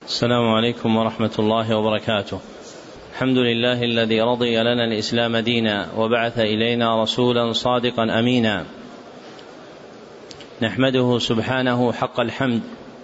السلام عليكم ورحمة الله وبركاته. الحمد لله الذي رضي لنا الإسلام دينا وبعث إلينا رسولا صادقا أمينا، نحمده سبحانه حق الحمد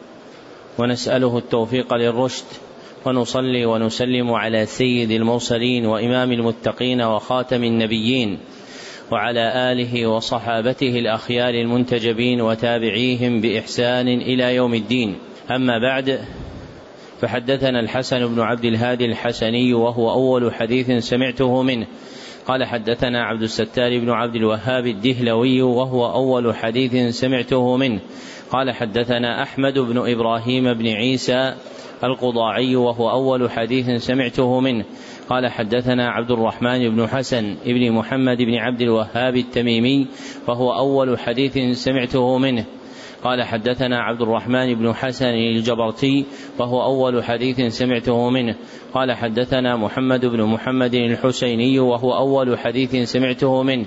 ونسأله التوفيق للرشد، ونصلي ونسلم على سيد المرسلين وإمام المتقين وخاتم النبيين وعلى آله وصحابته الأخيار المنتجبين وتابعيهم بإحسان إلى يوم الدين. أما بعد، فحدثنا الحسن بن عبد الهادي الحسني وهو أول حديث سمعته منه قال حدثنا عبد الستار بن عبد الوهاب الدهلوي وهو أول حديث سمعته منه قال حدثنا أحمد بن إبراهيم بن عيسى القضاعي وهو أول حديث سمعته منه قال حدثنا عبد الرحمن بن حسن بن محمد بن عبد الوهاب التميمي وهو أول حديث سمعته منه قال حدثنا عبد الرحمن بن حسن الجبرتي وهو أول حديث سمعته منه قال حدثنا محمد بن محمد الحسيني وهو أول حديث سمعته منه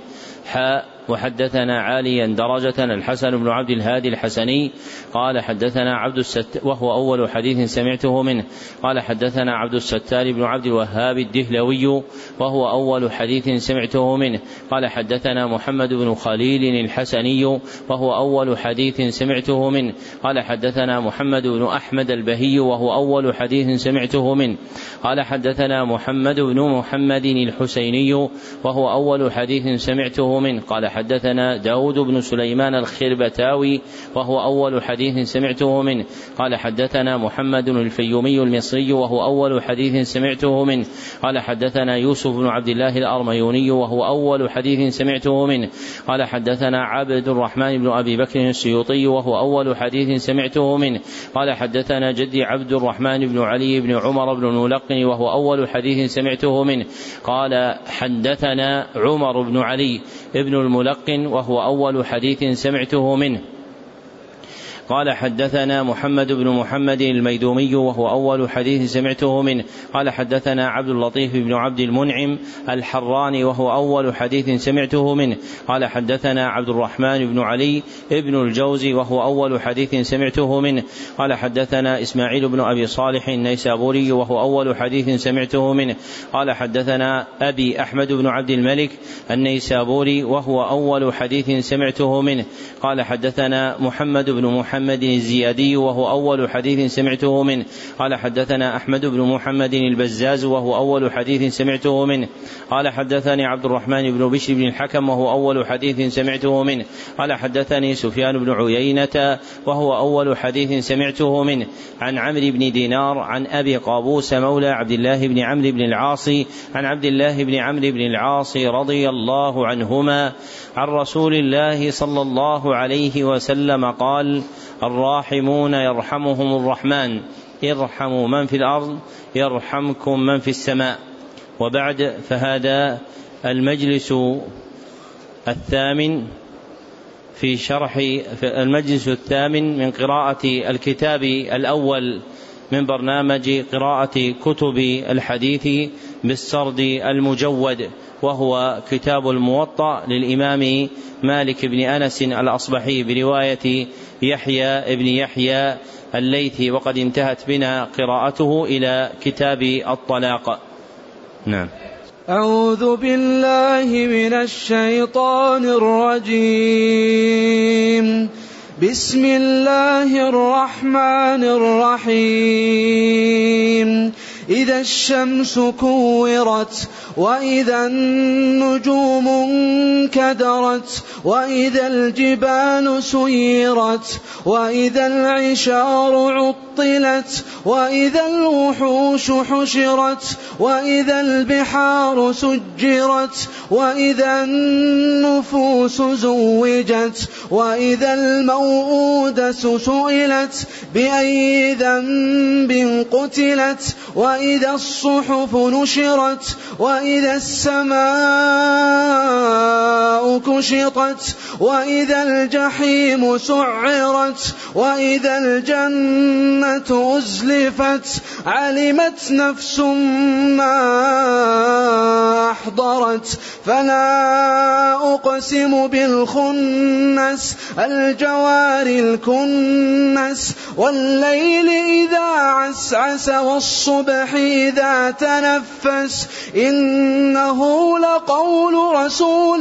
وحدثنا عاليا درجة الحسن بن عبد الهادي الحسني قال حدثنا عبد الستار وهو أول حديث سمعته منه قال حدثنا عبد الستار بن عبد الوهاب الدهلوي وهو أول حديث سمعته منه قال حدثنا محمد بن خليل الحسني وهو أول حديث سمعته منه قال حدثنا محمد بن أحمد البهي وهو أول حديث سمعته منه قال حدثنا محمد بن محمد الحسيني وهو أول حديث سمعته منه قال حدثنا داود بن سليمان الخربتاوي وهو أول حديث سمعته منه قال حدثنا محمد الفيومي المصري وهو أول حديث سمعته منه قال حدثنا يوسف بن عبد الله الأرميوني وهو أول حديث سمعته منه قال حدثنا عبد الرحمن بن أبي بكر السيوطي وهو أول حديث سمعته منه قال حدثنا جدي عبد الرحمن بن علي بن عمر بن الملقن وهو أول حديث سمعته منه قال حدثنا عمر بن علي ابن الملقن وهو أول حديث سمعته منه قال حدثنا محمد بن محمد الميدومي وهو أول حديث سمعته منه قال حدثنا عبد اللطيف بن عبد المنعم الحراني وهو أول حديث سمعته منه قال حدثنا عبد الرحمن بن علي ابن الجوزي وهو أول حديث سمعته منه قال حدثنا إسماعيل بن أبي صالح النيسابوري وهو أول حديث سمعته منه قال حدثنا أبي أحمد بن عبد الملك النيسابوري وهو أول حديث سمعته منه قال حدثنا محمد بن محمد الزيادي وهو أول حديث سمعته منه قال حدثنا أحمد بن محمد البزاز وهو أول حديث سمعته منه قال حدثني عبد الرحمن بن بشر بن الحكم وهو أول حديث سمعته منه قال حدثني سفيان بن عيينة وهو أول حديث سمعته منه عن عمرو بن دينار عن أبي قابوس مولى عبد الله بن عمرو بن العاص عن عبد الله بن عمرو بن العاص رضي الله عنهما عن رسول الله صلى الله عليه وسلم قال: الراحمون يرحمهم الرحمن ارحموا من في الأرض يرحمكم من في السماء. وبعد، فهذا المجلس الثامن من قراءة الكتاب الأول من برنامج قراءة كتب الحديث بالسرد المجود، وهو كتاب الموطأ للإمام مالك بن أنس الأصبحي برواية يحيى بن يحيى الليثي، وقد انتهت بنا قراءته إلى كتاب الطلاق. نعم. أعوذ بالله من الشيطان الرجيم. بسم الله الرحمن الرحيم. إذا الشمس كورت وإذا النجوم انكدرت وإذا الجبال سيرت وإذا العشار عطلت وإذا الوحوش حشرت وإذا البحار سجرت وإذا النفوس زوجت وإذا الموءودة سئلت بأي ذنب قتلت وإذا الصحف نشرت وإذا السماء كشطت وإذا الجحيم سعرت وإذا الجنة أزلفت علمت نفس ما أحضرت فلا أقسم بالخنس الجوار الكنس والليل إذا عسعس والصبح إذا تنفس إنه لقول رسول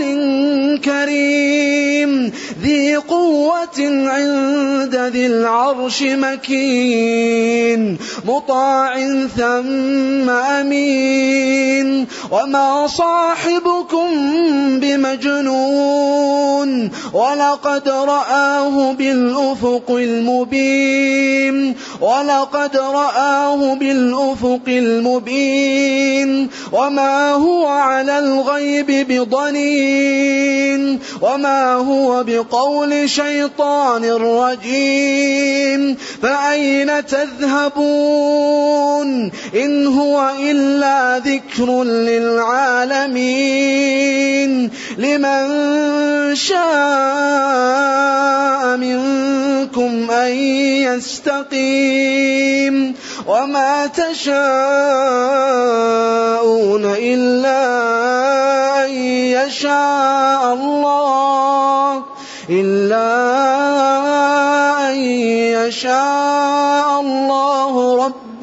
كريم ذي قوة عند ذي العرش مكين مطاع ثم أمين وما صاحبكم بمجنون ولقد رآه بالأفق المبين وما هو على الغيب بضنين وما هو بقول شيطان رجيم فأين تذهبون إن هو إلا ذكر للعالمين لمن شاء منكم أن يستقيم وما تشاءون إلا أن يشاء الله رب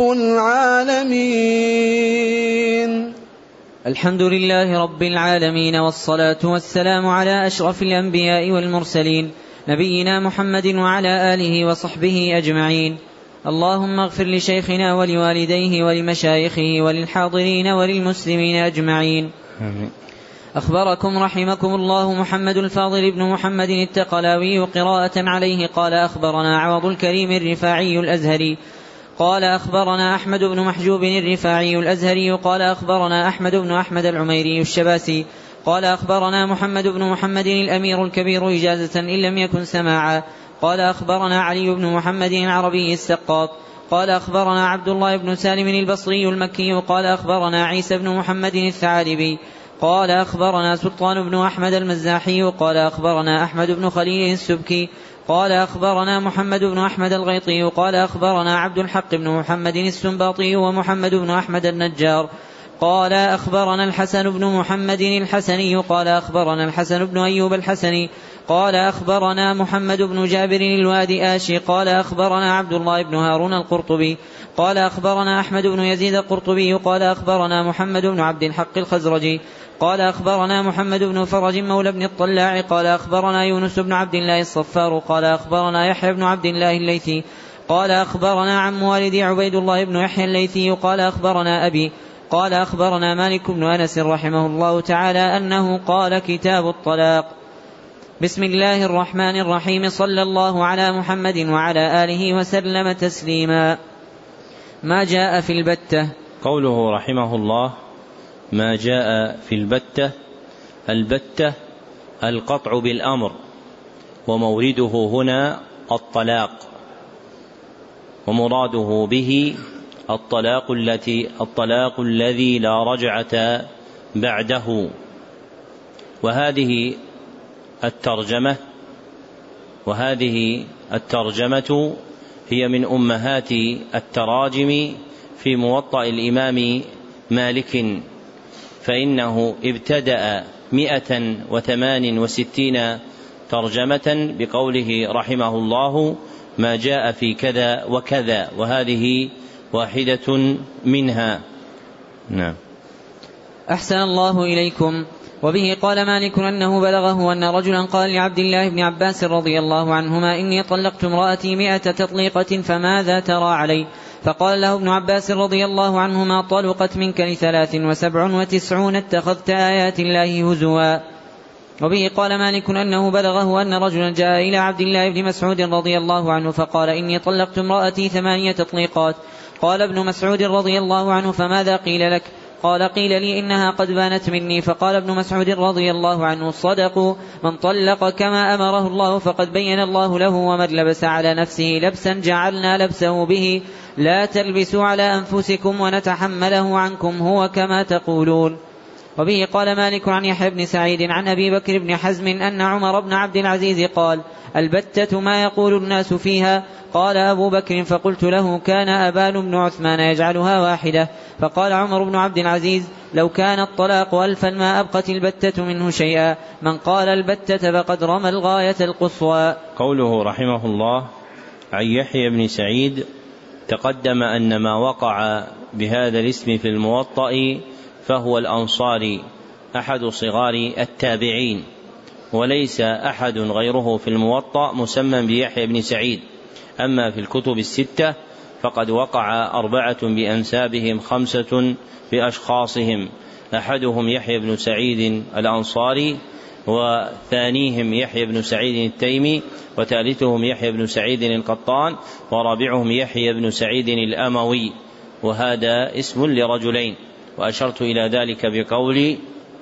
العالمين. الحمد لله رب العالمين والصلاة والسلام على أشرف الأنبياء والمرسلين نبينا محمد وعلى آله وصحبه أجمعين. اللهم اغفر لشيخنا ولوالديه ولمشايخه وللحاضرين وللمسلمين أجمعين. أخبركم رحمكم الله محمد الفاضل بن محمد التقلاوي قراءة عليه قال أخبرنا عوض الكريم الرفاعي الأزهري قال أخبرنا أحمد بن محجوب الرفاعي الأزهري قال أخبرنا أحمد بن أحمد العميري الشباسي قال أخبرنا محمد بن محمد الأمير الكبير إجازة إن لم يكن سماعا قال أخبرنا علي بن محمد العربي السقاط قال أخبرنا عبد الله بن سالم البصري المكي قال أخبرنا عيسى بن محمد الثعالبي قال أخبرنا سلطان بن أحمد المزاحي قال أخبرنا أحمد بن خليل السبكي قال أخبرنا محمد بن أحمد الغيطي قال أخبرنا عبد الحق بن محمد السنباطي ومحمد بن أحمد النجار قال أخبرنا الحسن بن محمد الحسني قال أخبرنا الحسن بن أيوب الحسني قال أخبرنا محمد بن جابر الوادي آشي قال أخبرنا عبد الله بن هارون القرطبي قال أخبرنا أحمد بن يزيد القرطبي قال أخبرنا محمد بن عبد الحق الخزرجي قال أخبرنا محمد بن فرج مولى بن الطلاع قال أخبرنا يونس بن عبد الله الصفار قال أخبرنا يحيى بن عبد الله الليثي قال أخبرنا عم والدي عبيد الله بن يحيى الليثي قال أخبرنا أبي قال أخبرنا مالك بن أنس رحمه الله تعالى أنه قال كتاب الطلاق. بسم الله الرحمن الرحيم صلى الله على محمد وعلى آله وسلم تسليما. ما جاء في البتة. قوله رحمه الله ما جاء في البتة. البتة القطع بالأمر ومورده هنا ومراده به الطلاق الذي لا رجعة بعده. وهذه الترجمة هي من أمهات التراجم في موطأ الإمام مالك، فإنه ابتدأ 168 ترجمة بقوله رحمه الله ما جاء في كذا وكذا، وهذه واحدة منها. نعم. أحسن الله إليكم. وبه قال مالك أنه بلغه أن رجلا قال لعبد الله بن عباس رضي الله عنهما إني طلقت امرأتي 100 تطليقة فماذا ترى علي؟ فقال له ابن عباس رضي الله عنهما طلقت منك 93 اتخذت آيات الله هزوا. وبه قال مالك أنه بلغه أن رجلا جاء إلى عبد الله بن مسعود رضي الله عنه فقال إني طلقت امرأتي 8 تطليقات. قال ابن مسعود رضي الله عنه فماذا قيل لك؟ قال قيل لي إنها قد بانت مني. فقال ابن مسعود رضي الله عنه صدقوا، من طلق كما أمره الله فقد بين الله له، ومن لبس على نفسه لبسا جعلنا لبسه به، لا تلبسوا على أنفسكم ونتحمله عنكم، هو كما تقولون. وبه قال مالك عن يحيى بن سعيد عن أبي بكر بن حزم أن عمر بن عبد العزيز قال: البتة ما يقول الناس فيها؟ قال أبو بكر: فقلت له: كان أبان بن عثمان يجعلها واحدة. فقال عمر بن عبد العزيز: لو كان الطلاق 1000 ما أبقت البتة منه شيئا، من قال البتة فقد رمى الغاية القصوى. قوله رحمه الله عن يحيى بن سعيد: تقدم أن ما وقع بهذا الاسم في الموطأ فهو الأنصاري أحد صغار التابعين، وليس أحد غيره في الموطأ مسمى بيحيى بن سعيد. أما في الكتب الستة فقد وقع 4 بأنسابهم، 5 بأشخاصهم، أحدهم يحيى بن سعيد الأنصاري، وثانيهم يحيى بن سعيد التيمي، وثالثهم يحيى بن سعيد القطان، ورابعهم يحيى بن سعيد الأموي، وهذا اسم لرجلين. وأشرت إلى ذلك بقولي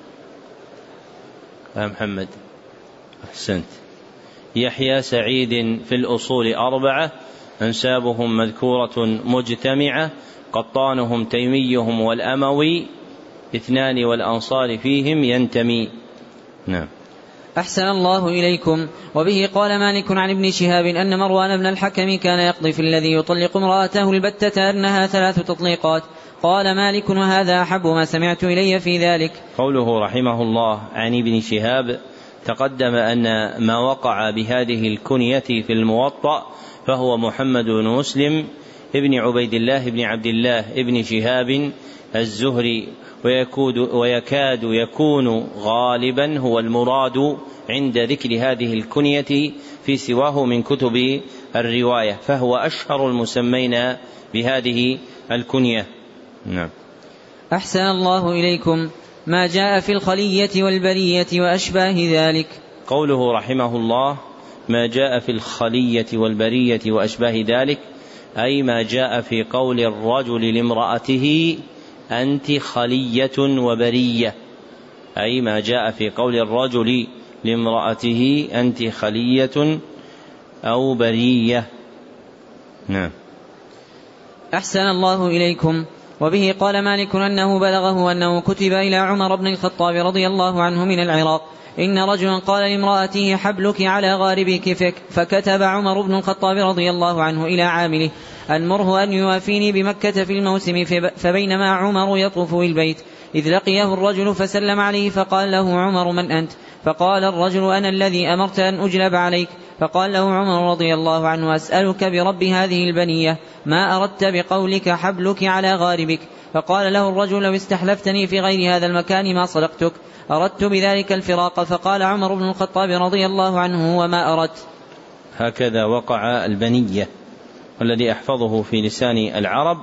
محمد أحسنت يحيى سعيد في الأصول 4، أنسابهم مذكورة مجتمعة، قطانهم تيميهم والأموي 2، والأنصار فيهم ينتمي. نعم. أحسن الله إليكم. وبه قال مالك عن ابن شهاب أن مروان بن الحكم كان يقضي في الذي يطلق امرأته البتة أنها 3 تطليقات. قال مالك: وهذا أحب ما سمعت إلي في ذلك. قوله رحمه الله عن ابن شهاب: تقدم أن ما وقع بهذه الكنية في الموطأ فهو محمد بن مسلم ابن عبيد الله بن عبد الله ابن شهاب الزهري، ويكاد يكون غالبا هو المراد عند ذكر هذه الكنية في سواه من كتب الرواية، فهو أشهر المسمين بهذه الكنية. نعم. أحسن الله إليكم. ما جاء في الخلية والبرية وأشباه ذلك. قوله رحمه الله: ما جاء في الخلية والبرية وأشباه ذلك، أي ما جاء في قول الرجل لامرأته أنت خلية وبرية، أي ما جاء في قول الرجل لامرأته أنت خلية أو برية. نعم. أحسن الله إليكم. وبه قال مالك أنه بلغه أنه كتب إلى عمر بن الخطاب رضي الله عنه من العراق: إن رجلا قال لامرأته حبلك على غاربك، فكتب عمر بن الخطاب رضي الله عنه إلى عامله: أنمره أن يوافيني بمكة في الموسم. فبينما عمر يطوف بالبيت إذ لقيه الرجل فسلم عليه، فقال له عمر: من أنت؟ فقال الرجل: أنا الذي أمرت أن أجلب عليك. فقال له عمر رضي الله عنه: أسألك برب هذه البنية، ما أردت بقولك حبلك على غاربك؟ فقال له الرجل: لو استحلفتني في غير هذا المكان ما صدقتك، أردت بذلك الفراق. فقال عمر بن الخطاب رضي الله عنه: وما أردت. هكذا وقع البنية، والذي أحفظه في لسان العرب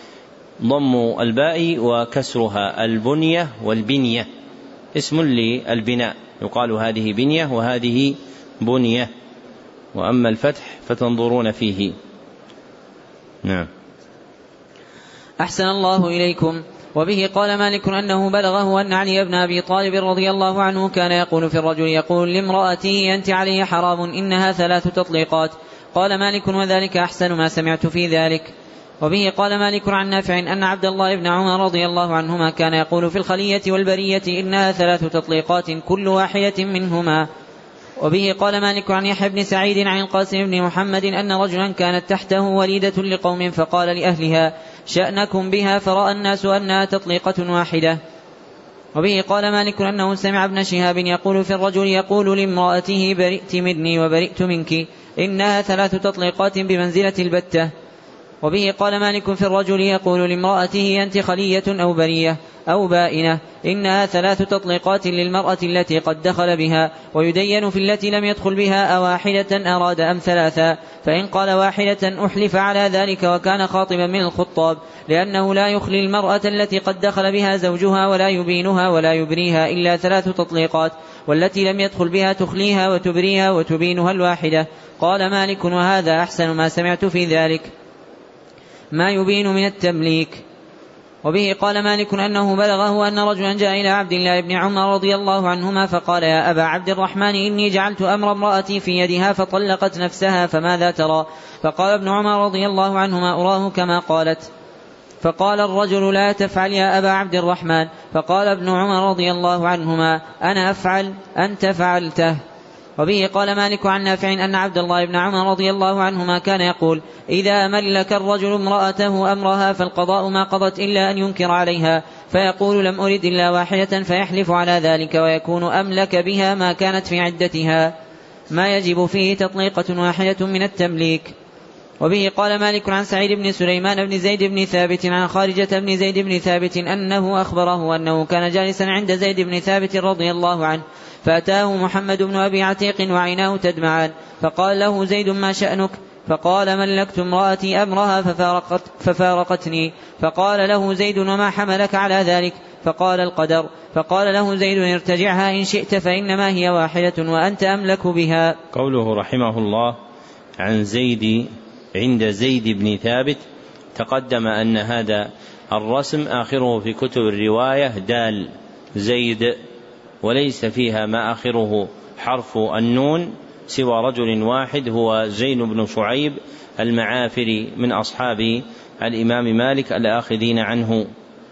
ضم الباء وكسرها، البنية والبنية اسم للبناء، يقال هذه بنية وهذه بنية، وأما الفتح فتنظرون فيه. نعم. أحسن الله إليكم. وبه قال مالك أنه بلغه أن علي بن أبي طالب رضي الله عنه كان يقول في الرجل يقول لامرأته: أنت علي حرام، إنها 3 تطليقات. قال مالك: وذلك أحسن ما سمعت في ذلك. وبه قال مالك عن نافع أن عبد الله بن عمر رضي الله عنهما كان يقول في الخلية والبرية: إنها 3 تطليقات كل واحدة منهما. وبه قال مالك عن يحيى بن سعيد عن القاسم بن محمد أن رجلا كانت تحته وليدة لقوم، فقال لأهلها: شأنكم بها، فرأى الناس أنها تطليقة واحدة. وبه قال مالك أنه سمع ابن شهاب يقول في الرجل يقول لامرأته: برئت مني وبرئت منك، إنها 3 تطليقات بمنزلة البتة. وبه قال مالك في الرجل يقول لامرأته: أنت خلية أو برية أو بائنة، إنها 3 تطليقات للمرأة التي قد دخل بها، ويدين في التي لم يدخل بها أواحدة أراد أم 3، فإن قال واحدة أحلف على ذلك وكان خاطبا من الخطاب، لأنه لا يخلي المرأة التي قد دخل بها زوجها ولا يبينها ولا يبريها إلا 3 تطليقات، والتي لم يدخل بها تخليها وتبريها وتبينها الواحدة. قال مالك: وهذا أحسن ما سمعت في ذلك. ما يبين من التمليك. وبه قال مالك أنه بلغه أن رجلا جاء إلى عبد الله بن عمر رضي الله عنهما فقال: يا أبا عبد الرحمن، إني جعلت أمر امرأتي في يدها فطلقت نفسها، فماذا ترى؟ فقال ابن عمر رضي الله عنهما: أراه كما قالت. فقال الرجل: لا تفعل يا أبا عبد الرحمن. فقال ابن عمر رضي الله عنهما: أنا أفعل، أنت فعلته. وبه قال مالك عن نافع أن عبد الله بن عمر رضي الله عنهما كان يقول: إذا ملك الرجل امرأته أمرها فالقضاء ما قضت إلا أن ينكر عليها، فيقول: لم أرد إلا واحدة، فيحلف على ذلك، ويكون أملك بها ما كانت في عدتها، ما يجب فيه تطليقة واحدة من التمليك. وبه قال مالك عن سعيد بن سليمان بن زيد بن ثابت عن خارجة بن زيد بن ثابت أنه أخبره أنه كان جالسا عند زيد بن ثابت رضي الله عنه، فأتاه محمد بن أبي عتيق وعيناه تدمعان، فقال له زيد: ما شأنك؟ فقال: ملكت امرأتي أمرها ففارقتني. فقال له زيد: وما حملك على ذلك؟ فقال: القدر. فقال له زيد: ارتجعها إن شئت، فإنما هي واحدة وأنت أملك بها. قوله رحمه الله عن زيد عند زيد بن ثابت، تقدم أن هذا الرسم آخره في كتب الرواية دال زيد، وليس فيها ما آخره حرف النون سوى رجل واحد هو زين بن شعيب المعافري من أصحاب الإمام مالك الآخذين عنه.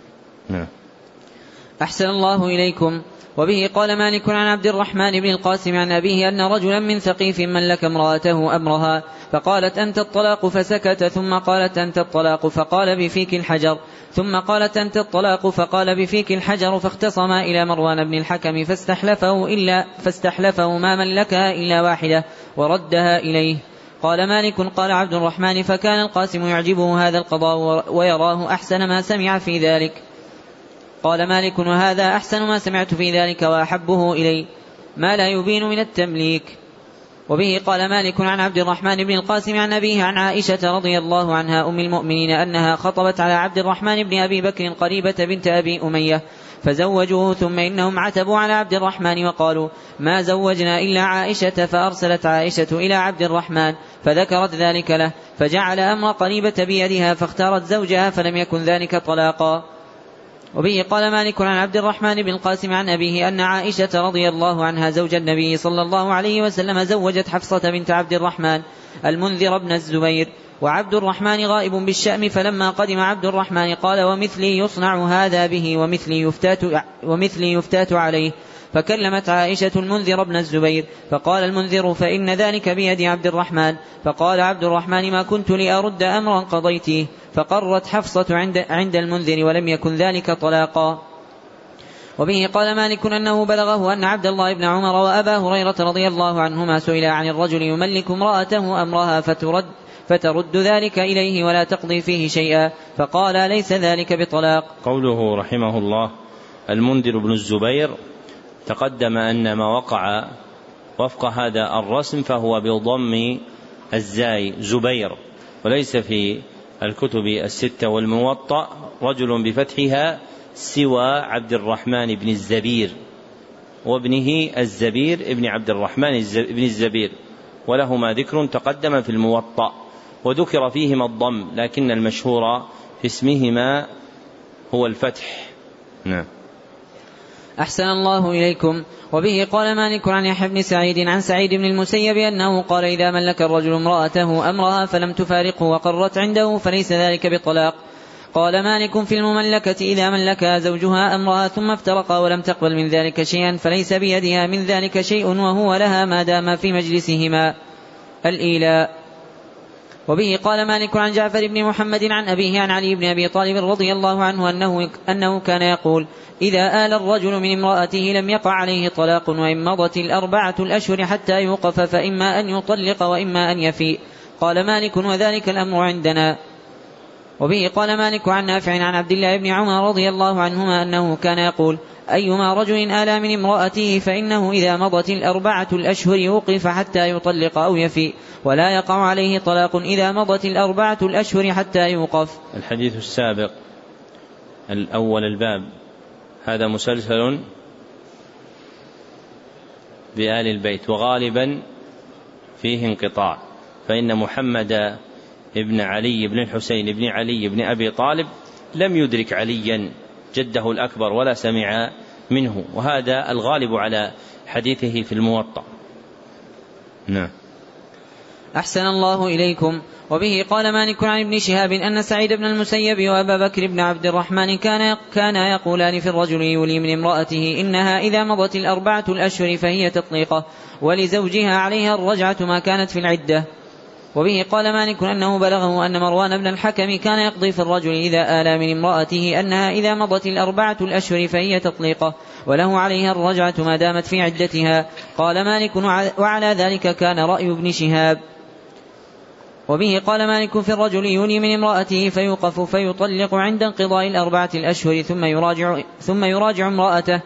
أحسن الله إليكم. وبه قال مالك عن عبد الرحمن بن القاسم عن أبيه أن رجلا من ثقيف ملك امرأته أمرها، فقالت: أنت الطلاق، فسكت، ثم قالت: أنت الطلاق، فقال: بفيك الحجر، ثم قالت: أنت الطلاق، فقال: بفيك الحجر، فاختصما إلى مروان بن الحكم فاستحلفه ما ملكها إلا واحدة وردها إليه. قال مالك: قال عبد الرحمن: فكان القاسم يعجبه هذا القضاء ويراه أحسن ما سمع في ذلك. قال مالك: وهذا أحسن ما سمعت في ذلك وأحبه إلي، ما لا يبين من التمليك. وبه قال مالك عن عبد الرحمن بن القاسم عن أبيه عن عائشة رضي الله عنها أم المؤمنين أنها خطبت على عبد الرحمن بن أبي بكر قريبة بنت أبي أمية فزوجوه، ثم إنهم عتبوا على عبد الرحمن وقالوا: ما زوجنا إلا عائشة، فأرسلت عائشة إلى عبد الرحمن فذكرت ذلك له، فجعل أمر قريبة بيدها فاختارت زوجها، فلم يكن ذلك طلاقا. وبه قال مالك عن عبد الرحمن بن القاسم عن أبيه أن عائشة رضي الله عنها زوج النبي صلى الله عليه وسلم زوجت حفصة بنت عبد الرحمن المنذر بن الزبير، وعبد الرحمن غائب بالشأم، فلما قدم عبد الرحمن قال: ومثلي يصنع هذا به ومثلي يفتات عليه. فكلمت عائشة المنذر بن الزبير، فقال المنذر: فإن ذلك بيد عبد الرحمن. فقال عبد الرحمن: ما كنت لأرد أمرا قضيته. فقرت حفصة عند المنذر، ولم يكن ذلك طلاقا. وبه قال مالك أنه بلغه أن عبد الله بن عمر وأبا هريرة رضي الله عنهما سئل عن الرجل يملك امرأته أمرها فترد ذلك إليه ولا تقضي فيه شيئا، فقال: ليس ذلك بطلاق. قوله رحمه الله المنذر بن الزبير، تقدم أن ما وقع وفق هذا الرسم فهو بضم الزاي زبير، وليس في الكتب الستة والموطأ رجل بفتحها سوى عبد الرحمن بن الزبير وابنه الزبير ابن عبد الرحمن بن الزبير، ولهما ذكر تقدم في الموطأ وذكر فيهما الضم، لكن المشهور في اسمهما هو الفتح. نعم. أحسن الله إليكم. وبه قال مالك عن يحيى بن سعيد عن سعيد بن المسيب أنه قال: إذا ملك الرجل امرأته أمرها فلم تفارقه وقرت عنده فليس ذلك بطلاق. قال مالك: في المملكة إذا ملكها زوجها أمرها ثم افترقا ولم تقبل من ذلك شيئا فليس بيدها من ذلك شيء، وهو لها ما دام في مجلسهما الإيلاء. وبه قال مالك عن جعفر بن محمد عن أبيه عن علي بن أبي طالب رضي الله عنه أنه كان يقول: إذا آل الرجل من امرأته لم يقع عليه طلاق، وإن مضت 4 الأشهر حتى يوقف، فإما أن يطلق وإما أن يفيء. قال مالك: وذلك الأمر عندنا. وبه قال مالك عن نافع عن عبد الله بن عمر رضي الله عنهما أنه كان يقول: أيما رجل آلى من امرأته فإنه إذا مضت 4 الأشهر يوقف حتى يطلق أو يفيء، ولا يقع عليه طلاق إذا مضت 4 الأشهر حتى يوقف. الحديث السابق الأول الباب هذا مسلسل بآل البيت، وغالبا فيه انقطاع، فإن محمد ابن علي بن الحسين بن علي بن أبي طالب لم يدرك عليا جده الأكبر ولا سمع منه، وهذا الغالب على حديثه في الموطأ. نعم. أحسن الله إليكم. وبه قال مالك عن ابن شهاب أن سعيد بن المسيب وأبا بكر بن عبد الرحمن كانا يقولان في الرجل يولي من امرأته إنها إذا مضت 4 الأشهر فهي تطليقة، ولزوجها عليها الرجعة ما كانت في العدة. وبه قال مالك أنه بلغه أن مروان بن الحكم كان يقضي في الرجل إذا آلى من امرأته أنها إذا مضت 4 الأشهر فهي تطليقة، وله عليها الرجعة ما دامت في عدتها. قال مالك وعلى ذلك كان رأي ابن شهاب. وبه قال مالك في الرجل يولي من امرأته فيوقف فيطلق عند انقضاء 4 الأشهر ثم يراجع امرأته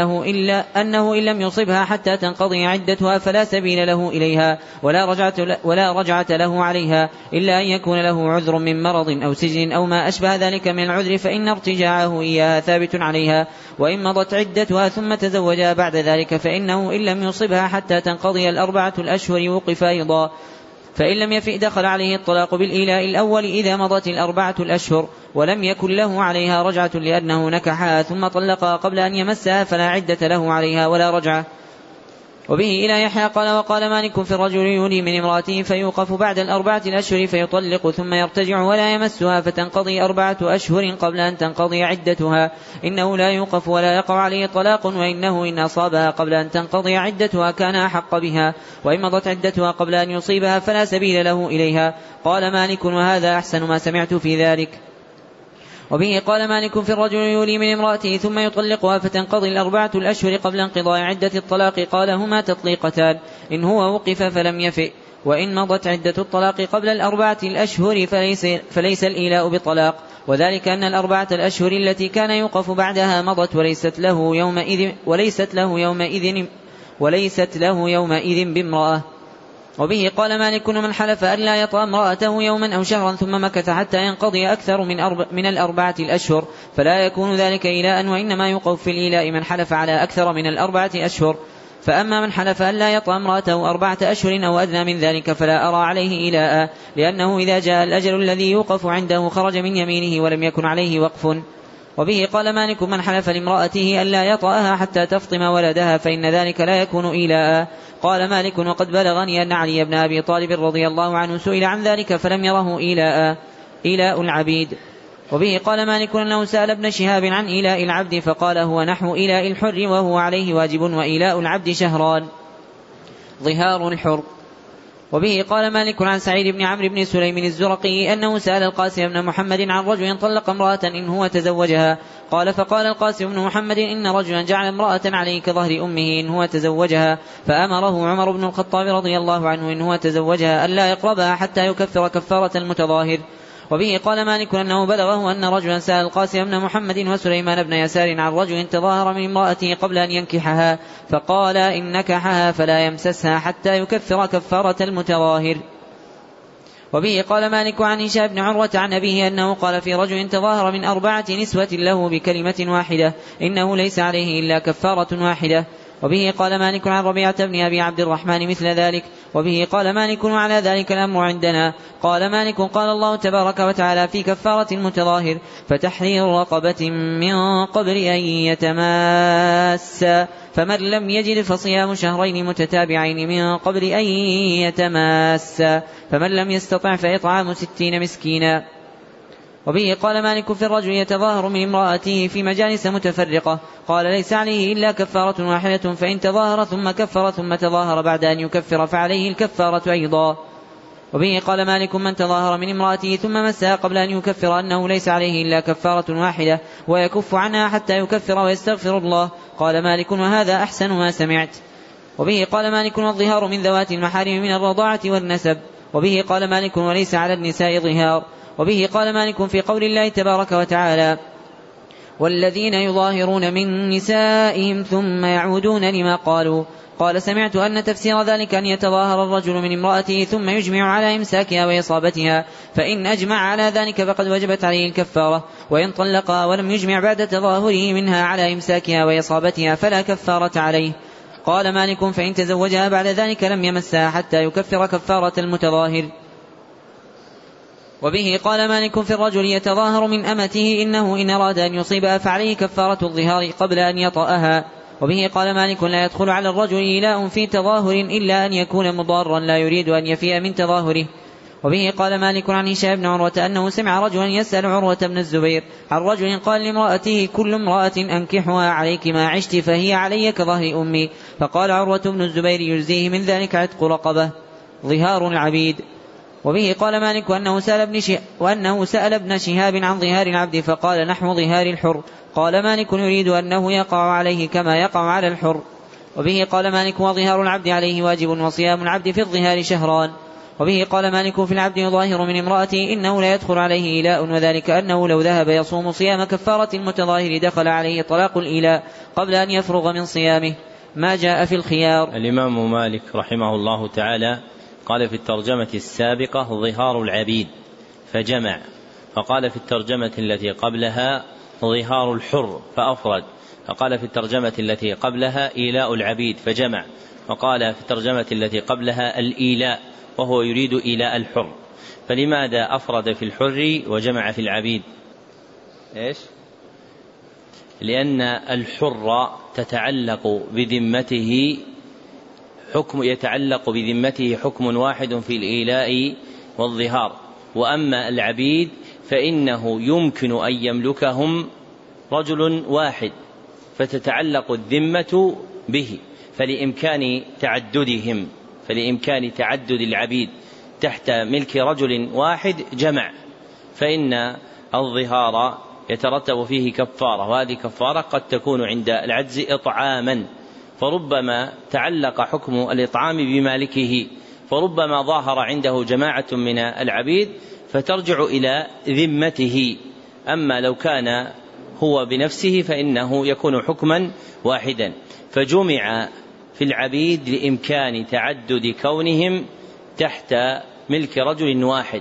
أنه إن لم يصبها حتى تنقضي عدتها فلا سبيل له إليها ولا رجعة له عليها، إلا أن يكون له عذر من مرض أو سجن أو ما أشبه ذلك من العذر، فإن ارتجاعه إياها ثابت عليها. وإن مضت عدتها ثم تزوجها بعد ذلك فإنه إن لم يصبها حتى تنقضي 4 الأشهر وقف أيضا، فإن لم يفئ دخل عليه الطلاق بالإيلاء الأول إذا مضت 4 الأشهر ولم يكن له عليها رجعة لأنه نكحها ثم طلقها قبل أن يمسها فلا عدة له عليها ولا رجعة. وبه إلى يحيى قال وقال مالك في الرجل يولي من امرأته فيوقف بعد 4 الأشهر فيطلق ثم يرتجع ولا يمسها فتنقضي 4 أشهر قبل أن تنقضي عدتها، إنه لا يوقف ولا يقع عليه طلاق، وإنه إن أصابها قبل أن تنقضي عدتها كان أحق بها، وإن مضت عدتها قبل أن يصيبها فلا سبيل له إليها. قال مالك وهذا أحسن ما سمعت في ذلك. وبه قال مالك في الرجل يولي من امرأته ثم يطلقها فتنقضي 4 الأشهر قبل انقضاء عدة الطلاق، قال هما تطليقتان إن هو وقف فلم يفئ، وإن مضت عدة الطلاق قبل 4 الأشهر فليس الإيلاء بطلاق، وذلك أن 4 الأشهر التي كان يوقف بعدها مضت وليست له يومئذ بامرأة. وبه قال مالك من حلف أن لا يطأ امرأته يوما أو شهرا ثم مكث حتى ينقضي أكثر من 4 الأشهر فلا يكون ذلك إيلاء، وإنما يوقف في الإيلاء من حلف على أكثر من 4 أشهر. فأما من حلف أن لا يطأ امرأته 4 أشهر أو أدنى من ذلك فلا أرى عليه إيلاء، لأنه إذا جاء الأجل الذي يوقف عنده خرج من يمينه ولم يكن عليه وقف. وبه قال مالك من حلف لامرأته أن لا يطأها حتى تفطم ولدها فإن ذلك لا يكون إيلاء. قال مالك وقد بلغني أن علي بن أبي طالب رضي الله عنه سئل عن ذلك فلم يره إيلاء العبيد. وبه قال مالك أنه سأل ابن شهاب عن إيلاء العبد فقال هو نحو إيلاء الحر وهو عليه واجب، وإيلاء العبد شهران ظهار الحر. وبه قال مالك عن سعيد بن عمرو بن سليم الزرقي أنه سأل القاسم بن محمد عن رجل طلق امرأة إن هو تزوجها، قال فقال القاسم بن محمد إن رجلا جعل امرأة عليه كظهر أمه إن هو تزوجها، فأمره عمر بن الخطاب رضي الله عنه إن هو تزوجها ألا يقربها حتى يكفر كفارة المتظاهر. وبه قال مالك أنه بلغه أن رجلا سأل القاسم بن محمد وسليمان بن يسار عن رجل تظاهر من امرأته قبل أن ينكحها فقال إن نكحها فلا يمسسها حتى يكفر كفارة المتظاهر. وبه قال مالك عن هشام بن عروة عن أبيه أنه قال في رجل تظاهر من 4 نسوة له بكلمة واحدة إنه ليس عليه إلا كفارة واحدة. وبه قال مالك عن ربيعة بن أبي عبد الرحمن مثل ذلك. وبه قال مالك وعلى ذلك الأمر عندنا. قال مالك قال الله تبارك وتعالى في كفارة المتظاهر فتحرير رقبة من قبل أن يتماسا، فمن لم يجد فصيام شهرين متتابعين من قبل أن يتماسا، فمن لم يستطع فإطعام 60 مسكينا. وبه قال مالك في الرجل يتظاهر من امرأته في مجالس متفرقة قال ليس عليه إلا كفارة واحدة، فإن تظاهر ثم كفر ثم تظاهر بعد أن يكفر فعليه الكفارة أيضا. وبه قال مالك من تظاهر من امرأته ثم مسها قبل أن يكفر أنه ليس عليه إلا كفارة واحدة ويكف عنها حتى يكفر ويستغفر الله. قال مالك وهذا أحسن ما سمعت. وبه قال مالك والظهار من ذوات المحارم من الرضاعة والنسب. وبه قال مالك وليس على النساء ظهار. وبه قال مالك في قول الله تبارك وتعالى والذين يظاهرون من نسائهم ثم يعودون لما قالوا. قال سمعت أن تفسير ذلك أن يتظاهر الرجل من امرأته ثم يجمع على إمساكها وإصابتها، فإن أجمع على ذلك فقد وجبت عليه الكفارة، وإن طلقها ولم يجمع بعد تظاهره منها على إمساكها وإصابتها فلا كفارة عليه. قال مالك فإن تزوجها بعد ذلك لم يمسها حتى يكفر كفارة المتظاهر. وبه قال مالك في الرجل يتظاهر من أمته إنه إن أراد أن يصيبها فعليه كفارة الظهار قبل أن يطأها. وبه قال مالك لا يدخل على الرجل إيلاء في تظاهر إلا أن يكون مضارا لا يريد أن يفيء من تظاهره. وبه قال مالك عن هشام بن عروة أنه سمع رجلا يسأل عروة بن الزبير عن رجل قال لامرأته كل امرأة أنكحها عليك ما عشت فهي علي كظهر أمي، فقال عروة بن الزبير يجزيه من ذلك عتق رقبة ظهار العبيد. وبه قال مالك وأنه سأل ابن شهاب عن ظهار العبد فقال نحو ظهار الحر. قال مالك يريد أنه يقع عليه كما يقع على الحر. وبه قال مالك وظهار العبد عليه واجب وصيام العبد في الظهار شهران. وبه قال مالك في العبد يظاهر من امرأته إنه لا يدخل عليه إيلاء، وذلك أنه لو ذهب يصوم صيام كفارة المتظاهر دخل عليه طلاق الإيلاء قبل أن يفرغ من صيامه. ما جاء في الخيار. الإمام مالك رحمه الله تعالى قال في الترجمة السابقة ظهار العبيد فجمع، فقال في الترجمة التي قبلها ظهار الحر فأفرد، فقال في الترجمة التي قبلها إيلاء العبيد فجمع، وقال في الترجمة التي قبلها الإيلاء وهو يريد إيلاء الحر. فلماذا أفرد في الحر وجمع في العبيد؟ لأن الحر يتعلق بذمته حكم واحد في الإيلاء والظهار، وأما العبيد فإنه يمكن أن يملكهم رجل واحد فتتعلق الذمة به، فلإمكان تعدد العبيد تحت ملك رجل واحد جمع، فإن الظهار يترتب فيه كفارة، وهذه كفارة قد تكون عند العجز إطعاما، فربما تعلق حكم الإطعام بمالكه، فربما ظاهر عنده جماعة من العبيد فترجع إلى ذمته. أما لو كان هو بنفسه فإنه يكون حكما واحدا، فجمع في العبيد لإمكان تعدد كونهم تحت ملك رجل واحد،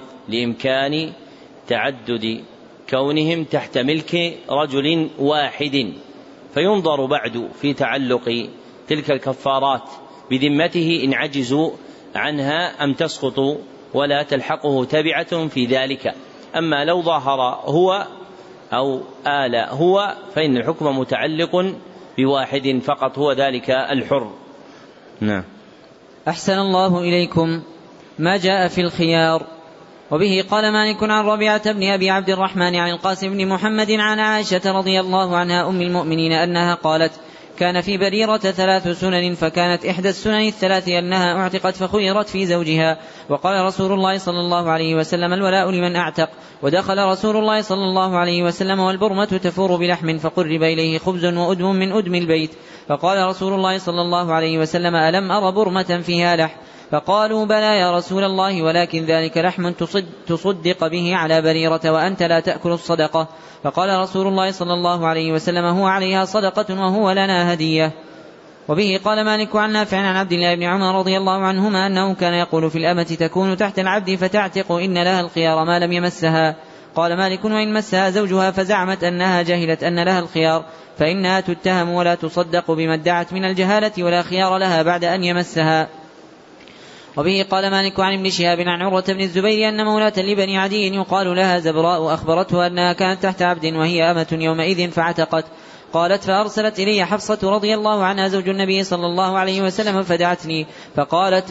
فينظر بعد في تعلق تلك الكفارات بذمته إن عجزوا عنها أم تسقط ولا تلحقه تبعة في ذلك. أما لو ظاهر هو أو آل هو فإن الحكم متعلق بواحد فقط هو ذلك الحر. نعم. أحسن الله إليكم. ما جاء في الخيار. وبه قال مالك عن ربيعة بن أبي عبد الرحمن عن القاسم بن محمد عن عائشة رضي الله عنها أم المؤمنين أنها قالت كان في بريرة 3 سنن، فكانت إحدى السنن 3 أنها أعتقت فخيرت في زوجها، وقال رسول الله صلى الله عليه وسلم الولاء لمن أعتق. ودخل رسول الله صلى الله عليه وسلم والبرمة تفور بلحم فقرب إليه خبز وأدم من أدم البيت، فقال رسول الله صلى الله عليه وسلم ألم أر برمة فيها لحم؟ فقالوا بلى يا رسول الله، ولكن ذلك لحم تصدق به على بريرة وأنت لا تأكل الصدقة. فقال رسول الله صلى الله عليه وسلم هو عليها صدقة وهو لنا هدية. وبه قال مالك عن نافع عن عبد الله بن عمر رضي الله عنهما أنه كان يقول في الأمة تكون تحت العبد فتعتق إن لها الخيار ما لم يمسها. قال مالك وإن مسها زوجها فزعمت أنها جهلت أن لها الخيار فإنها تتهم ولا تصدق بما ادعت من الجهالة ولا خيار لها بعد أن يمسها. وبه قال مالك عن ابن شهاب عن عروة بن الزبير أن مولاة لبني عدي يقال لها زبراء أخبرته أنها كانت تحت عبد وهي أمة يومئذ فاعتقت. قالت فأرسلت إلي حفصة رضي الله عنها زوج النبي صلى الله عليه وسلم فدعتني فقالت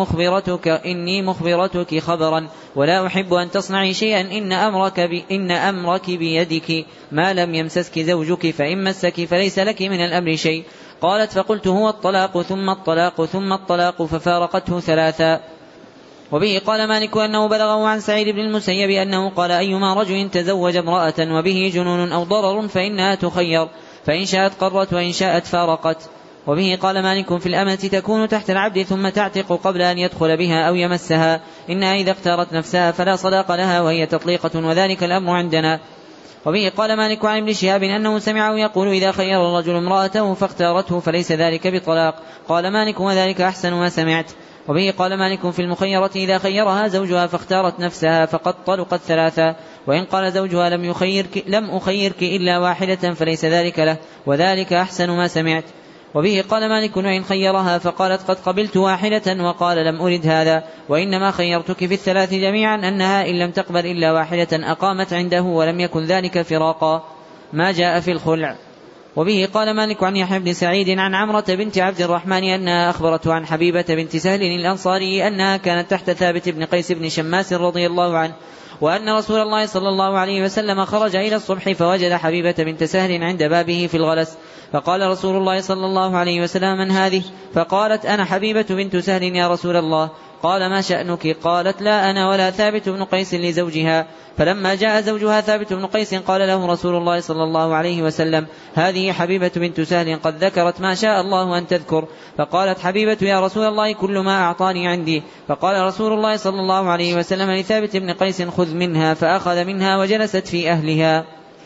إني مخبرتك خبرا ولا أحب أن تصنعي شيئا إن أمرك بيدك ما لم يمسسك زوجك، فإن مسك فليس لك من الأمر شيء. قالت فقلت هو الطلاق ثم الطلاق ثم الطلاق، ففارقته 3. وبه قال مالك أنه بلغه عن سعيد بن المسيب أنه قال أيما رجل تزوج امرأة وبه جنون أو ضرر فإنها تخير، فإن شاءت قرت وإن شاءت فارقت. وبه قال مالك في الأمة تكون تحت العبد ثم تعتق قبل أن يدخل بها أو يمسها، إنها إذا اختارت نفسها فلا صداق لها وهي تطليقة وذلك الأمر عندنا. وبه قال مالك عن ابن شهاب أنه سمعه يقول إذا خير الرجل امرأته فاختارته فليس ذلك بطلاق. قال مالك وذلك أحسن ما سمعت. وبه قال مالك في المخيرة إذا خيرها زوجها فاختارت نفسها فقد طلقت 3، وإن قال زوجها لم أخيرك إلا واحدة فليس ذلك له، وذلك أحسن ما سمعت. وبه قال مالك وإن خيرها فقالت قد قبلت واحدة وقال لم أرد هذا، وإنما خيرتك في الثلاث جميعا أنها إن لم تقبل إلا واحدة أقامت عنده ولم يكن ذلك فراقا، ما جاء في الخلع. وبه قال مالك عن يحيى بن سعيد عن عمرة بنت عبد الرحمن أنها أخبرته عن حبيبة بنت سهل الأنصاري أنها كانت تحت ثابت بن قيس بن شماس رضي الله عنه، وأن رسول الله صلى الله عليه وسلم خرج إلى الصبح فوجد حبيبة بنت سهل عند بابه في الغلس، فقال رسول الله صلى الله عليه وسلم من هذه؟ فقالت أنا حبيبة بنت سهل يا رسول الله. قال ما شأنك؟ قالت لا أنا ولا ثابت بن قيس لزوجها. فلما جاء زوجها ثابت بن قيس قال له رسول الله صلى الله عليه وسلم هذه حبيبة بنت سهل قد ذكرت ما شاء الله أن تذكر. فقالت حبيبة يا رسول الله كل ما أعطاني عندي. فقال رسول الله صلى الله عليه وسلم لثابت بن قيس خذ منها، فأخذ منها وجلست في أهلها.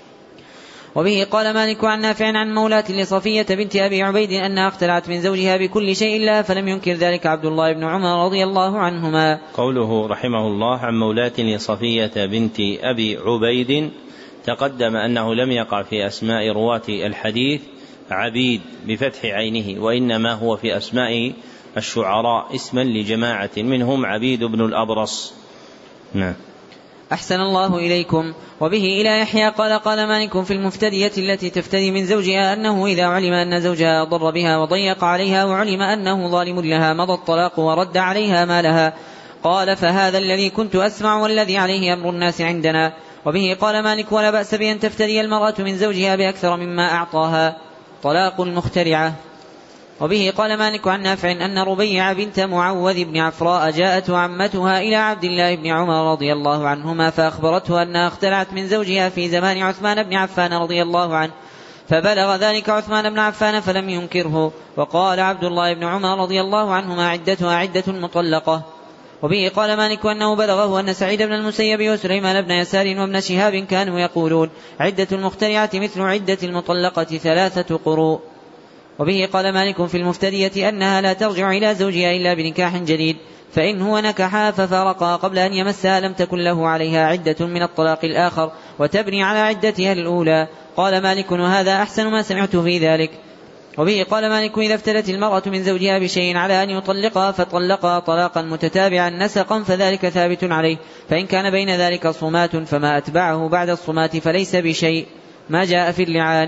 وبه قال مالك عن نافع عن مولاة لصفية بنت أبي عبيد أنها اختلعت من زوجها بكل شيء لها، فلم ينكر ذلك عبد الله بن عمر رضي الله عنهما. قوله رحمه الله عن مولاة لصفية بنت أبي عبيد، تقدم أنه لم يقع في أسماء رواة الحديث عبيد بفتح عينه، وإنما هو في أسماء الشعراء اسما لجماعة منهم عبيد بن الأبرص. نعم. أحسن الله إليكم. وبه إلى يحيى قال قال مالك في المفتدية التي تفتدي من زوجها أنه إذا علم أن زوجها ضر بها وضيق عليها وعلم أنه ظالم لها مضى الطلاق ورد عليها مالها. قال فهذا الذي كنت أسمع والذي عليه أمر الناس عندنا. وبه قال مالك ولا بأس بأن تفتدي المرأة من زوجها بأكثر مما أعطاها. طلاق المخترعة. وبه قال مالك عن نافع أن ربيع بنت معوذ بن عفراء جاءت عمتها إلى عبد الله بن عمر رضي الله عنهما فأخبرته أنها اختلعت من زوجها في زمان عثمان بن عفان رضي الله عنه، فبلغ ذلك عثمان بن عفان فلم ينكره. وقال عبد الله بن عمر رضي الله عنهما عدتها عدة مطلقة. وبه قال مالك أنه بلغه أن سعيد بن المسيب وسليمان بن يسار وابن شهاب كانوا يقولون عدة المخترعة مثل عدة المطلقة 3 قروء. وبه قال مالك في المفتدية أنها لا ترجع إلى زوجها إلا بنكاح جديد، فإن هو نكحها ففارقها قبل أن يمسها لم تكن له عليها عدة من الطلاق الآخر وتبني على عدتها الأولى. قال مالك وهذا أحسن ما سمعت في ذلك. وبه قال مالك إذا افتدت المرأة من زوجها بشيء على أن يطلقها فطلقها طلاقا متتابعا نسقا فذلك ثابت عليه، فإن كان بين ذلك صمات فما أتبعه بعد الصمات فليس بشيء، ما جاء في اللعان.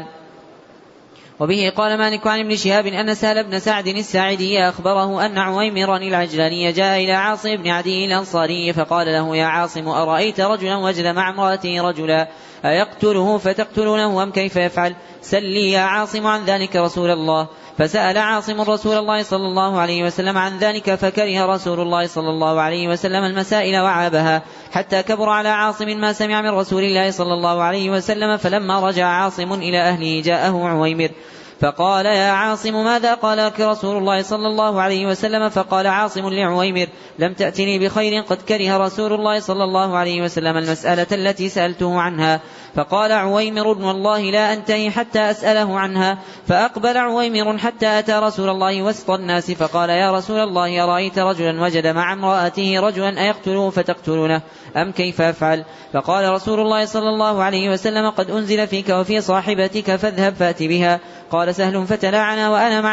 وبه قال مالك عن ابن شهاب أن سهل بن سعد الساعدي أخبره أن عويمرا العجلاني جاء إلى عاصم بن عدي الأنصاري فقال له يا عاصم أرأيت رجلا وجد مع امرأته رجلا أيقتله فتقتلونه أم كيف يفعل؟ سل لي يا عاصم عن ذلك رسول الله. فسأل عاصم رسول الله صلى الله عليه وسلم عن ذلك فكره رسول الله صلى الله عليه وسلم المسائل وعابها حتى كبر على عاصم ما سمع من رسول الله صلى الله عليه وسلم. فلما رجع عاصم إلى أهله جاءه عويمر فقال يا عاصم ماذا قال لك رسول الله صلى الله عليه وسلم؟ فقال عاصم لعويمر لم تأتني بخير قد كره رسول الله صلى الله عليه وسلم المسألة التي سألته عنها. فقال عويمر والله لا أنتهي حتى أسأله عنها. فأقبل عويمر حتى أتى رسول الله وسط الناس فقال يا رسول الله أرأيت رجلا وجد مع امرأته رجلا أيقتله فتقتلونه أم كيف أفعل؟ فقال رسول الله صلى الله عليه وسلم قد أنزل فيك وفي صاحبتك فاذهب فأت بها. قال سهل فتلاعنا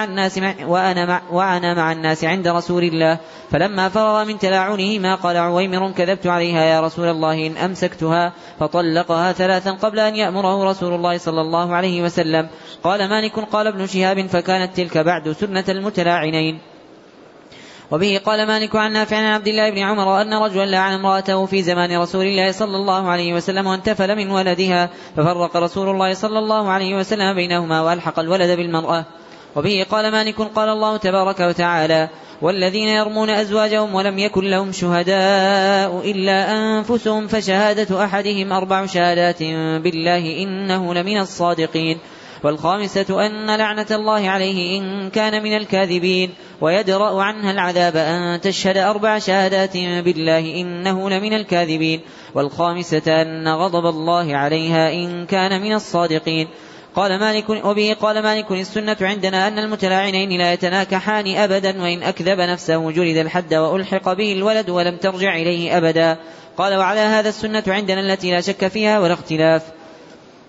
وأنا مع الناس عند رسول الله. فلما فرغ من تلاعنهما قال عويمر كذبت عليها يا رسول الله إن أمسكتها. فطلقها 3 قبل أن يأمره رسول الله صلى الله عليه وسلم. قال مالك قال ابن شهاب فكانت تلك بعد سنة المتلاعنين. وبه قال مالك عن نافع عن عبد الله بن عمر أن رجلا لعن امرأته في زمان رسول الله صلى الله عليه وسلم وانتفل من ولدها ففرق رسول الله صلى الله عليه وسلم بينهما وألحق الولد بالمرأة. وبه قال مالك قال الله تبارك وتعالى والذين يرمون أزواجهم ولم يكن لهم شهداء إلا أنفسهم فشهادة أحدهم 4 شهادات بالله إنه لمن الصادقين. والخامسة أن لعنة الله عليه إن كان من الكاذبين ويدرأ عنها العذاب أن تشهد 4 شهادات بالله إنه لمن الكاذبين. والخامسة أن غضب الله عليها إن كان من الصادقين. قال مالك وبه قال مالك السنة عندنا أن المتلاعنين لا يتناكحان أبدا وإن أكذب نفسه جلد الحد وألحق به الولد ولم ترجع إليه أبدا. قال وعلى هذا السنة عندنا التي لا شك فيها ولا اختلاف.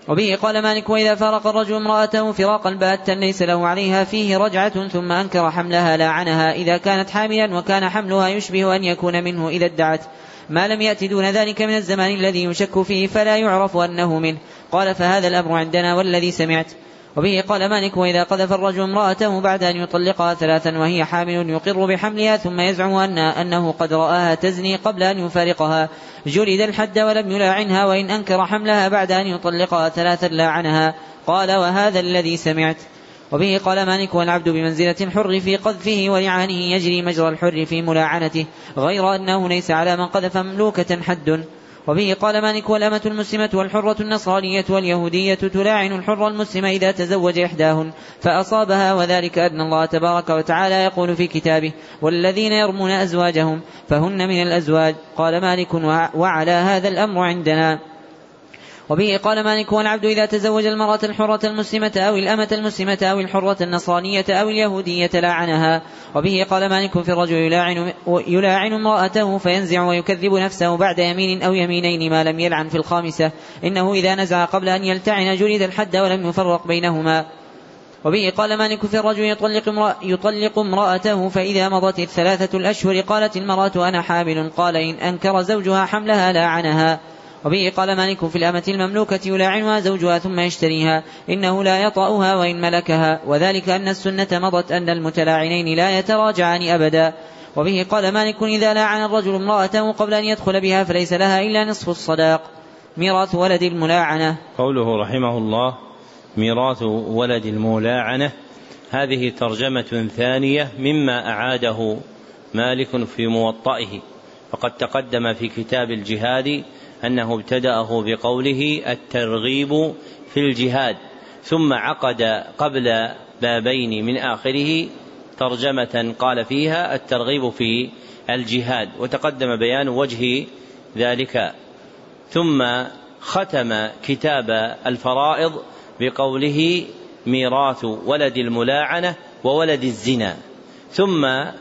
وبه قال مالك: وإذا فارق الرجل امرأته فراقا باتا ليس له عليها فيه رجعة ثم أنكر حملها لاعنها إذا كانت حاملا، وكان حملها يشبه أن يكون منه إذا ادعت، ما لم يأت دون ذلك من الزمان الذي يشك فيه فلا يعرف أنه منه. قال: فهذا الأمر عندنا والذي سمعت. وبه قال مالك: وإذا قذف الرجل امرأته بعد أن يطلقها 3 وهي حامل يقر بحملها ثم يزعم أنه قد رآها تزني قبل أن يفارقها جلد الحد ولم يلاعنها، وإن أنكر حملها بعد أن يطلقها 3 لاعنها. قال: وهذا الذي سمعت. وبه قال مالك: والعبد بمنزلة الحر في قذفه ولعانه يجري مجرى الحر في ملاعنته، غير أنه ليس على من قذف مملوكة حد. وبه قال مالك: والأمة المسلمة والحرة النصرانية واليهودية تلاعن الحر المسلم إذا تزوج إحداهن فأصابها، وذلك أن الله تبارك وتعالى يقول في كتابه: والذين يرمون أزواجهم فهن من الأزواج. قال مالك: وعلى هذا الأمر عندنا. وبه قال مالك: والعبد إذا تزوج المرأة الحرة المسلمة أو الأمة المسلمة أو الحرة النصرانية أو اليهودية لاعنها. وبه قال مالك: في الرجل يلاعن امرأته فينزع ويكذب نفسه بعد يمين أو يمينين ما لم يلعن في الخامسة، إنه إذا نزع قبل أن يلتعن جلد الحد ولم يفرق بينهما. وبه قال مالك: في الرجل يطلق امرأته فإذا مضت 3 الأشهر قالت المرأة: أنا حامل، قال: إن أنكر زوجها حملها لاعنها. وبه قال مالك: في الأمة المملوكة يلاعنها زوجها ثم يشتريها، إنه لا يطأها وإن ملكها، وذلك أن السنة مضت أن المتلاعنين لا يتراجعان أبدا. وبه قال مالك: إذا لاعن الرجل امرأته قبل أن يدخل بها فليس لها إلا نصف الصداق. ميراث ولد الملاعنة. قوله رحمه الله: ميراث ولد الملاعنة، هذه ترجمة ثانية مما أعاده مالك في موطئه، فقد تقدم في كتاب الجهاد أنه ابتدأه بقوله: الترغيب في الجهاد، ثم عقد قبل بابين من آخره ترجمة قال فيها الترغيب في الجهاد، وتقدم بيان وجه ذلك. ثم ختم كتاب الفرائض بقوله: ميراث ولد الملاعنة وولد الزنا، ثم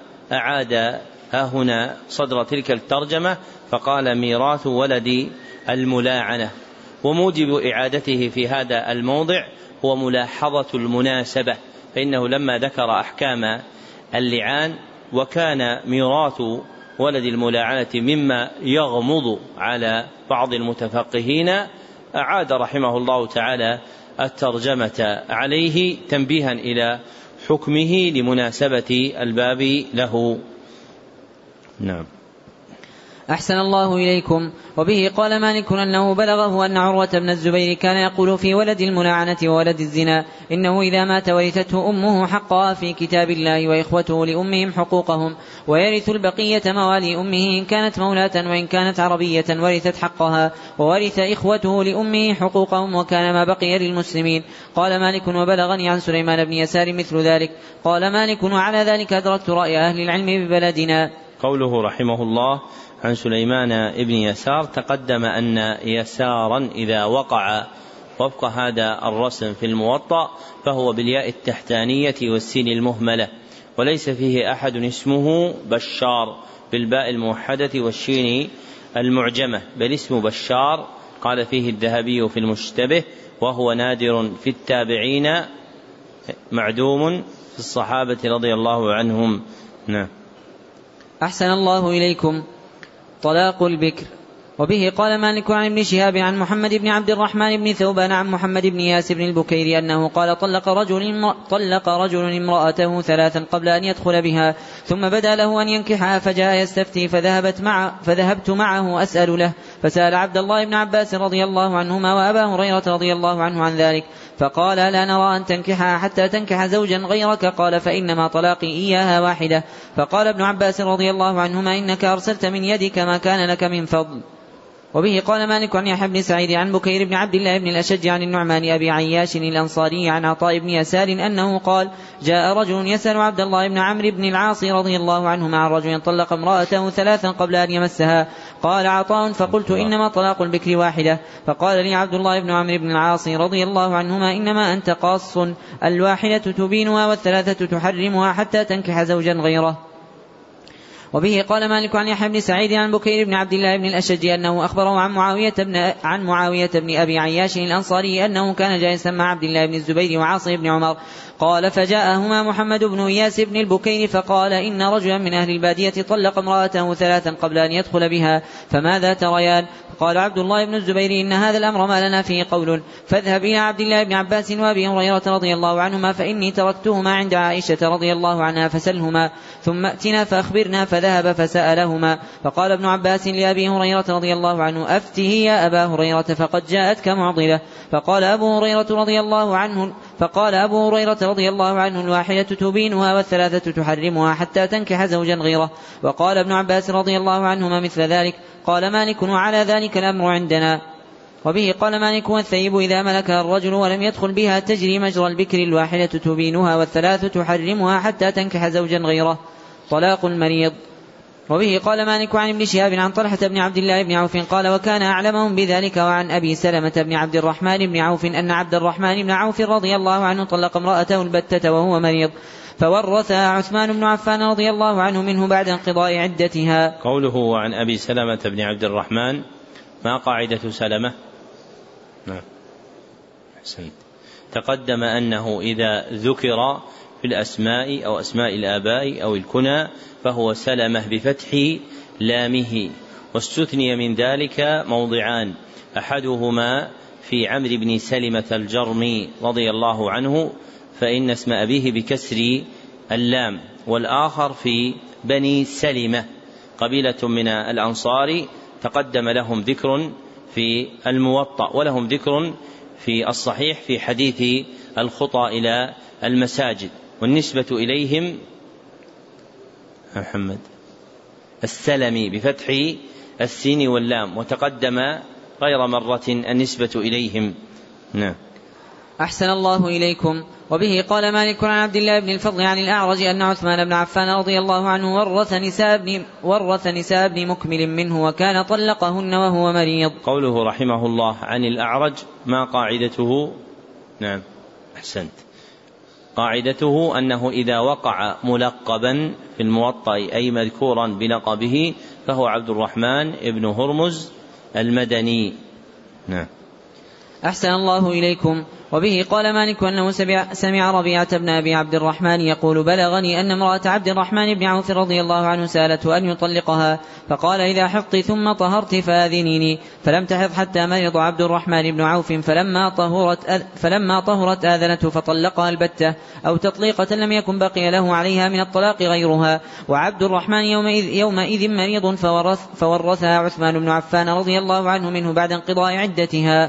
أعاد هنا صدر تلك الترجمة فقال: ميراث ولد الملاعنة. وموجب إعادته في هذا الموضع هو ملاحظة المناسبة، فإنه لما ذكر أحكام اللعان وكان ميراث ولد الملاعنة مما يغمض على بعض المتفقهين، أعاد رحمه الله تعالى الترجمة عليه تنبيها إلى حكمه لمناسبة الباب له. نعم. أحسن الله إليكم. وبه قال مالك: أنه بلغه أن عروة بن الزبير كان يقول في ولد الملاعنة وولد الزنا: إنه إذا مات ورثته أمه حقها في كتاب الله، وإخوته لأمهم حقوقهم، ويرث البقية موالي أمه إن كانت مولاة، وإن كانت عربية ورثت حقها، وورث إخوته لأمه حقوقهم، وكان ما بقي للمسلمين. قال مالك: وبلغني عن سليمان بن يسار مثل ذلك. قال مالك: وعلى ذلك أدركت رأي أهل العلم ببلدنا. قوله رحمه الله عن سليمان بن يسار، تقدم أن يسارا إذا وقع وفق هذا الرسم في الموطأ فهو بالياء التحتانية والسين المهملة، وليس فيه أحد اسمه بشار بالباء الموحدة والشين المعجمة، بل اسم بشار قال فيه الذهبي في المشتبه، وهو نادر في التابعين معدوم في الصحابة رضي الله عنهم. نعم. أحسن الله إليكم. طلاق البكر. وبه قال مالك عن ابن شهاب عن محمد بن عبد الرحمن بن ثوبان عن محمد بن ياس بن البكيري أنه قال: طلق رجل امرأته 3 قبل أن يدخل بها، ثم بدا له أن ينكحها فجاء يستفتي، فذهبت معه أسأل له، فسأل عبد الله بن عباس رضي الله عنهما وأبا هريرة رضي الله عنه عن ذلك، فقال: لا نرى أن تنكحها حتى تنكح زوجا غيرك. قال: فإنما طلاقي إياها واحدة. فقال ابن عباس رضي الله عنهما: إنك أرسلت من يدك ما كان لك من فضل. وبه قال مالك عن يحيى بن سعيد عن بكير بن عبد الله بن الأشج عن النعمان أبي عياش الأنصاري عن عطاء بن يسار أنه قال: جاء رجل يسأل عبد الله بن عمرو بن العاص رضي الله عنهما عن رجل طلق امرأته 3 قبل أن يمسها. قال عطاء: فقلت: إنما طلاق البكر واحدة. فقال لي عبد الله بن عمرو بن العاص رضي الله عنهما: إنما أنت قاص، الواحدة تبينها والثلاثة تحرمها حتى تنكح زوجا غيره. وبه قال مالك عن يحيى بن سعيد عن بكير بن عبد الله بن الأشج أنه أخبره عن معاوية بن أبي عياش الأنصاري أنه كان جالسا مع عبد الله بن الزبير وعاصم بن عمر قال فجاءهما محمد بن إياس بن البكير فقال إن رجلا من أهل البادية طلق امرأته 3 قبل أن يدخل بها فماذا تريان؟ قال عبد الله بن الزبير إن هذا الأمر ما لنا فيه قول فاذهب إلى عبد الله بن عباس وأبي هريرة رضي الله عنهما فإني تركتهما عند عائشة رضي الله عنها فسلهما ثم أتنا فأخبرنا فذهب فسألهما فقال ابن عباس لأبي هريرة رضي الله عنه أفته يا أبا هريرة فقد جاءتك معضلة فقال أبو هريرة رضي الله عنه الواحدة تبينها والثلاثة تحرمها حتى تنكح زوجا غيره وقال ابن عباس رضي الله عنهما مثل ذلك قال مالك وعلى ذلك الأمر عندنا. وبه قال مالك والثيب إذا ملكها الرجل ولم يدخل بها تجري مجرى البكر الواحدة تبينها والثلاث تحرمها حتى تنكح زوجا غيره طلاق المريض. وبه قال مالك عن ابن شهاب عن طلحة بن عبد الله بن عوف قال وكان أعلمهم بذلك وعن أبي سلمة بن عبد الرحمن بن عوف أن عبد الرحمن بن عوف رضي الله عنه طلق امرأته البتة وهو مريض فورثها عثمان بن عفان رضي الله عنه منه بعد انقضاء عدتها. قوله عن أبي سلمة بن عبد الرحمن ما قاعدة سلمة؟ نعم أحسنت. تقدم أنه إذا ذكر في الأسماء أو أسماء الآباء أو الكنى فهو سلمة بفتح لامه واستثني من ذلك موضعان أحدهما في عمرو بن سلمة الجرمي رضي الله عنه فإن اسم أبيه بكسر اللام والآخر في بني سلمة قبيلة من الأنصار تقدم لهم ذكر في الموطأ ولهم ذكر في الصحيح في حديث الخطى إلى المساجد والنسبة إليهم محمد السلمي بفتح السين واللام وتقدم غير مرة النسبة إليهم. نعم. أحسن الله إليكم. وبه قال مالك عن عبد الله بن الفضل عن الأعرج أن عثمان بن عفان رضي الله عنه ورث نساء ابن مكمل منه وكان طلقهن وهو مريض. قوله رحمه الله عن الأعرج ما قاعدته؟ نعم أحسنت. قاعدته أنه إذا وقع ملقبا في الموطأ أي مذكورا بلقبه فهو عبد الرحمن ابن هرمز المدني. نعم. أحسن الله إليكم. وبه قال مالك أنه سمع ربيعة بن أبي عبد الرحمن يقول بلغني أن امرأة عبد الرحمن بن عوف رضي الله عنه سألته أن يطلقها فقال إذا حضت ثم طهرت فآذنيني فلم تحض حتى مرض عبد الرحمن بن عوف فلما طهرت آذنته فطلقها البتة أو تطليقة لم يكن بقي له عليها من الطلاق غيرها وعبد الرحمن يومئذ مريض فورثها عثمان بن عفان رضي الله عنه منه بعد انقضاء عدتها.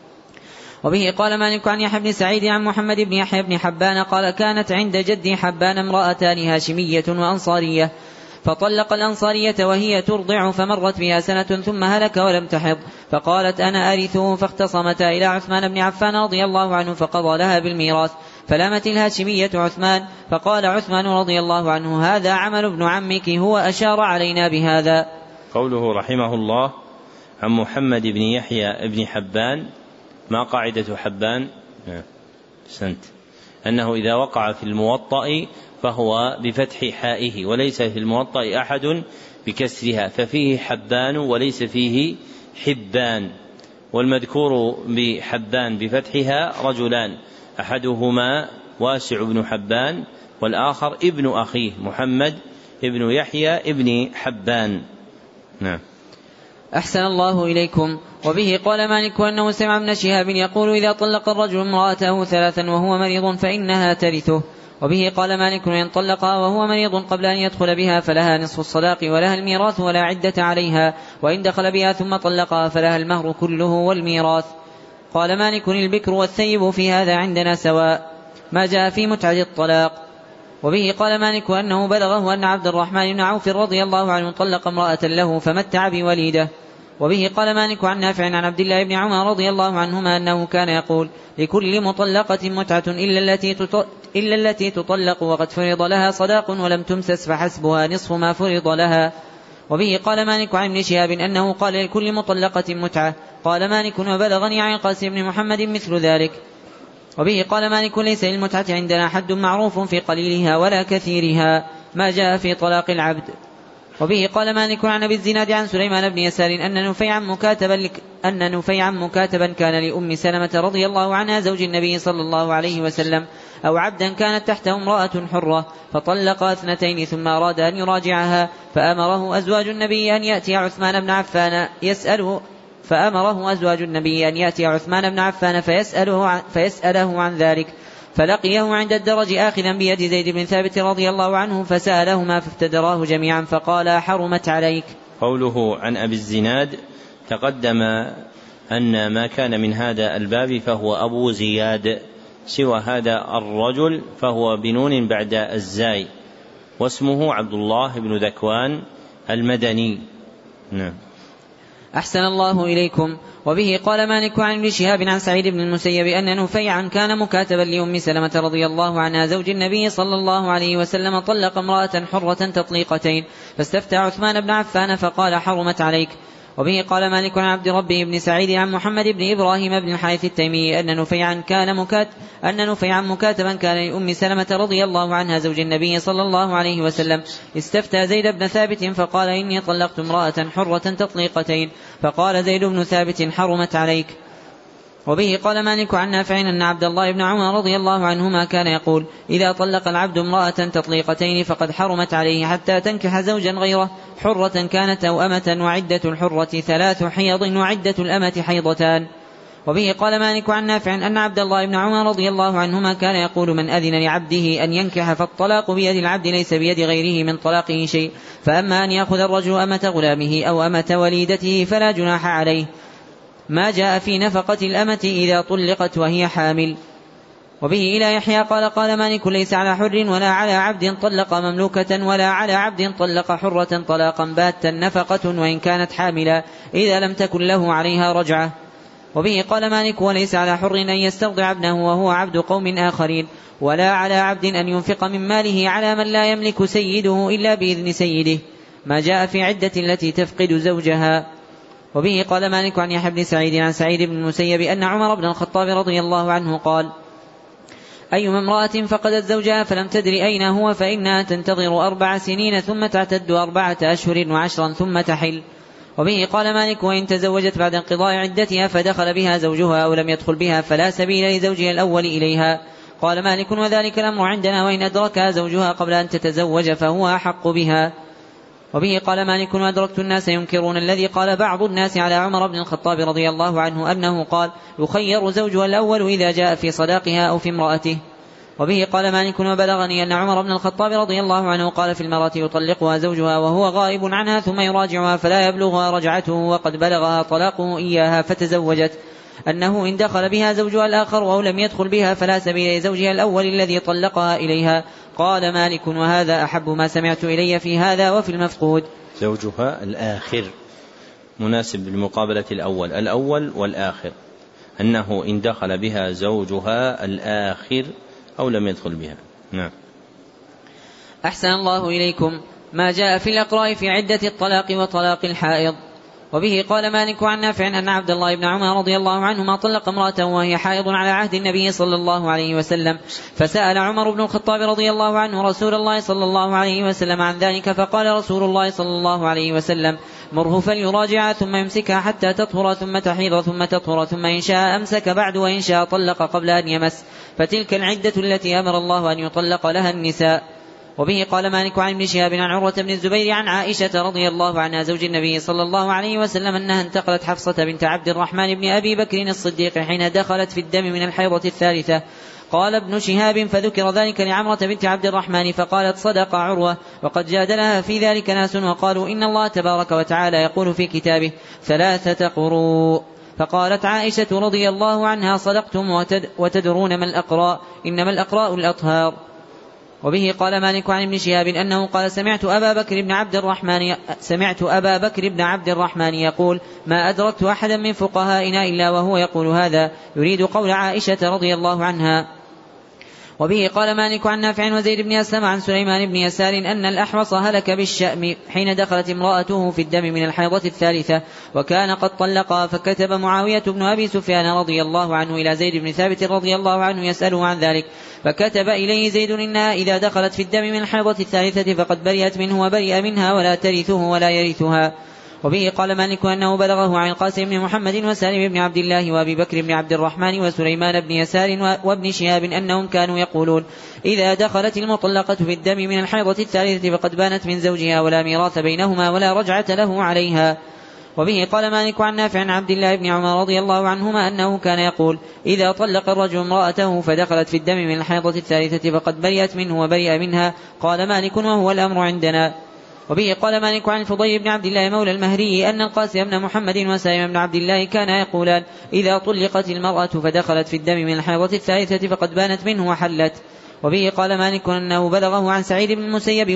وبه قال مالك عن يحيى بن سعيد عن محمد بن يحيى بن حبان قال كانت عند جدي حبان امرأتان هاشمية وأنصارية فطلق الأنصارية وهي ترضع فمرت بها سنة ثم هلك ولم تحض فقالت أنا أرثه فاختصمتا إلى عثمان بن عفان رضي الله عنه فقضى لها بالميراث فلامت الهاشمية عثمان فقال عثمان رضي الله عنه هذا عمل ابن عمك هو أشار علينا بهذا. قوله رحمه الله عن محمد بن يحيى بن حبان ما قاعدة حبان؟ سنت أنه إذا وقع في الموطأ فهو بفتح حائه وليس في الموطأ أحد بكسرها ففيه حبان وليس فيه حبان والمذكور بحبان بفتحها رجلان أحدهما واسع بن حبان والآخر ابن أخيه محمد ابن يحيى ابن حبان. نعم. أحسن الله إليكم. وبه قال مالك أنه سمع ابن شهاب يقول إذا طلق الرجل امرأته 3 وهو مريض فإنها ترثه. وبه قال مالك إن طلقها وهو مريض قبل أن يدخل بها فلها نصف الصداق ولها الميراث ولا عدة عليها وإن دخل بها ثم طلقها فلها المهر كله والميراث. قال مالك البكر والثيب في هذا عندنا سواء ما جاء في متعة الطلاق. وبه قال مالك أنه بلغه أن عبد الرحمن بن عوف رضي الله عنه طلق امرأة له فمتع بوليده. وبه قال مالك عن نافع عن عبد الله بن عمر رضي الله عنهما أنه كان يقول لكل مطلقة متعة إلا التي تطلق وقد فرض لها صداق ولم تمسس فحسبها نصف ما فرض لها. وبه قال مالك عن ابن شهاب أنه قال لكل مطلقة متعة. قال مالك وبلغني عن قاسم بن محمد مثل ذلك. وبه قال مالك ليس للمتعة عندنا حد معروف في قليلها ولا كثيرها ما جاء في طلاق العبد. وبه قال مالك عن أبي الزناد عن سليمان بن يسار أن نفيعا مكاتبا كان لأم سلمة رضي الله عنها زوج النبي صلى الله عليه وسلم أو عبدا كانت تحته امرأة حرة فطلق 2 ثم أراد أن يراجعها فأمره أزواج النبي أن يأتي عثمان بن عفان فيسأله عن ذلك فلقيه عند الدرج آخذا بيد زيد بن ثابت رضي الله عنه فسألهما فافتدراه جميعا فقال حرمت عليك. قوله عن أبي الزناد تقدم أن ما كان من هذا الباب فهو أبو زياد، سوى هذا الرجل فهو بنون بعد الزاي واسمه عبد الله بن ذكوان المدني. نعم. أحسن الله إليكم. وبه قال مالك عن ابن شهاب عن سعيد بن المسيب أن نفيعا كان مكاتبا لأم سلمة رضي الله عنها زوج النبي صلى الله عليه وسلم طلق امرأة حرة تطليقتين فاستفتى عثمان بن عفان فقال حرمت عليك. وبه قال مالك عن عبد ربه بن سعيد عن محمد بن إبراهيم بن الحارث التيمي أن نفيعا مكاتبا كان لأم سلمة رضي الله عنها زوج النبي صلى الله عليه وسلم استفتى زيد بن ثابت فقال إني طلقت امرأة حرة تطليقتين فقال زيد بن ثابت حرمت عليك. وبه قال مالك عن نافع أن عبد الله بن عمر رضي الله عنهما كان يقول إذا طلق العبد امرأة تطليقتين فقد حرمت عليه حتى تنكح زوجا غيره حرة كانت أو أمة وعدة الحرة 3 حيض وعدة الأمة حيضتان. وبه قال مالك عن نافع أن عبد الله بن عمر رضي الله عنهما كان يقول من أذن لعبده أن ينكح فالطلاق بيد العبد ليس بيد غيره من طلاقه شيء، فأما أن يأخذ الرجل أمة غلامه أو أمة وليدته فلا جناح عليه. ما جاء في نفقة الأمة إذا طلقت وهي حامل. وبه إلى يحيى قال مالك ليس على حر ولا على عبد طلق مملوكة ولا على عبد طلق حرة طلاقا باتا نفقة وإن كانت حاملا إذا لم تكن له عليها رجعة. وبه قال مالك وليس على حر أن يسترضع ابنه وهو عبد قوم آخرين ولا على عبد أن ينفق من ماله على من لا يملك سيده إلا بإذن سيده. ما جاء في عدة التي تفقد زوجها. وبه قال مالك عن يحيى بن سعيد عن سعيد بن المسيب أن عمر بن الخطاب رضي الله عنه قال أيما امرأة فقدت زوجها فلم تدري أين هو فإنها تنتظر 4 سنين ثم تعتد 4 أشهر و10 ثم تحل. وبه قال مالك وإن تزوجت بعد انقضاء عدتها فدخل بها زوجها أو لم يدخل بها فلا سبيل لزوجها الأول إليها. قال مالك وذلك الأمر عندنا وإن أدركها زوجها قبل أن تتزوج فهو أحق بها. وبه قال مالك وأدركت الناس ينكرون الذي قال بعض الناس على عمر بن الخطاب رضي الله عنه أنه قال يخير زوجها الأول إذا جاء في صداقها أو في امرأته. وبه قال مالك وبلغني أن عمر بن الخطاب رضي الله عنه قال في المرأة يطلقها زوجها وهو غائب عنها ثم يراجعها فلا يبلغها رجعته وقد بلغها طلاقه إياها فتزوجت أنه إن دخل بها زوجها الآخر أو لم يدخل بها فلا سبيل لزوجها الأول الذي طلقها إليها. قال مالك وهذا أحب ما سمعت إلي في هذا وفي المفقود. زوجها الآخر مناسب بالمقابلة الأول والآخر أنه إن دخل بها زوجها الآخر أو لم يدخل بها. نعم. أحسن الله إليكم. ما جاء في الأقراء في عدة الطلاق وطلاق الحائض. وبه قال مالك عن نافع أن عبد الله بن عمر رضي الله عنهما طلق امرأة وهي حائض على عهد النبي صلى الله عليه وسلم فسأل عمر بن الخطاب رضي الله عنه رسول الله صلى الله عليه وسلم عن ذلك فقال رسول الله صلى الله عليه وسلم مره فليراجع ثم يمسكها حتى تطهر ثم تحيض ثم تطهر ثم إن شاء أمسك بعد وإن شاء طلق قبل أن يمس فتلك العدة التي أمر الله أن يطلق لها النساء. وبه قال مالك عن ابن شهاب عن عروة بن الزبير عن عائشة رضي الله عنها زوج النبي صلى الله عليه وسلم أنها انتقلت حفصة بنت عبد الرحمن بن أبي بكر الصديق حين دخلت في الدم من الحيضة 3. قال ابن شهاب فذكر ذلك لعمرة بنت عبد الرحمن فقالت صدق عروة وقد جادلها في ذلك ناس وقالوا إن الله تبارك وتعالى يقول في كتابه 3 قروء. فقالت عائشة رضي الله عنها صدقتم وتدرون ما الأقراء إنما الأقراء الأطهار. وبه قال مالك عن ابن شهاب أنه قال سمعت أبا بكر بن عبد الرحمن يقول ما أدركت أحدا من فقهائنا إلا وهو يقول هذا يريد قول عائشة رضي الله عنها. وبه قال مالك عن نافع وزيد بن أسلم عن سليمان بن يسار أن الأحوص هلك بالشأم حين دخلت امرأته في الدم من الحيضة الثالثة وكان قد طلقها، فكتب معاوية بن أبي سفيان رضي الله عنه إلى زيد بن ثابت رضي الله عنه يسأله عن ذلك، فكتب إليه زيد إنها إذا دخلت في الدم من الحيضة الثالثة فقد برئت منه وبرئ منها ولا ترثه ولا يرثها. وبه قال مالك أنه بلغه عن القاسم بن محمد وسالم بن عبد الله وأبي بكر بن عبد الرحمن وسليمان بن يسار وابن شهاب أنهم كانوا يقولون إذا دخلت المطلقة في الدم من الحيضة الثالثة فقد بانت من زوجها ولا ميراث بينهما ولا رجعة له عليها. وبه قال مالك عن نافع عن عبد الله بن عمر رضي الله عنهما أنه كان يقول إذا طلق الرجل امرأته فدخلت في الدم من الحيضة الثالثة فقد برئت منه وبرئ منها. قال مالك وهو الأمر عندنا. وبه قال مالك عن الفضيل بن عبد الله مولى المهري أن القاسم بن محمد وسالم بن عبد الله كانا يقولان إذا طلقت المرأة فدخلت في الدم من الحيضة الثالثة فقد بانت منه وحلت. وبه قال مالك أنه بلغه عن سعيد بن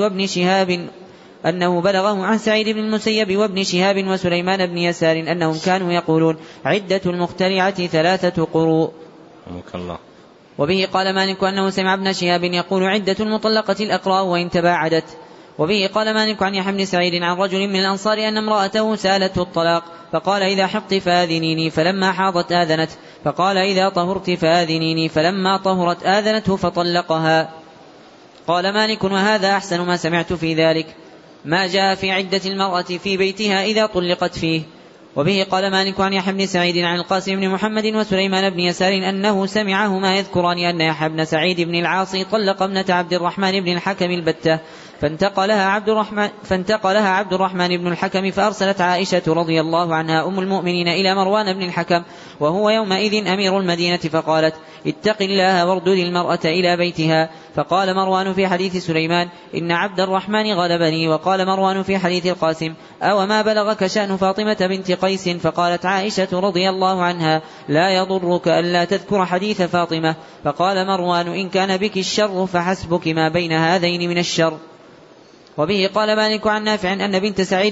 المسيب وابن شهاب وسليمان بن يسار أنهم كانوا يقولون عدة المخترعة 3 قروء. وبه قال مالك أنه سمع ابن شهاب يقول عدة المطلقة الأقراء وإن تباعدت. وبه قال مالك عن يحيى بن سعيد عن رجل من الأنصار أن امرأته سالته الطلاق فقال إذا حضت فآذنيني فلما حاضت آذنت، فقال إذا طهرت فآذنيني فلما طهرت آذنته فطلقها. قال مالك وهذا أحسن ما سمعت في ذلك، ما جاء في عدة المرأة في بيتها إذا طلقت فيه. وبه قال مالك عن يحيى بن سعيد عن القاسم بن محمد وسليمان بن يسار أنه سمعهما يذكران أن يحيى بن سعيد بن العاص طلق ابنة عبد الرحمن بن الحكم البتة، فانتقلها عبد الرحمن بن الحكم، فأرسلت عائشة رضي الله عنها أم المؤمنين إلى مروان بن الحكم وهو يومئذ أمير المدينة فقالت اتق الله واردد المرأة إلى بيتها. فقال مروان في حديث سليمان إن عبد الرحمن غلبني، وقال مروان في حديث القاسم أو ما بلغك شأن فاطمة بنت قيس؟ فقالت عائشة رضي الله عنها لا يضرك ألا تذكر حديث فاطمة. فقال مروان إن كان بك الشر فحسبك ما بين هذين من الشر. وبه قال مالك عن نافع أن بنت سعيد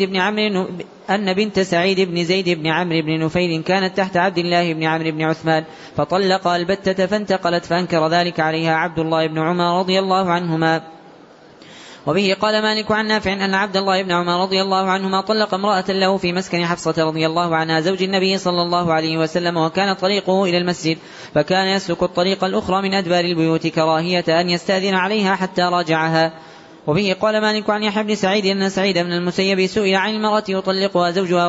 بن زيد بن عمرو بن نفيل كانت تحت عبد الله بن عمرو بن عثمان فطلق البتة فانتقلت، فأنكر ذلك عليها عبد الله بن عمر رضي الله عنهما. وبه قال مالك عن نافع أن عبد الله بن عمر رضي الله عنهما طلق امرأة له في مسكن حفصة رضي الله عنها زوج النبي صلى الله عليه وسلم، وكان طريقه إلى المسجد، فكان يسلك الطريق الأخرى من أدبار البيوت كراهية أن يستأذن عليها حتى راجعها. وبه قال مالك عن يحيى بن سعيد أن سعيد بن المسيب سئل عن المرأة يطلقها زوجها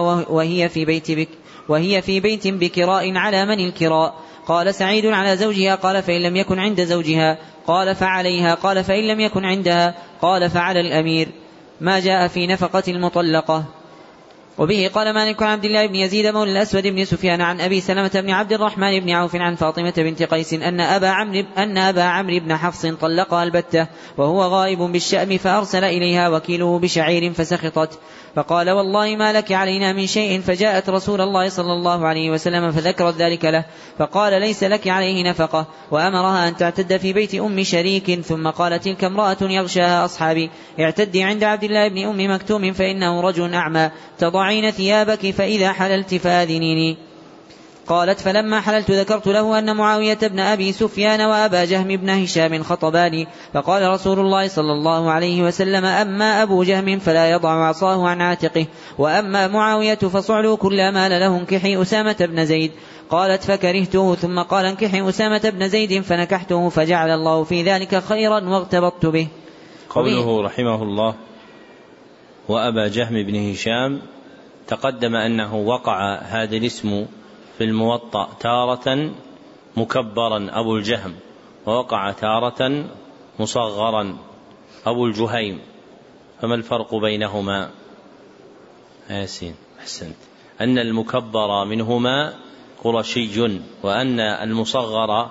وهي في بيت بكراء على من الكراء؟ قال سعيد على زوجها. قال فإن لم يكن عند زوجها؟ قال فعليها. قال فإن لم يكن عندها؟ قال فعلى الأمير. ما جاء في نفقة المطلقة. وبه قال مالك عن عبد الله بن يزيد مولى الأسود بن سفيان عن أبي سلمة بن عبد الرحمن بن عوف عن فاطمة بنت قيس أن أبا عمرو بن حفص طلقها البتة وهو غائب بالشأم، فأرسل إليها وكيله بشعير فسخطت، فقال والله ما لك علينا من شيء. فجاءت رسول الله صلى الله عليه وسلم فذكرت ذلك له، فقال ليس لك عليه نفقة، وأمرها أن تعتد في بيت أم شريك. ثم قال تلك امرأة يغشاها أصحابي اعتدي عند عبد الله بن أم مكتوم فإنه رجل أعمى، تضعين ثيابك فإذا حللت فآذنيني. قالت فلما حللت ذكرت له أن معاوية بن أبي سفيان وأبا جهم بن هشام خطباني، فقال رسول الله صلى الله عليه وسلم أما أبو جهم فلا يضع عصاه عن عاتقه، وأما معاوية فصعلوا كل ما له انكحي أسامة بن زيد. قالت فكرهته، ثم قال انكحي أسامة بن زيد فنكحته، فجعل الله في ذلك خيرا واغتبطت به. قوله رحمه الله وأبا جهم بن هشام، تقدم أنه وقع هذا الاسم في الموطأ تارة مكبرا أبو الجهم، ووقع تارة مصغرا أبو الجهيم، فما الفرق بينهما؟ ياسين أحسنت. أن المكبر منهما قرشي، وأن المصغر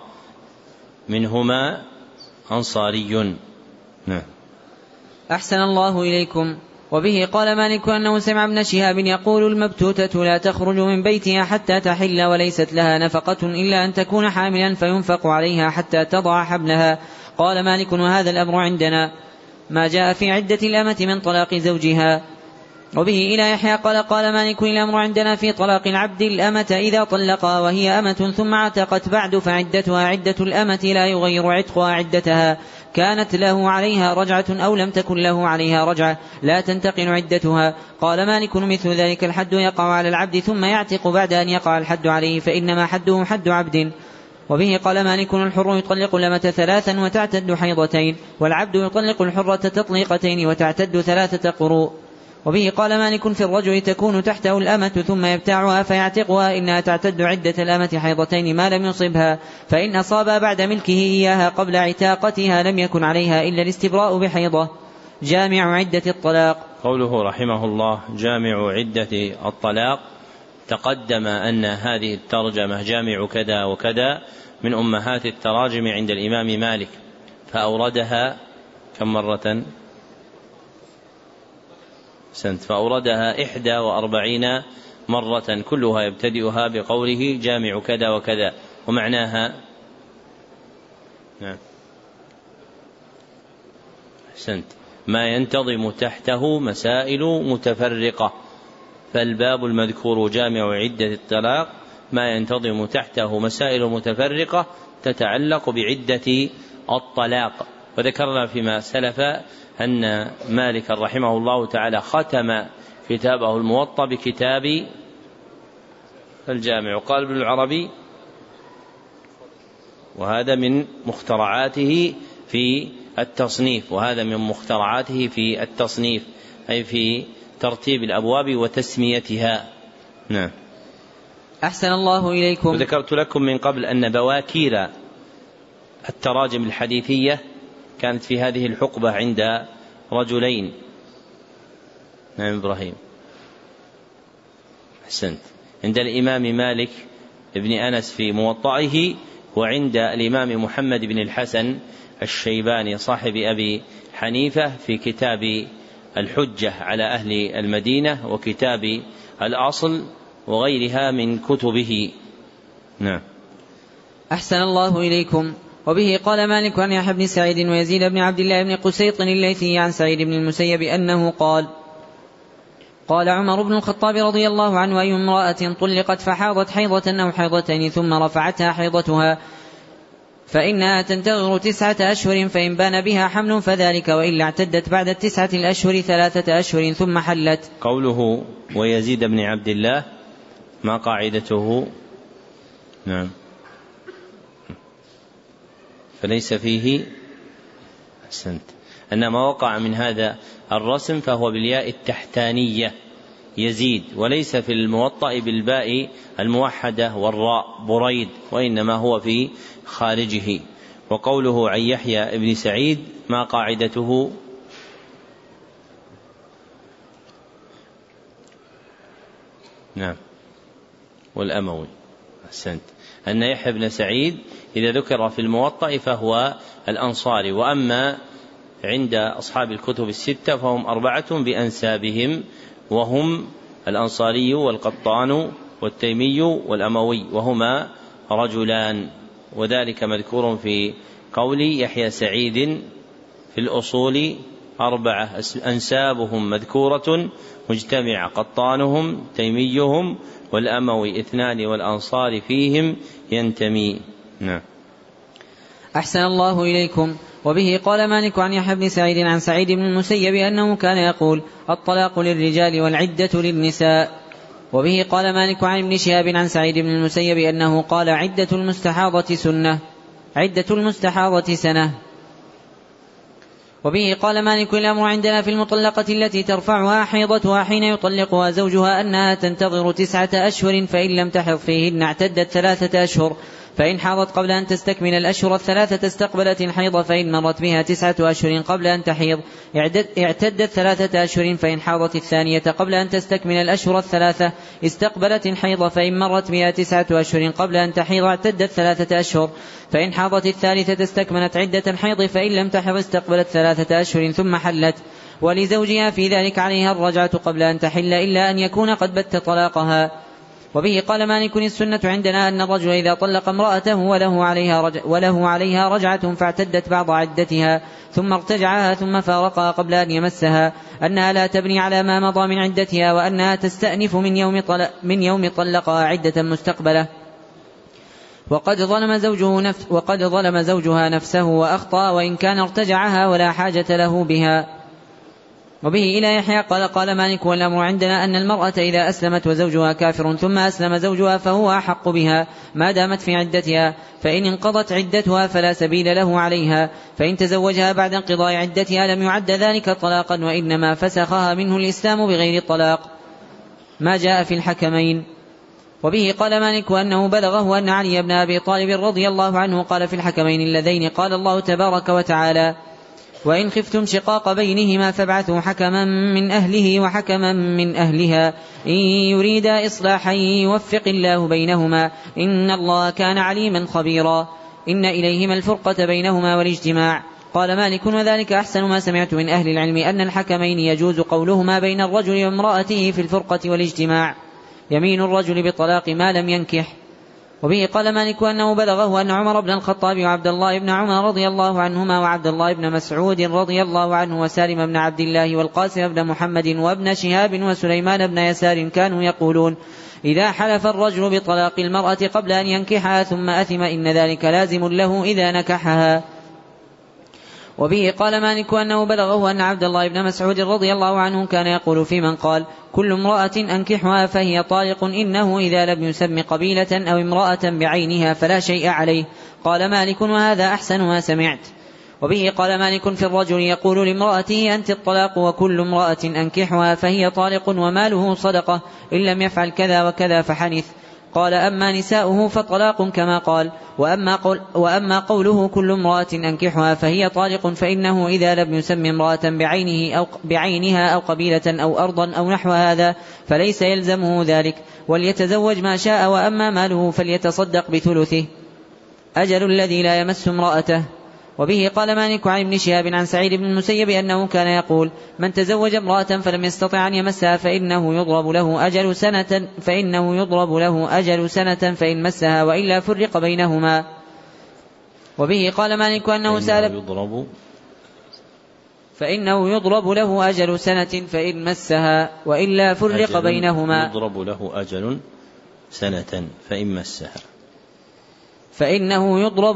منهما أنصاري. نعم. أحسن الله إليكم. وبه قال مالك أنه سمع ابن شهاب يقول المبتوتة لا تخرج من بيتها حتى تحل وليست لها نفقة إلا أن تكون حاملا فينفق عليها حتى تضع حملها. قال مالك وهذا الأمر عندنا. ما جاء في عدة الأمة من طلاق زوجها. وبه إلى يحيى قال مالك الأمر عندنا في طلاق العبد الأمة إذا طلقها وهي أمة ثم عتقت بعد فعدتها عدة الأمة لا يغير عتقها عدتها، كانت له عليها رجعة أو لم تكن له عليها رجعة لا تنتقل عدتها. قال مالك مثل ذلك الحد يقع على العبد ثم يعتق بعد أن يقع الحد عليه، فإنما حده حد عبد. وبه قال مالك الحر يطلق الأمة 3 وتعتد حيضتين، والعبد يطلق الحرة تطليقتين وتعتد 3 قروء. وبه قال مالك في الرجل تكون تحته الأمة ثم يبتاعها فيعتقها إنها تعتد عدة الأمة حيضتين ما لم يصبها، فإن أصاب بعد ملكه إياها قبل عتاقتها لم يكن عليها إلا الاستبراء بحيضة. جامع عدة الطلاق. قوله رحمه الله جامع عدة الطلاق، تقدم أن هذه الترجمة جامع كذا وكذا من أمهات التراجم عند الإمام مالك، فأوردها كم مرة؟ فأوردها 41 مرة كلها يبتدئها بقوله جامع كذا وكذا، ومعناها ما ينتظم تحته مسائل متفرقة، فالباب المذكور جامع عدة الطلاق ما ينتظم تحته مسائل متفرقة تتعلق بعدة الطلاق. وذكرنا فيما سلف أن مالك رحمه الله تعالى ختم كتابه الموطأ بكتاب الجامع. قال ابن العربي وهذا من مخترعاته في التصنيف، وهذا من مخترعاته في التصنيف أي في ترتيب الأبواب وتسميتها. نعم. أحسن الله إليكم. وذكرت لكم من قبل أن بواكير التراجم الحديثية كانت في هذه الحقبة عند رجلين. نعم إبراهيم أحسنت. عند الإمام مالك ابن أنس في موطئه، وعند الإمام محمد بن الحسن الشيباني صاحب أبي حنيفة في كتاب الحجة على أهل المدينة وكتاب الأصل وغيرها من كتبه. نعم. أحسن الله إليكم. وبه قال مالك عن يحيى بن سعيد ويزيد بن عبد الله بن قسيط الليثي عن سعيد بن المسيب أنه قال عمر بن الخطاب رضي الله عنه أي امرأة طلقت فحاضت حيضة أو حيضتين ثم رفعتها حيضتها فإنها تنتظر 9 أشهر، فإن بان بها حمل فذلك، وإلا اعتدت بعد 9 الأشهر 3 أشهر ثم حلت. قوله ويزيد بن عبد الله ما قاعدته؟ نعم. فليس فيه أحسنت أن ما وقع من هذا الرسم فهو بالياء التحتانية يزيد، وليس في الموطأ بالباء الموحدة والراء بريد، وإنما هو في خارجه. وقوله عن يحيى ابن سعيد ما قاعدته؟ نعم والأموي. أحسنت أن يحيى بن سعيد إذا ذكر في الموطأ فهو الأنصاري، وأما عند أصحاب الكتب الستة فهم 4 بأنسابهم، وهم الأنصاري والقطان والتيمي والأموي، وهما رجلان، وذلك مذكور في قول يحيى سعيد في الأصول 4 أنسابهم مذكورة مجتمعة، قطانهم تيميهم والأموي 2 والأنصار فيهم ينتمي. نعم. أحسن الله إليكم. وبه قال مالك عن يحيى بن سعيد عن سعيد بن المسيب أنه كان يقول الطلاق للرجال والعدة للنساء. وبه قال مالك عن ابن شهاب عن سعيد بن المسيب أنه قال عدة المستحاضة سنة. وبه قال مالك الأمر عندنا في المطلقة التي ترفعها حيضتها حين يطلقها زوجها أنها تنتظر 9 أشهر، فإن لم تحض فيهن اعتدت 3 أشهر، فإن حاضت قبل أن تستكمل الأشهر 3 استقبلت الحيض، فإن مرت بها 9 أشهر قبل أن تحيض اعتدت 3 أشهر، فإن حاضت الثانية قبل أن تستكمل الأشهر 3 استقبلت الحيض، فإن مرت بها 9 أشهر قبل أن تحيض اعتدت 3 أشهر، فإن حاضت الثالثة استكملت عدة الحيض، فإن لم تحض استقبلت 3 أشهر ثم حلت. ولزوجها في ذلك عليها الرجعة قبل أن تحل إلا أن يكون قد بت طلاقها. وبه قال مالك السنة عندنا أن الرجل إذا طلق امرأته وله عليها رجعة فاعتدت بعض عدتها ثم ارتجعها ثم فارقها قبل أن يمسها أنها لا تبني على ما مضى من عدتها وأنها تستأنف من يوم طلقها عدة مستقبلة. وقد ظلم زوجها نفسه وأخطأ وإن كان ارتجعها ولا حاجة له بها. وبه إلى يحيى قال مالك والأمر عندنا أن المرأة إذا أسلمت وزوجها كافر ثم أسلم زوجها فهو أحق بها ما دامت في عدتها، فإن انقضت عدتها فلا سبيل له عليها، فإن تزوجها بعد انقضاء عدتها لم يعد ذلك طلاقا وإنما فسخها منه الإسلام بغير الطلاق، ما جاء في الحكمين. وبه قال مالك أنه بلغه أن علي بن أبي طالب رضي الله عنه قال في الحكمين اللذين قال الله تبارك وتعالى: وإن خفتم شقاق بينهما فابعثوا حكما من أهله وحكما من أهلها إن يريدا إصلاحا يوفق الله بينهما إن الله كان عليما خبيرا. إن إليهما الفرقة بينهما والاجتماع. قال مالك وذلك أحسن ما سمعت من أهل العلم أن الحكمين يجوز قولهما بين الرجل وامرأته في الفرقة والاجتماع، يمين الرجل بطلاق ما لم ينكح. وبه قال مالك أنه بلغه أن عمر بن الخطاب وعبد الله بن عمر رضي الله عنهما وعبد الله بن مسعود رضي الله عنه وسالم بن عبد الله والقاسم بن محمد وابن شهاب وسليمان بن يسار كانوا يقولون: إذا حلف الرجل بطلاق المرأة قبل أن ينكحها ثم أثم إن ذلك لازم له إذا نكحها. وبه قال مالك أنه بلغه أن عبد الله بن مسعود رضي الله عنه كان يقول في من قال: كل امرأة أنكحها فهي طالق إنه إذا لم يسم قبيلة أو امرأة بعينها فلا شيء عليه. قال مالك وهذا أحسن ما سمعت. وبه قال مالك في الرجل يقول لامرأته: أنت الطلاق وكل امرأة أنكحها فهي طالق وماله صدقة إن لم يفعل كذا وكذا فحنث. قال: أما نساؤه فطلاق كما قال. وأما قوله كل امرأة أنكحها فهي طالق فإنه إذا لم يسمي امرأة بعينها أو قبيلة أو أرضا أو نحو هذا فليس يلزمه ذلك، وليتزوج ما شاء. وأما ماله فليتصدق بثلثه أجل الذي لا يمس امرأته. وبه قال مالك عن ابن شهاب عن سعيد بن المسيب أنه كان يقول: من تزوج امرأة فلم يستطع أن يمسها فإنه يضرب له أجل سنة فإن مسها وإلا فرق بينهما. وبه قال مالك أنه سأل فإنه يضرب له أجل سنة فإن مسها وإلا فرق بينهما. يضرب له أجل سنة فإن مسها فإنه يضرب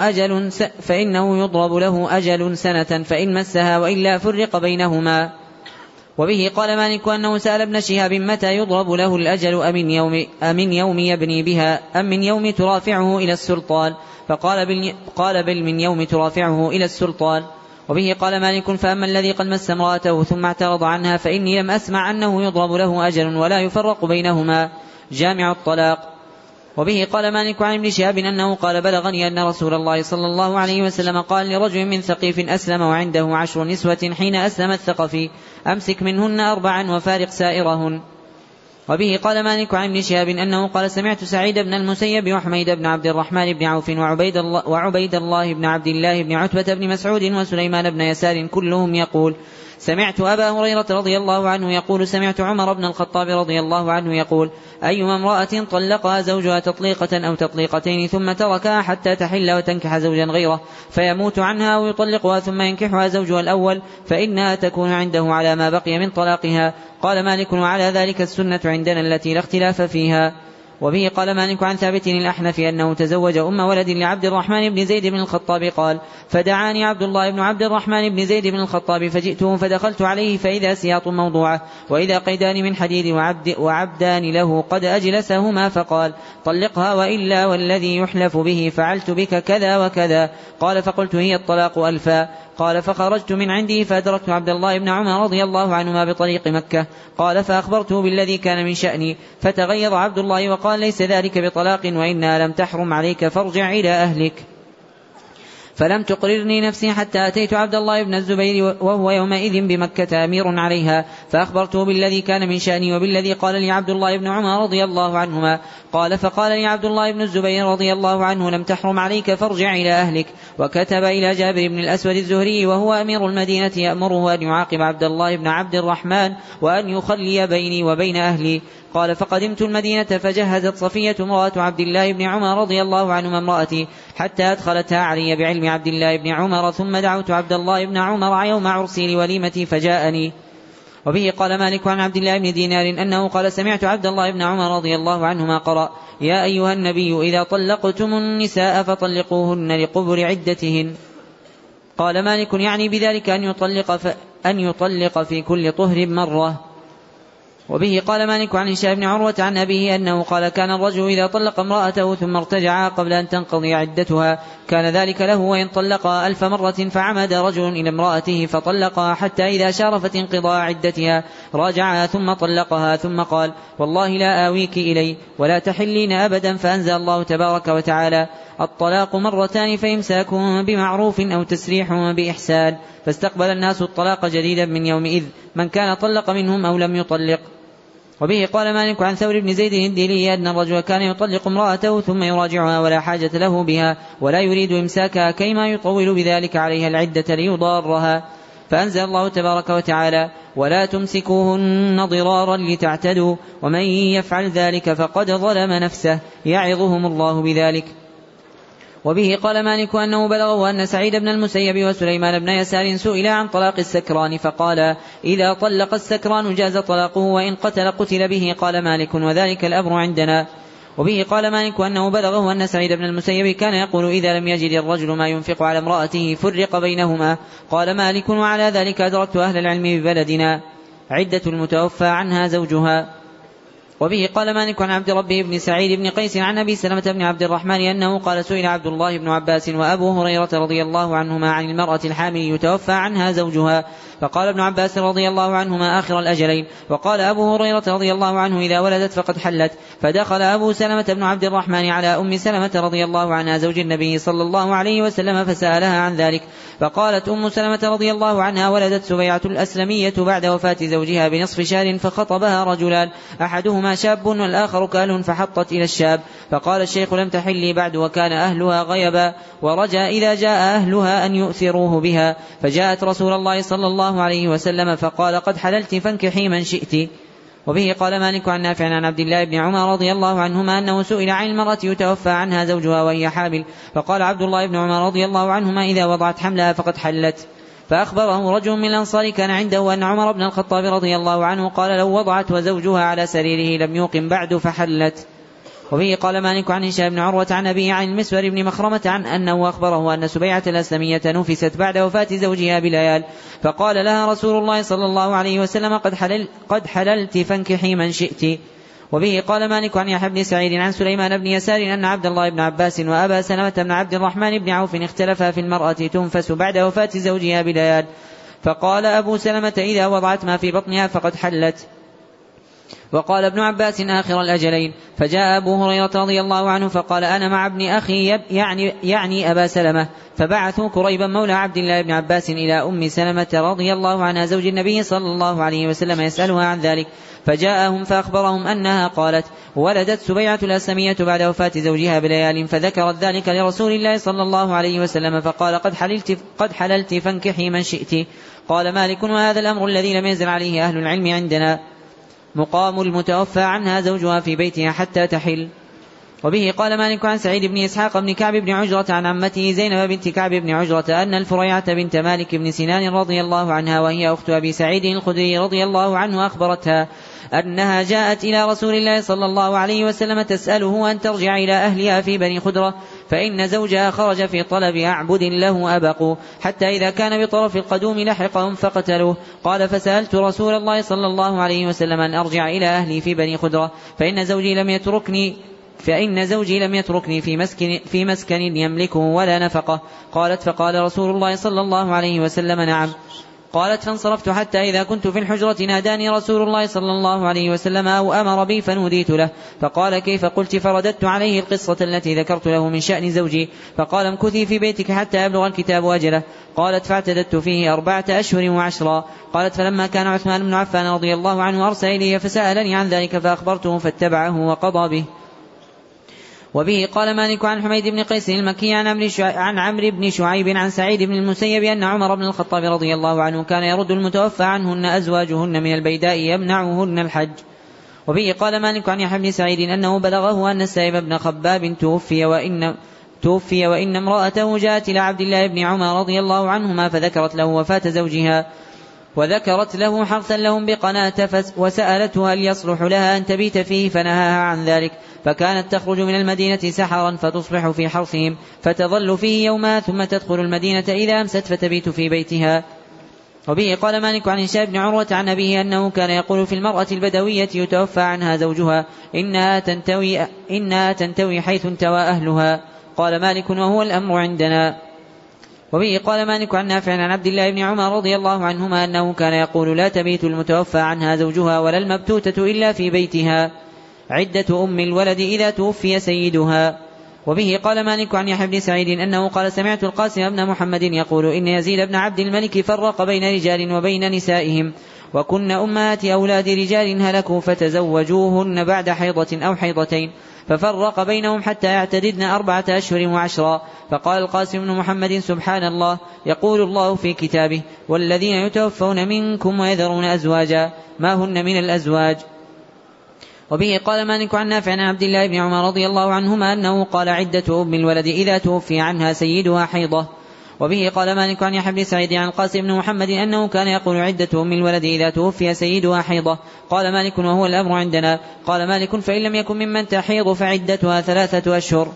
له أجل سنة فإن مسها وإلا فرق بينهما. وبه قال مالك أنه سأل ابن شهاب: متى يضرب له الأجل أمن يوم يبني بها أم من يوم ترافعه إلى السلطان؟ قال بل من يوم ترافعه إلى السلطان. وبه قال مالك: فأما الذي قد مس امرأته ثم اعترض عنها فإني لم أسمع أنه يضرب له أجل ولا يفرق بينهما، جامع الطلاق. وبه قال مالك عن ابن شهاب أنه قال: بلغني أن رسول الله صلى الله عليه وسلم قال لرجل من ثقيف أسلم وعنده 10 نسوة حين أسلم الثقفي: أمسك منهن 4 وفارق سائرهن. وبه قال مالك عن ابن شهاب أنه قال: سمعت سعيد بن المسيب وحميد بن عبد الرحمن بن عوف وعبيد الله بن عبد الله بن عتبة بن مسعود وسليمان بن يسار كلهم يقول: سمعت أبا هريرة رضي الله عنه يقول: سمعت عمر بن الخطاب رضي الله عنه يقول: أيما امرأة طلقها زوجها تطليقة أو تطليقتين ثم تركها حتى تحل وتنكح زوجا غيره فيموت عنها أو يطلقها ثم ينكحها زوجها الأول فإنها تكون عنده على ما بقي من طلاقها. قال مالك: وعلى ذلك السنة عندنا التي لا اختلاف فيها. وبه قال مالك عن ثابت الأحنف أنه تزوج ولد لعبد الرحمن بن زيد بن الخطاب قال: فدعاني عبد الله بن عبد الرحمن بن زيد بن الخطاب فجئته فدخلت عليه فإذا سياط موضوعة وإذا قيدان من حديد وعبدان له قد أجلسهما فقال: طلقها وإلا والذي يحلف به فعلت بك كذا وكذا. قال: فقلت: هي الطلاق 1000. قال: فخرجت من عنده فأدركت عبد الله بن عمر رضي الله عنهما بطريق مكة. قال: فأخبرته بالذي كان من شأني فتغيظ عبد الله وقال: ليس ذلك بطلاق وإنها لم تحرم عليك فارجع إلى أهلك. فلم تقررني نفسي حتى أتيت عبد الله بن الزبير وهو يومئذ بمكة أمير عليها فأخبرته بالذي كان من شأني وبالذي قال لي عبد الله بن عمر رضي الله عنهما. قال فقال لي عبد الله بن الزبير رضي الله عنه لم تحرم عليك فارجع إلى أهلك. وكتب إلى جابر بن الأسود الزهري وهو أمير المدينة يأمره أن يعاقب عبد الله بن عبد الرحمن وأن يخلي بيني وبين أهلي. قال فقدمت المدينة فجهزت صفية امرأة عبد الله بن عمر رضي الله عنهما امرأتي حتى أدخلتها علي بعلم عبد الله بن عمر، ثم دعوت عبد الله بن عمر يوم عرسي لوليمتي فجاءني. وبه قال مالك عن عبد الله بن دينار أنه قال سمعت عبد الله بن عمر رضي الله عنهما قرأ يا أيها النبي إذا طلقتم النساء فطلقوهن لقبر عدتهن. قال مالك يعني بذلك أن يطلق في كل طهر مرة. وبه قال مالك عن هشام بن عروة عن أبيه أنه قال كان الرجل إذا طلق امرأته ثم ارتجع قبل أن تنقضي عدتها كان ذلك له، وإن طلقها 1000 مرة فعمد رجل إلى امرأته فطلقها حتى إذا شارفت انقضاء عدتها راجعها ثم طلقها ثم قال والله لا آويك إلي ولا تحلين أبدا، فأنزل الله تبارك وتعالى الطلاق مرتان فإمساك بمعروف أو تسريح بإحسان. فاستقبل الناس الطلاق جديدا من يومئذ من كان طلق منهم أو لم يطلق. وبه قال مالك عن ثور بن زيد الهندلي أن الرجل كان يطلق امرأته ثم يراجعها ولا حاجة له بها ولا يريد إمساكها كيما يطول بذلك عليها العدة ليضارها، فأنزل الله تبارك وتعالى ولا تمسكوهن ضرارا لتعتدوا ومن يفعل ذلك فقد ظلم نفسه يعظهم الله بذلك. وبه قال مالك أنه بلغه أن سعيد بن المسيب وسليمان بن يسار سئل عن طلاق السكران فقال إذا طلق السكران جاز طلاقه وإن قتل به. قال مالك وذلك الأمر عندنا. وبه قال مالك أنه بلغه أن سعيد بن المسيب كان يقول إذا لم يجد الرجل ما ينفق على امرأته فرق بينهما. قال مالك وعلى ذلك أدركت أهل العلم ببلدنا عدة المتوفى عنها زوجها. وبه قال مالك عن عبد ربه بن سعيد بن قيس عن أبي سلمة بن عبد الرحمن أنه قال سئل عبد الله بن عباس وأبو هريرة رضي الله عنهما عن المرأة الحامل يتوفى عنها زوجها، فقال ابن عباس رضي الله عنهما آخر الأجلين، وقال أبو هريرة رضي الله عنه إذا ولدت فقد حلت. فدخل أبو سلمة بن عبد الرحمن على أم سلمة رضي الله عنها زوج النبي صلى الله عليه وسلم فسألها عن ذلك، فقالت أم سلمة رضي الله عنها ولدت سبيعة الأسلمية بعد وفاة زوجها بنصف شهر، فخطبها رجلان أحدهما شاب والآخر كال فحطت إلى الشاب، فقال الشيخ لم تحلي بعد وكان أهلها غيبا، ورجى إذا جاء أهلها أن يؤثروه بها، فجاءت رسول الله صلى الله عليه وسلم فقال قد حللت فانكحي من شئت. وبه قال مالك عن نافع عن عبد الله بن عمر رضي الله عنهما أنه سئل عن المرأة يتوفى عنها زوجها وهي حامل، فقال عبد الله بن عمر رضي الله عنهما إذا وضعت حملها فقد حلت. فأخبره رجل من الأنصار كان عنده أن عمر بن الخطاب رضي الله عنه قال لو وضعت وزوجها على سريره لم يوقم بعد فحلت. وبه قال مالك عن هشام بن عروة عن أبيه عن المسور بن مخرمة عن أنه أخبره أن سبيعة الأسلمية نفست بعد وفاة زوجها بليال، فقال لها رسول الله صلى الله عليه وسلم قد حللت فانكحي من شئت. وبه قال مالك عن يحيى بن سعيد عن سليمان بن يسار أن عبد الله بن عباس وأبا سلمة بن عبد الرحمن بن عوف اختلفا في المرأة تنفس بعد وفاة زوجها بليال، فقال أبو سلمة إذا وضعت ما في بطنها فقد حلت. وقال ابن عباس آخر الأجلين. فجاء أبو هريرة رضي الله عنه فقال أنا مع ابن أخي يعني أبا سلمة، فبعثوا كريبا مولى عبد الله بن عباس إلى أم سلمة رضي الله عنها زوج النبي صلى الله عليه وسلم يسألها عن ذلك، فجاءهم فأخبرهم أنها قالت ولدت سبيعة الأسلمية بعد وفاة زوجها بليال، فذكرت ذلك لرسول الله صلى الله عليه وسلم فقال قد حللت فانكحي من شئت. قال مالك وهذا الأمر الذي لم ينزل عليه أهل العلم عندنا، مقام المتوفى عنها زوجها في بيتها حتى تحل. وبه قال مالك عن سعيد بن إسحاق بن كعب بن عجرة عن عمته زينب بنت كعب بن عجرة أن الفريعة بنت مالك بن سنان رضي الله عنها وهي أخت أبي سعيد الخدري رضي الله عنه أخبرتها أنها جاءت إلى رسول الله صلى الله عليه وسلم تسأله أن ترجع إلى أهلها في بني خدرة، فإن زوجها خرج في طلب أعبد له أبقوا، حتى إذا كان بطرف القدوم لحقهم فقتلوه. قال فسألت رسول الله صلى الله عليه وسلم أن أرجع إلى أهلي في بني خدرة فإن زوجي لم يتركني في مسكن يملكه ولا نفقه. قالت فقال رسول الله صلى الله عليه وسلم نعم. قالت فانصرفت حتى إذا كنت في الحجرة ناداني رسول الله صلى الله عليه وسلم أو أمر بي فنوديت له فقال كيف قلت؟ فرددت عليه القصة التي ذكرت له من شأن زوجي فقال امكثي في بيتك حتى يبلغ الكتاب أجله. قالت فاعتددت فيه 4 أشهر و10. قالت فلما كان عثمان بن عفان رضي الله عنه أرسل إلي فسألني عن ذلك فأخبرته فاتبعه وقضى به. وبه قال مالك عن حميد بن قيس المكي عن عمرو بن شعيب عن سعيد بن المسيب أن عمر بن الخطاب رضي الله عنه كان يرد المتوفى عنهن أزواجهن من البيداء يمنعهن الحج. وبه قال مالك عن يحيى بن سعيد أنه بلغه أن السائب بن خباب توفي وإن امرأته جاءت إلى عبد الله بن عمر رضي الله عنهما فذكرت له وفاة زوجها وذكرت له حرثا لهم بقناة وسألته هل يصلح لها أن تبيت فيه فنهاها عن ذلك فكانت تخرج من المدينة سحرا فتصبح في حرثهم فتظل فيه يوما ثم تدخل المدينة إذا أمست فتبيت في بيتها. وبه قال مالك عن هشام بن عروة عن أبيه أنه كان يقول في المرأة البدوية يتوفى عنها زوجها إنها تنتوي حيث انتوى أهلها. قال مالك وهو الأمر عندنا. وبه قال مالك عن نافع عن عبد الله بن عمر رضي الله عنهما أنه كان يقول لا تبيت المتوفى عنها زوجها ولا المبتوتة إلا في بيتها عدة أم الولد إذا توفي سيدها. وبه قال مالك عن يحيى بن سعيد أنه قال سمعت القاسم بن محمد يقول إن يزيد بن عبد الملك فرق بين رجال وبين نسائهم وكن أمهات أولاد رجال هلكوا فتزوجوهن بعد حيضة أو حيضتين ففرق بينهم حتى يعتددن 4 أشهر و10. فقال القاسم بن محمد سبحان الله يقول الله في كتابه والذين يتوفون منكم ويذرون أزواجا ما هن من الأزواج. وبه قال مالك عن نافع عن عبد الله بن عمر رضي الله عنهما أنه قال عدة أم الولد إذا توفي عنها سيدها حيضة. وبه قال مالك عن يحيى بن سعيد عن القاسم بن محمد أنه كان يقول عدة أم الولد إذا توفي سيدها حيضة. قال مالك وهو الأمر عندنا. قال مالك فإن لم يكن ممن تحيض فعدتها 3 أشهر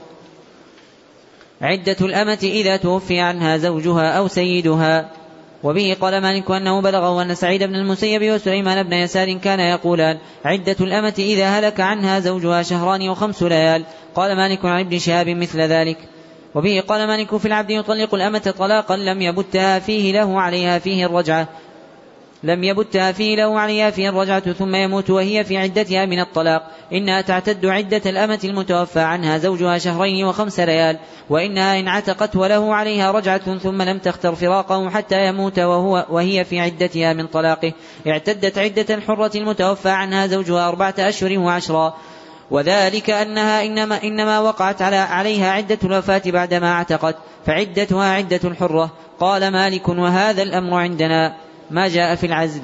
عدة الأمة إذا توفي عنها زوجها أو سيدها. وبه قال مالك أنه بلغه أن سعيد بن المسيب وسليمان بن يسار كان يقولان عدة الأمة إذا هلك عنها زوجها 2 و5 ليال. قال مالك عن ابن شهاب مثل ذلك. وبه قال مالك في العبد يطلق الأمة طلاقا لم يبتها فيه له عليها فيه الرجعة ثم يموت وهي في عدتها من الطلاق إنها تعتد عدة الأمة المتوفى عنها زوجها 2 و5 ليال وإنها إن عتقت وله عليها رجعة ثم لم تختر فراقه حتى يموت وهي في عدتها من طلاقه اعتدت عدة الحرة المتوفى عنها زوجها 4 أشهر و10. وذلك أنها إنما وقعت عليها عدة الوفاة بعدما اعتقت فعدتها عدة الحرة. قال مالك وهذا الأمر عندنا ما جاء في العزل.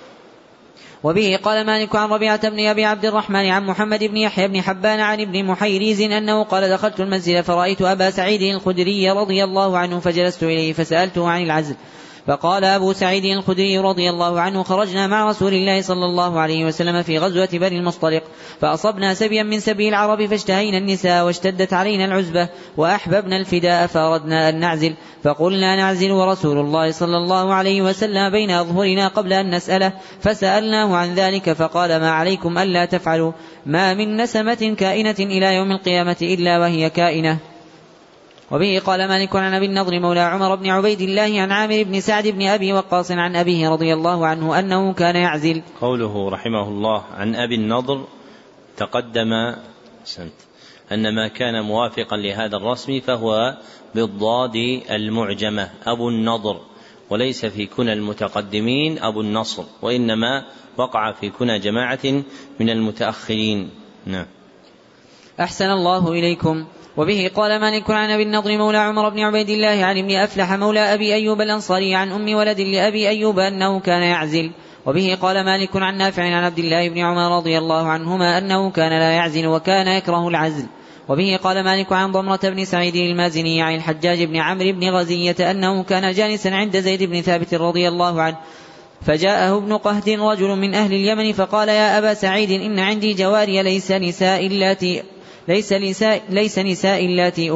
وبه قال مالك عن ربيعة بن أبي عبد الرحمن عن محمد بن يحيى بن حبان عن ابن محيريز أنه قال دخلت المنزل فرأيت أبا سعيد الخدري رضي الله عنه فجلست إليه فسألته عن العزل فقال أبو سعيد الخدري رضي الله عنه خرجنا مع رسول الله صلى الله عليه وسلم في غزوة بني المصطلق فأصبنا سبيا من سبي العرب فاشتهينا النساء واشتدت علينا العزبة وأحببنا الفداء فأردنا أن نعزل فقلنا نعزل ورسول الله صلى الله عليه وسلم بين أظهرنا قبل أن نسأله فسألناه عن ذلك فقال ما عليكم ألا تفعلوا ما من نسمة كائنة إلى يوم القيامة إلا وهي كائنة. وبه قال مالك عن أبي النضر مولى عمر بن عبيد الله عن عامر بن سعد بن أبي وقاص عن أبيه رضي الله عنه أنه كان يعزل. قوله رحمه الله عن أبي النضر تقدم أن ما كان موافقا لهذا الرسم فهو بالضاد المعجمة أبو النضر وليس في كنى المتقدمين أبو النصر وإنما وقع في كنى جماعة من المتأخرين. نعم. أحسن الله إليكم. وبه قال مالك عن أبي النضر مولى عمر بن عبيد الله عن ابن أفلح مولى أبي أيوب الأنصاري عن أم ولد لأبي أيوب أنه كان يعزل. وبه قال مالك عن نافع عن عبد الله بن عمر رضي الله عنهما أنه كان لا يعزل وكان يكره العزل. وبه قال مالك عن ضمرة بن سعيد المازني عن الحجاج بن عمرو بن غزية أنه كان جالسا عند زيد بن ثابت رضي الله عنه فجاءه ابن قهد رجل من أهل اليمن فقال يا أبا سعيد إن عندي جواري ليس نساء اللاتي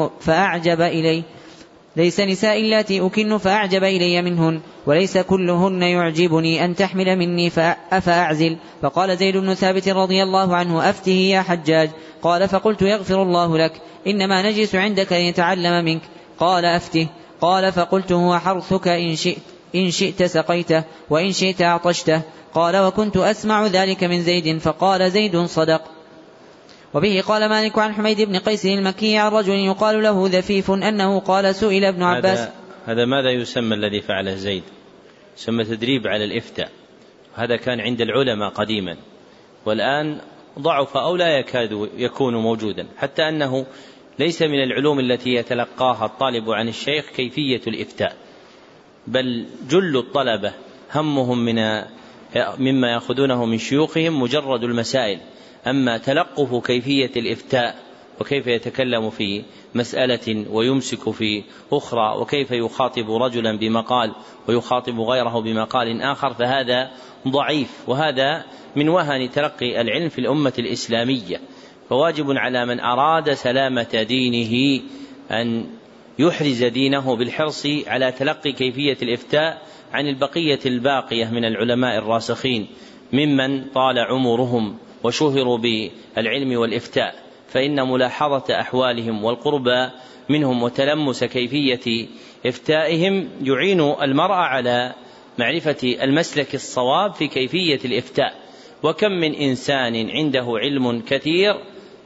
أكن فأعجب إلي منهن وليس كلهن يعجبني أن تحمل مني فأعزل. فقال زيد بن ثابت رضي الله عنه أفته يا حجاج. قال فقلت يغفر الله لك إنما نجلس عندك لنتعلم منك. قال أفته. قال فقلت هو حرثك إن شئت سقيته وإن شئت أعطشته. قال: وكنت أسمع ذلك من زيد، فقال زيد: صدق. وبه قال مالك عن حميد بن قيس المكي عن رجل يقال له ذفيف أنه قال: سئل ابن عباس. هذا ماذا يسمى الذي فعله زيد؟ يسمى تدريب على الإفتاء. هذا كان عند العلماء قديما، والآن ضعف أو لا يكاد يكون موجودا، حتى أنه ليس من العلوم التي يتلقاها الطالب عن الشيخ كيفية الإفتاء، بل جل الطلبة همهم مما يأخذونه من شيوخهم مجرد المسائل، أما تلقف كيفية الإفتاء وكيف يتكلم في مسألة ويمسك في أخرى، وكيف يخاطب رجلا بمقال ويخاطب غيره بمقال آخر، فهذا ضعيف، وهذا من وهن تلقي العلم في الأمة الإسلامية. فواجب على من أراد سلامة دينه أن يحرز دينه بالحرص على تلقي كيفية الإفتاء عن البقية الباقية من العلماء الراسخين ممن طال عمرهم وشهروا بالعلم والإفتاء، فإن ملاحظة أحوالهم والقرب منهم وتلمس كيفية إفتائهم يعين المرء على معرفة المسلك الصواب في كيفية الإفتاء. وكم من إنسان عنده علم كثير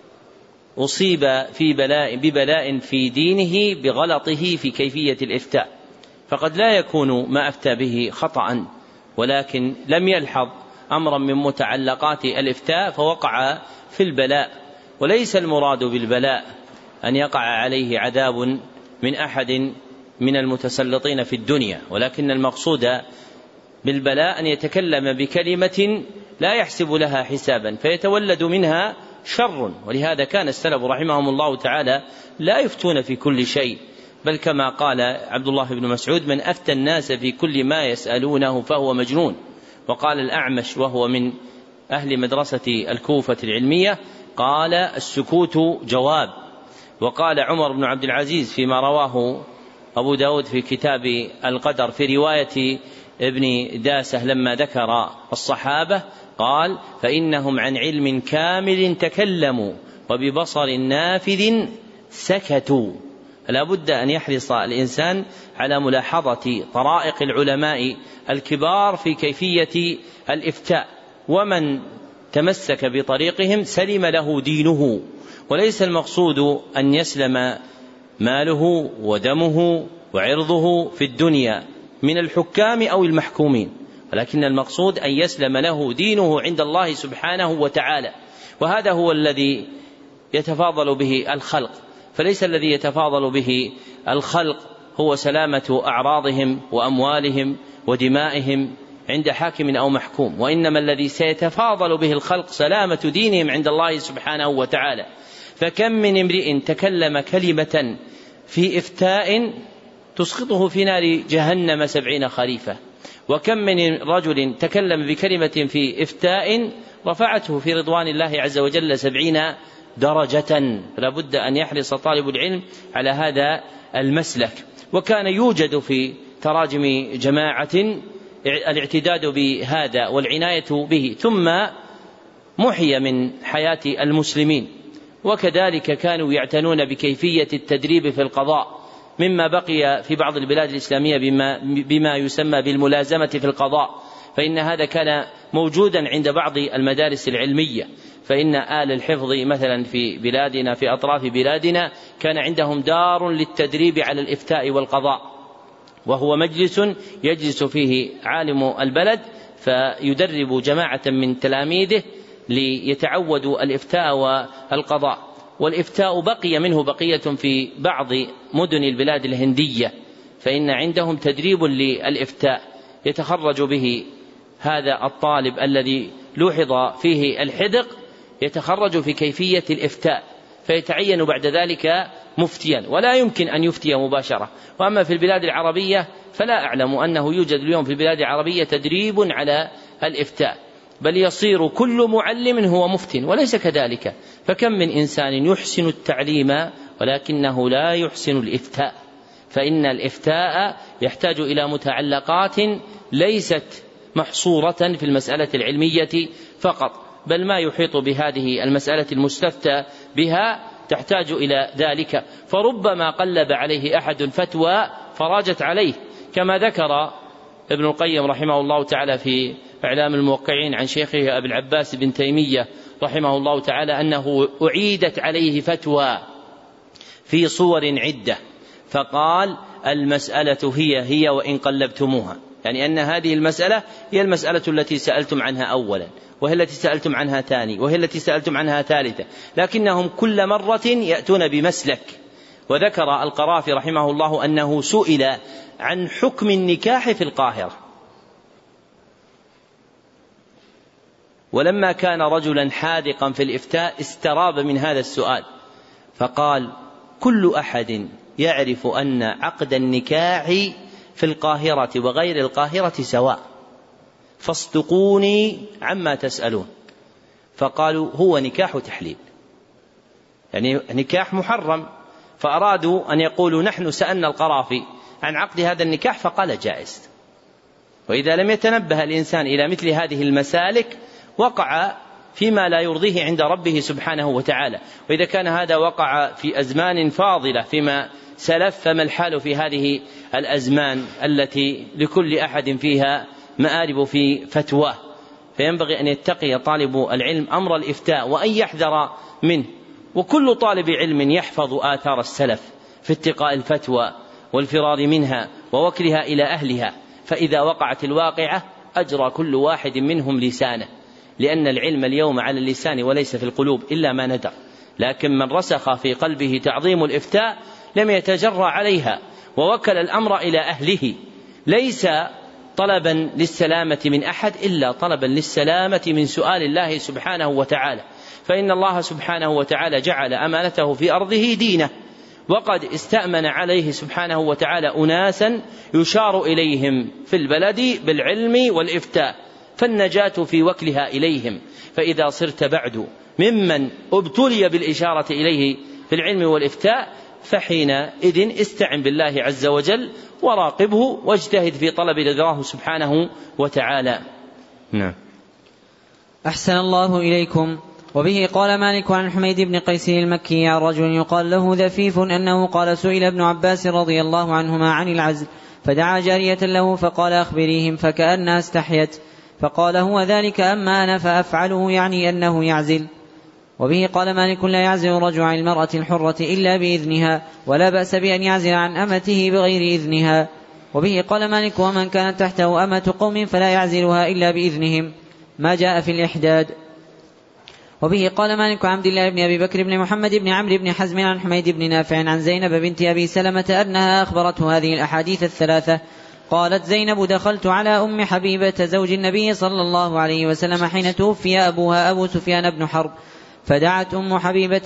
أصيب ببلاء في دينه بغلطه في كيفية الإفتاء، فقد لا يكون ما أفتى به خطأ، ولكن لم يلحظ أمرا من متعلقات الإفتاء فوقع في البلاء. وليس المراد بالبلاء أن يقع عليه عذاب من أحد من المتسلطين في الدنيا، ولكن المقصود بالبلاء أن يتكلم بكلمة لا يحسب لها حسابا فيتولد منها شر. ولهذا كان السلف رحمهم الله تعالى لا يفتون في كل شيء، بل كما قال عبد الله بن مسعود: من أفتى الناس في كل ما يسألونه فهو مجنون. وقال الأعمش وهو من أهل مدرسة الكوفة العلمية: قال: السكوت جواب. وقال عمر بن عبد العزيز فيما رواه أبو داود في كتاب القدر في رواية ابن داسة لما ذكر الصحابة قال: فإنهم عن علم كامل تكلموا وببصر نافذ سكتوا. لا بد أن يحرص الإنسان على ملاحظة طرائق العلماء الكبار في كيفية الإفتاء، ومن تمسك بطريقهم سلم له دينه. وليس المقصود أن يسلم ماله ودمه وعرضه في الدنيا من الحكام أو المحكومين، ولكن المقصود أن يسلم له دينه عند الله سبحانه وتعالى، وهذا هو الذي يتفاضل به الخلق. فليس الذي يتفاضل به الخلق هو سلامة أعراضهم وأموالهم ودمائهم عند حاكم أو محكوم، وإنما الذي سيتفاضل به الخلق سلامة دينهم عند الله سبحانه وتعالى. فكم من امرئ تكلم كلمة في إفتاء تسقطه في نار جهنم 70 خريفة، وكم من رجل تكلم بكلمة في إفتاء رفعته في رضوان الله عز وجل 70 درجة. فلا بد أن يحرص طالب العلم على هذا المسلك. وكان يوجد في تراجم جماعة الاعتداد بهذا والعناية به، ثم محي من حياة المسلمين. وكذلك كانوا يعتنون بكيفية التدريب في القضاء، مما بقي في بعض البلاد الإسلامية بما يسمى بالملازمة في القضاء، فإن هذا كان موجودا عند بعض المدارس العلمية. فإن آل الحفظ مثلا في بلادنا في أطراف بلادنا كان عندهم دار للتدريب على الإفتاء والقضاء، وهو مجلس يجلس فيه عالم البلد فيدرب جماعة من تلاميذه ليتعودوا الإفتاء والقضاء. والإفتاء بقي منه بقية في بعض مدن البلاد الهندية، فإن عندهم تدريب للإفتاء يتخرج به هذا الطالب الذي لوحظ فيه الحذق، يتخرج في كيفية الإفتاء فيتعين بعد ذلك مفتيا، ولا يمكن أن يفتي مباشرة. وأما في البلاد العربية فلا أعلم أنه يوجد اليوم في البلاد العربية تدريب على الإفتاء، بل يصير كل معلم هو مفت، وليس كذلك. فكم من إنسان يحسن التعليم ولكنه لا يحسن الإفتاء، فإن الإفتاء يحتاج إلى متعلقات ليست محصورة في المسألة العلمية فقط، بل ما يحيط بهذه المسألة المستفتى بها تحتاج إلى ذلك. فربما قلب عليه أحد فتوى فراجت عليه، كما ذكر ابن القيم رحمه الله تعالى في إعلام الموقعين عن شيخه أبي العباس بن تيمية رحمه الله تعالى أنه أعيدت عليه فتوى في صور عدة، فقال المسألة هي وإن قلبتموها، يعني أن هذه المسألة هي المسألة التي سألتم عنها أولا، وهي التي سألتم عنها ثاني، وهي التي سألتم عنها ثالثة، لكنهم كل مرة يأتون بمسلك. وذكر القرافي رحمه الله أنه سئل عن حكم النكاح في القاهرة، ولما كان رجلا حاذقا في الإفتاء استراب من هذا السؤال، فقال كل أحد يعرف أن عقد النكاح في القاهرة وغير القاهرة سواء، فاصدقوني عما تسألون. فقالوا هو نكاح تحليل، يعني نكاح محرم، فأرادوا أن يقولوا نحن سألنا القرافي عن عقد هذا النكاح فقال جائز. وإذا لم يتنبه الإنسان إلى مثل هذه المسالك وقع فيما لا يرضيه عند ربه سبحانه وتعالى. وإذا كان هذا وقع في أزمان فاضلة فيما سلف، فما الحال في هذه الأزمان التي لكل أحد فيها مآرب في فتواه؟ فينبغي أن يتقي طالب العلم أمر الإفتاء وأن يحذر منه، وكل طالب علم يحفظ آثار السلف في اتقاء الفتوى والفرار منها ووكلها إلى أهلها، فإذا وقعت الواقعة أجرى كل واحد منهم لسانه، لأن العلم اليوم على اللسان وليس في القلوب إلا ما ندر. لكن من رسخ في قلبه تعظيم الإفتاء لم يتجرأ عليها ووكل الأمر إلى أهله، ليس طلبا للسلامة من أحد إلا طلبا للسلامة من سؤال الله سبحانه وتعالى، فإن الله سبحانه وتعالى جعل أمانته في أرضه دينه، وقد استأمن عليه سبحانه وتعالى أناسا يشار إليهم في البلد بالعلم والإفتاء، فالنجاة في وكلها إليهم. فإذا صرت بعد ممن ابتلي بالإشارة إليه في العلم والإفتاء فحينئذ استعن بالله عز وجل وراقبه واجتهد في طلب رضاه سبحانه وتعالى. نعم. أحسن الله إليكم. وبه قال مالك عن حميد بن قيس المكي عن رجل يقال له ذفيف أنه قال سئل ابن عباس رضي الله عنهما عن العزل، فدعا جارية له فقال أخبريهم، فكأنها استحيت، فقال هو ذلك أما أنا فأفعله، يعني أنه يعزل. وبه قال مالك لا يعزل الرجل عن المرأة الحرة إلا بإذنها، ولا بأس بأن يعزل عن أمته بغير إذنها. وبه قال مالك ومن كانت تحته أمة قوم فلا يعزلها إلا بإذنهم، ما جاء في الإحداد. وبه قال مالك عبد الله بن أبي بكر بن محمد بن عمرو بن حزم عن حميد بن نافع عن زينب بنت أبي سلمة أنها أخبرته هذه الأحاديث الثلاثة. قالت زينب دخلت على أم حبيبة زوج النبي صلى الله عليه وسلم حين توفي أبوها أبو سفيان بن حرب، فدعت أم حبيبة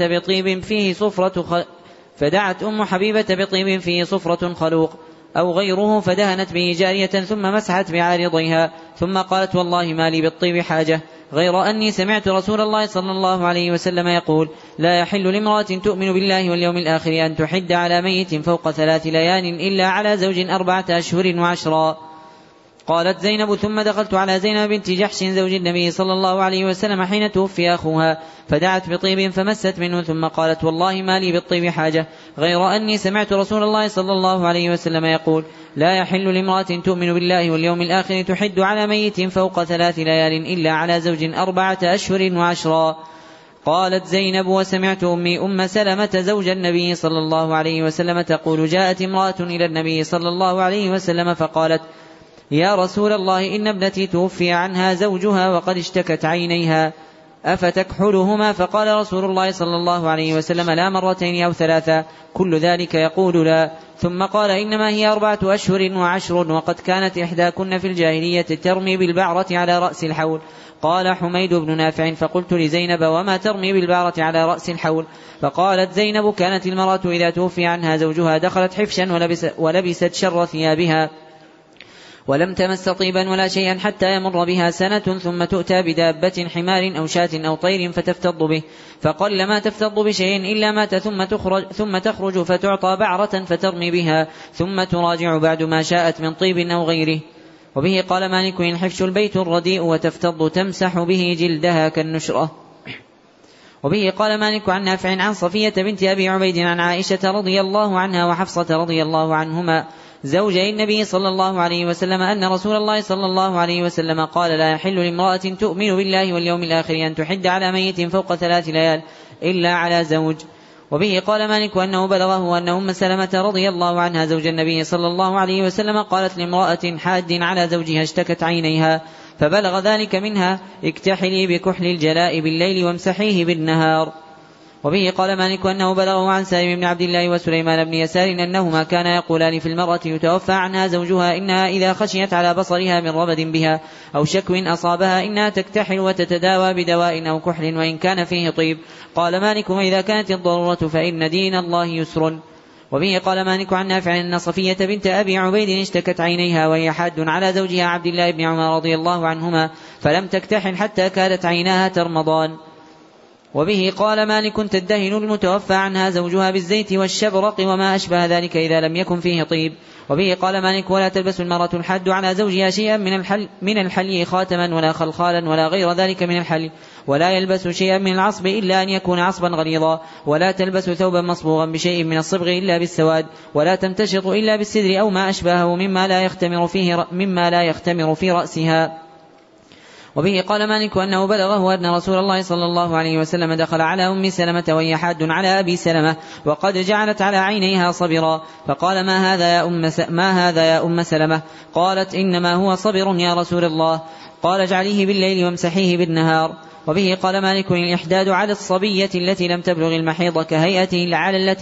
بطيب فيه صفرة خلوق أو غيره، فدهنت به جارية ثم مسحت بعارضيها، ثم قالت والله ما لي بالطيب حاجة، غير أني سمعت رسول الله صلى الله عليه وسلم يقول لا يحل لامرأة تؤمن بالله واليوم الآخر أن تحد على ميت فوق 3 ليال إلا على زوج 4 أشهر وعشرا. قالت زينب ثم دخلت على زينب بنت جحش زوج النبي صلى الله عليه وسلم حين توفي أخوها، فدعت بطيب فمست منه، ثم قالت والله ما لي بالطيب حاجة، غير أني سمعت رسول الله صلى الله عليه وسلم يقول لا يحل لامرأة تؤمن بالله واليوم الآخر تحد على ميت فوق 3 ليال إلا على زوج 4 أشهر وعشرا. قالت زينب وسمعت أم سلمة زوج النبي صلى الله عليه وسلم تقول جاءت امرأة إلى النبي صلى الله عليه وسلم فقالت يا رسول الله إن ابنتي توفي عنها زوجها وقد اشتكت عينيها أفتكحلهما؟ فقال رسول الله صلى الله عليه وسلم لا 2 أو 3، كل ذلك يقول لا. ثم قال إنما هي 4 أشهر وعشر، وقد كانت إحداكن في الجاهلية ترمي بالبعرة على رأس الحول. قال حميد بن نافع فقلت لزينب وما ترمي بالبعرة على رأس الحول؟ فقالت زينب كانت المرأة إذا توفي عنها زوجها دخلت حفشا ولبست شر ثيابها ولم تمس طيبا ولا شيئا حتى يمر بها سنة، ثم تؤتى بدابة حمار أو شاة أو طير فتفتض به، فقل ما تفتض بشيء إلا مات، ثم تخرج فتعطى بعرة فترمي بها، ثم تراجع بعد ما شاءت من طيب أو غيره. وبه قال مالك الحفش البيت الرديء وتفتض تمسح به جلدها كالنشرة. وبه قال مالك عن نافع عن صفية بنت أبي عبيد عن عائشة رضي الله عنها وحفصة رضي الله عنهما زوجي النبي صلى الله عليه وسلم أن رسول الله صلى الله عليه وسلم قال لا يحل لامرأة تؤمن بالله واليوم الآخر أن تحد على ميت فوق 3 ليال إلا على زوج. وبه قال مالك أنه بلغه أن أم سلمة رضي الله عنها زوج النبي صلى الله عليه وسلم قالت لامرأة حاد على زوجها اشتكت عينيها فبلغ ذلك منها اكتحلي بكحل الجلاء بالليل وامسحيه بالنهار. وبه قال مالك أنه بلغه عن سالم بن عبد الله وسليمان بن يسار أنهما كانا يقولان في المرأة يتوفى عنها زوجها إنها إذا خشيت على بصرها من ربد بها أو شكو أصابها إنها تكتحل وتتداوى بدواء أو كحل وإن كان فيه طيب. قال مالك وإذا كانت الضرورة فإن دين الله يسر. وبه قال مالك عن نافع أن صفية بنت أبي عبيد اشتكت عينيها وهي حاد على زوجها عبد الله بن عمر رضي الله عنهما فلم تكتحل حتى كادت عيناها ترمضان. وبه قال مالك تدهن المتوفى عنها زوجها بالزيت والشبرق وما أشبه ذلك إذا لم يكن فيه طيب. وبه قال مالك ولا تلبس المرأة الحاد على زوجها شيئا من الحلي خاتما ولا خلخالا ولا غير ذلك من الحلي ولا يلبس شيئا من العصب إلا أن يكون عصبا غليظا ولا تلبس ثوبا مصبوغا بشيء من الصبغ إلا بالسواد ولا تمتشط إلا بالسدر أو ما أشبهه مما لا يختمر في رأسها. وبه قال مالك أنه بلغه أن رسول الله صلى الله عليه وسلم دخل على أم سلمة وهي حاد على أبي سلمة وقد جعلت على عينيها صبرا فقال ما هذا يا أم سلمة؟ قالت إنما هو صبر يا رسول الله. قال اجعليه بالليل وامسحيه بالنهار. وبه قال مالك الإحداد على الصبية التي لم تبلغ المحيض كهيئته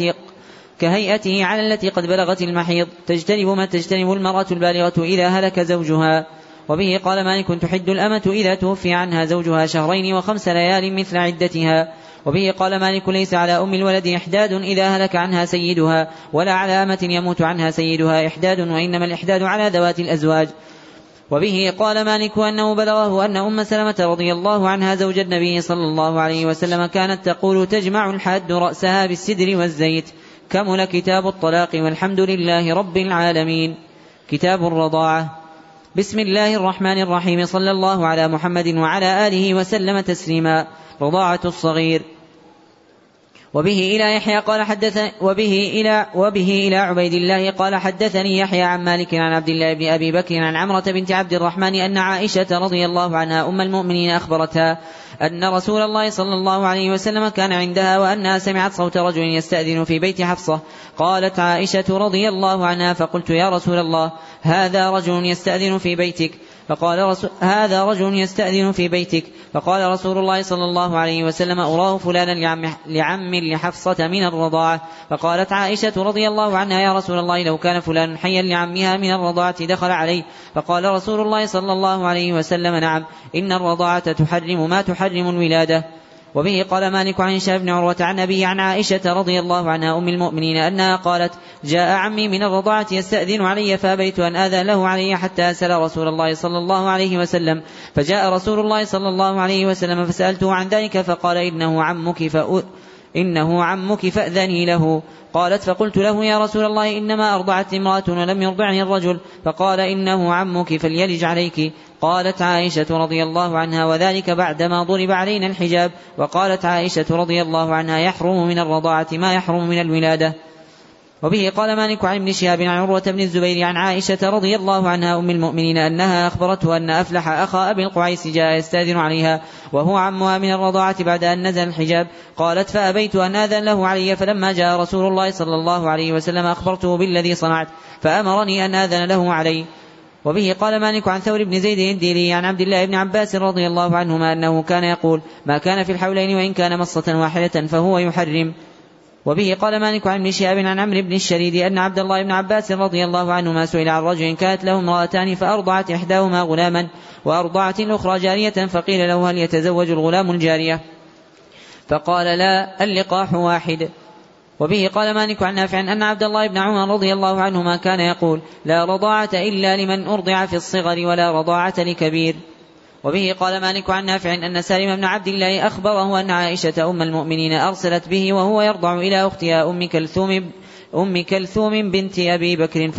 على التي قد بلغت المحيض تجتنب ما تجتنب المرأة البالغة إذا هلك زوجها. وبه قال مالك تحد الأمة إذا توفي عنها زوجها 2 و5 ليال مثل عدتها. وبه قال مالك ليس على أم الولد إحداد إذا هلك عنها سيدها ولا على أمة يموت عنها سيدها إحداد وإنما الإحداد على ذوات الأزواج. وبه قال مالك أنه بلغه أن أم سلمة رضي الله عنها زوج النبي صلى الله عليه وسلم كانت تقول تجمع الحاد رأسها بالسدر والزيت. كمل كتاب الطلاق والحمد لله رب العالمين. كتاب الرضاعة. بسم الله الرحمن الرحيم صلى الله على محمد وعلى آله وسلم تسليما. رضاعة الصغير. وبه إلى يحيى قال وبه إلى عبيد الله قال حدثني يحيى عن مالك عن عبد الله بن أبي بكر عن عمرة بنت عبد الرحمن أن عائشة رضي الله عنها أم المؤمنين أخبرتها أن رسول الله صلى الله عليه وسلم كان عندها وأنها سمعت صوت رجل يستأذن في بيت حفصة. قالت عائشة رضي الله عنها فقلت يا رسول الله هذا رجل يستأذن في بيتك. فقال رسول الله صلى الله عليه وسلم أراه فلانا لعم لحفصة من الرضاعة. فقالت عائشة رضي الله عنها يا رسول الله لو كان فلان حيا لعمها من الرضاعة دخل عليه. فقال رسول الله صلى الله عليه وسلم نعم إن الرضاعة تحرم ما تحرم الولادة. وبه قال مالك عن هشام بن عروة عن أبيه عن عائشة رضي الله عنها أم المؤمنين أنها قالت جاء عمي من الرضاعة يستأذن علي فأبيت أن آذن له علي حتى أسأل رسول الله صلى الله عليه وسلم. فجاء رسول الله صلى الله عليه وسلم فسألته عن ذلك فقال إنه عمك فأذني له. قالت فقلت له يا رسول الله إنما أرضعت امرأة ولم يرضعني الرجل. فقال إنه عمك فليلج عليك. قالت عائشة رضي الله عنها وذلك بعدما ضرب علينا الحجاب. وقالت عائشة رضي الله عنها يحرم من الرضاعة ما يحرم من الولادة. وبه قال مالك عن ابن شهاب عن عروة بن الزبير عن عائشة رضي الله عنها أم المؤمنين أنها أخبرته أن أفلح أخا أبي القعيس جاء يستأذن عليها وهو عمها من الرضاعة بعد أن نزل الحجاب. قالت فأبيت أن آذن له علي فلما جاء رسول الله صلى الله عليه وسلم أخبرته بالذي صنعت فأمرني أن آذن له علي. وبه قال مالك عن ثور بن زيد الديلي عن عبد الله بن عباس رضي الله عنهما أنه كان يقول ما كان في الحولين وإن كان مصة واحدة فهو يحرم. وبه قال مالك عن ابن شهاب عن عمرو بن الشريد أن عبد الله بن عباس رضي الله عنهما سئل عن رجل كانت له امرأتان فأرضعت إحداهما غلاما وأرضعت الأخرى جارية فقيل له هل يتزوج الغلام الجارية؟ فقال لا اللقاح واحد. وبه قال مالك عن نافع أن عبد الله بن عمر رضي الله عنهما كان يقول لا رضاعة إلا لمن أرضع في الصغر ولا رضاعة لكبير. وبه قال مالك عن نافع أن سالم بن عبد الله أخبره أن عائشة أم المؤمنين أرسلت به وهو يرضع إلى أختها أم كلثوم بنت أبي بكر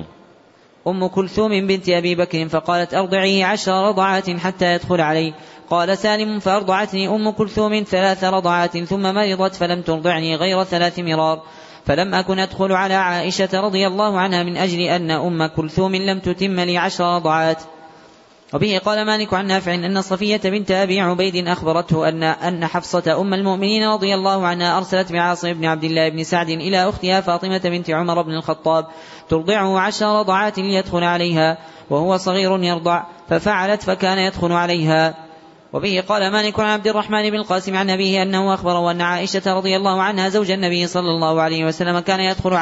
فقالت أرضعيه 10 رضعات حتى يدخل علي. قال سالم: فأرضعتني أم كلثوم 3 رضعات ثم مرضت فلم ترضعني غير 3 مرار، فلم أكن أدخل على عائشة رضي الله عنها من أجل أن أم كلثوم لم تتم لي 10 رضعات. وبه قال مالك عن نافع أن صفية بنت أبي عبيد أخبرته أن حفصة أم المؤمنين رضي الله عنها أرسلت بعاصم بن عبد الله بن سعد إلى أختها فاطمة بنت عمر بن الخطاب ترضعه 10 رضعات ليدخل عليها وهو صغير يرضع، ففعلت فكان يدخل عليها. وبه قال مالك عن عبد الرحمن بن القاسم عن أبيه أنه أخبره أن عائشة رضي الله عنها زوج النبي صلى الله عليه وسلم كان يدخل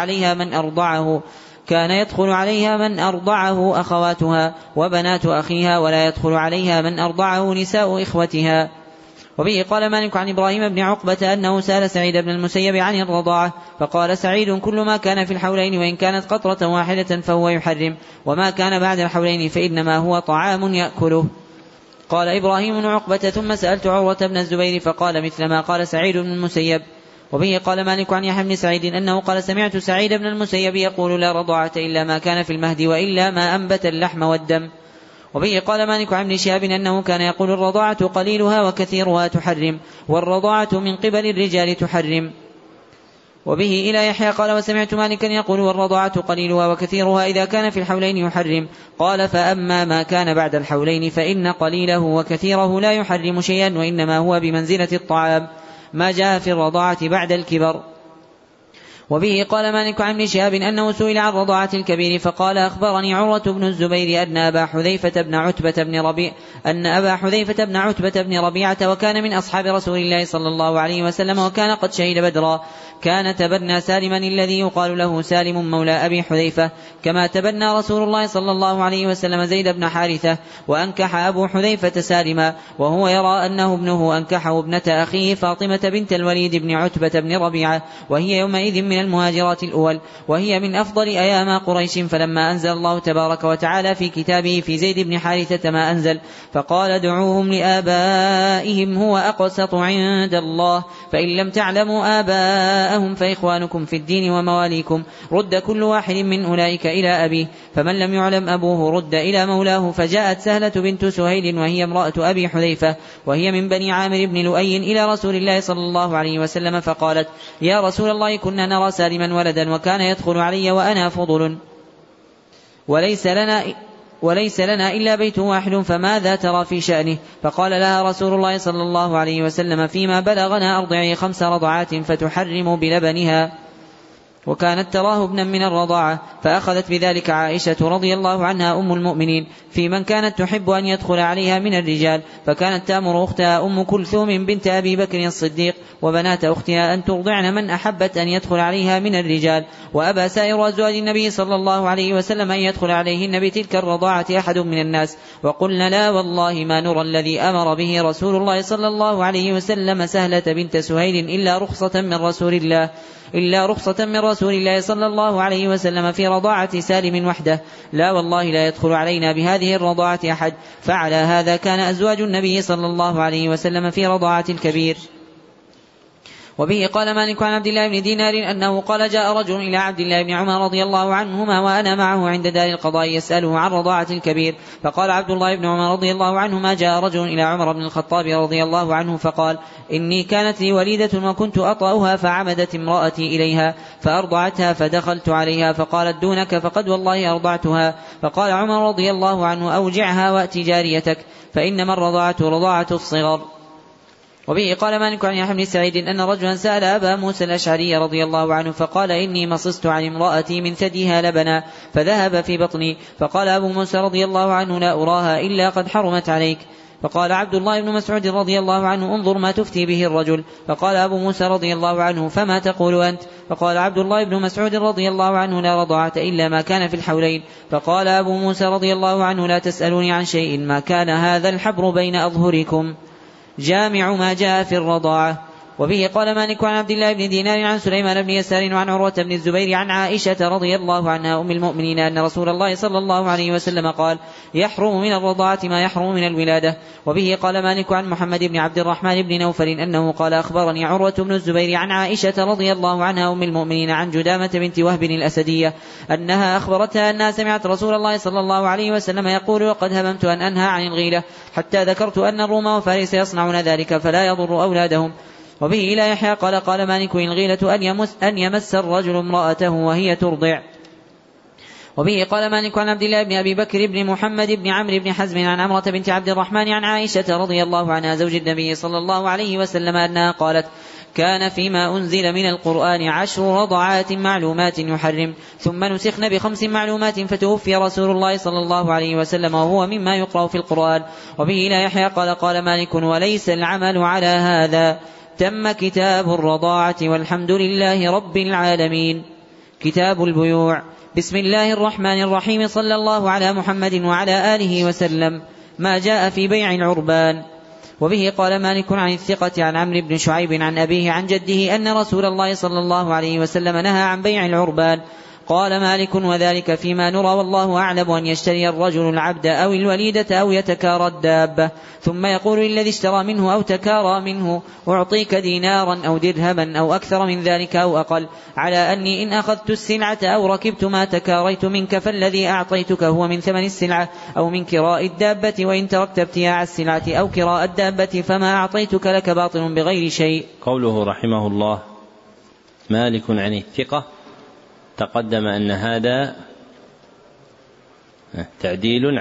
عليها من أرضعه أخواتها وبنات أخيها، ولا يدخل عليها من أرضعه نساء إخوتها. وبه قال مالك عن إبراهيم بن عقبة أنه سأل سعيد بن المسيب عن الرضاعة فقال سعيد: كل ما كان في الحولين وإن كانت قطرة واحدة فهو يحرم، وما كان بعد الحولين فإنما هو طعام يأكله. قال إبراهيم بن عقبة: ثم سألت عروة بن الزبير فقال مثل ما قال سعيد بن المسيب. وبه قال مالك عن يحيى بن سعيد أنه قال: سمعت سعيد بن المسيب يقول: لا رضاعة إلا ما كان في المهد وإلا ما أنبت اللحم والدم. وبه قال مالك عن ابن شهاب أنه كان يقول: الرضاعة قليلها وكثيرها تحرم، والرضاعة من قبل الرجال تحرم. وبه إلى يحيى قال: وسمعت مالكا يقول: والرضاعة قليلها وكثيرها إذا كان في الحولين يحرم. قال: فأما ما كان بعد الحولين فإن قليله وكثيره لا يحرم شيئا، وإنما هو بمنزلة الطعام ما جاء في الرضاعة بعد الكبر. وبه قال مالك عن ابن شهاب أنه سئل عن رضاعة الكبير فقال: أخبرني عروة بن الزبير أن أبا حذيفة بن عتبة بن ربيعة وكان من أصحاب رسول الله صلى الله عليه وسلم وكان قد شهد بدرا كان تبنى سالما الذي يقال له سالم مولى أبي حذيفة، كما تبنى رسول الله صلى الله عليه وسلم زيد بن حارثة، وأنكح أبو حذيفة سالما وهو يرى أنه ابنه أنكحه ابنة أخيه فاطمة بنت الوليد بن عتبة بن ربيعة، وهي يومئذ من المهاجرات الأول، وهي من أفضل أيام قريش. فلما أنزل الله تبارك وتعالى في كتابه في زيد بن حارثة ما أنزل فقال: ادعوهم لآبائهم هو أقسط عند الله، فإن لم تعلموا آباءهم فإخوانكم في الدين ومواليكم، رد كل واحد من أولئك إلى أبيه، فمن لم يعلم أبوه رد إلى مولاه. فجاءت سهلة بنت سهيل وهي امرأة أبي حذيفة وهي من بني عامر بن لؤي إلى رسول الله صلى الله عليه وسلم فقالت: يا رسول الله، كنا نرى سالما ولدا وكان يدخل علي وأنا فضل وليس لنا إلا بيت واحد، فماذا ترى في شأنه؟ فقال لها رسول الله صلى الله عليه وسلم: فيما بلغنا أرضعي 5 رضعات فتحرم بلبنها. وكانت تراه ابنا من الرضاعة، فأخذت بذلك عائشة رضي الله عنها أم المؤمنين في من كانت تحب أن يدخل عليها من الرجال، فكانت تأمر أختها أم كلثوم بنت أبي بكر الصديق وبنات أختها أن ترضعن من أحبت أن يدخل عليها من الرجال، وأبى سائر أزواج النبي صلى الله عليه وسلم أن يدخل عليهن بتلك الرضاعة أحد من الناس، وقلنا: لا والله ما نرى الذي أمر به رسول الله صلى الله عليه وسلم سهلة بنت سهيل إلا رخصة من رسول الله صلى الله عليه وسلم في رضاعة سالم وحده، لا والله لا يدخل علينا بهذه الرضاعة أحد. فعلى هذا كان أزواج النبي صلى الله عليه وسلم في رضاعة الكبير. وبه قال مالك عن عبد الله بن دينار أنه قال: جاء رجل إلى عبد الله بن عمر رضي الله عنهما وأنا معه عند دار القضاء يسأله عن رضاعة الكبير، فقال عبد الله بن عمر رضي الله عنهما: جاء رجل إلى عمر بن الخطاب رضي الله عنه فقال: إني كانت لي وليدة وكنت أطأها فعمدت امرأتي إليها فأرضعتها، فدخلت عليها فقالت: دونك، فقد والله أرضعتها. فقال عمر رضي الله عنه: أوجعها وأت جاريتك، فإنما الرضاعة رضاعة الصغر. وبه قال مالك عن يحيى بن سعيد أن رجلا سأل أبا موسى الأشعري رضي الله عنه فقال: إني مصصت عن امرأتي من ثديها لبنا فذهب في بطني، فقال أبو موسى رضي الله عنه: لا أراها إلا قد حرمت عليك. فقال عبد الله بن مسعود رضي الله عنه: انظر ما تفتي به الرجل. فقال أبو موسى رضي الله عنه: فما تقول أنت؟ فقال عبد الله بن مسعود رضي الله عنه: لا رضاعة إلا ما كان في الحولين. فقال أبو موسى رضي الله عنه: لا تسألوني عن شيء ما كان هذا الحبر بين أظهركم. جامع ما جاء في الرضاعة. وبه قال مالك عن عبد الله بن دينار عن سليمان بن يسار وعن عروة بن الزبير عن عائشة رضي الله عنها أم المؤمنين أن رسول الله صلى الله عليه وسلم قال: يحرم من الرضاعة ما يحرم من الولادة. وبه قال مالك عن محمد بن عبد الرحمن بن نوفل أنه قال: أخبرني عروة بن الزبير عن عائشة رضي الله عنها أم المؤمنين عن جدامة بنت وهب الأسدية أنها أخبرتها أنها سمعت رسول الله صلى الله عليه وسلم يقول: وقد هممت أن أنهى عن الغيلة حتى ذكرت أن الروم وفارس يصنعون ذلك فلا يضر أولادهم. وبه إلى يحيى قال مالك: الغيلة أن يمس الرجل امرأته وهي ترضع. وبه قال مالك عن عبد الله بن أبي بكر بن محمد بن عمرو بن حزم عن عمرة بنت عبد الرحمن عن عائشة رضي الله عنها زوج النبي صلى الله عليه وسلم أنها قالت: كان فيما أنزل من القرآن 10 رضعات معلومات يحرم، ثم نسخن ب5 معلومات فتوفي رسول الله صلى الله عليه وسلم وهو مما يقرأ في القرآن. وبه إلى يحيى قال مالك: وليس العمل على هذا. تم كتاب الرضاعة والحمد لله رب العالمين. كتاب البيوع. بسم الله الرحمن الرحيم. صلى الله على محمد وعلى آله وسلم. ما جاء في بيع العربان. وبه قال مالك عن الثقة عن عمرو بن شعيب عن أبيه عن جده أن رسول الله صلى الله عليه وسلم نهى عن بيع العربان. قال مالك: وذلك فيما نرى والله أعلم أن يشتري الرجل العبد أو الوليدة أو يتكارى الدابة ثم يقول للذي اشترى منه أو تكارى منه: أعطيك دينارا أو درهما أو أكثر من ذلك أو أقل، على أني إن أخذت السلعة أو ركبت ما تكاريت منك فالذي أعطيتك هو من ثمن السلعة أو من كراء الدابة، وإن تركت ابتياع السلعة أو كراء الدابة فما أعطيتك لك باطل بغير شيء. قوله رحمه الله: مالك عن الثقة، تقدم أن هذا تعديل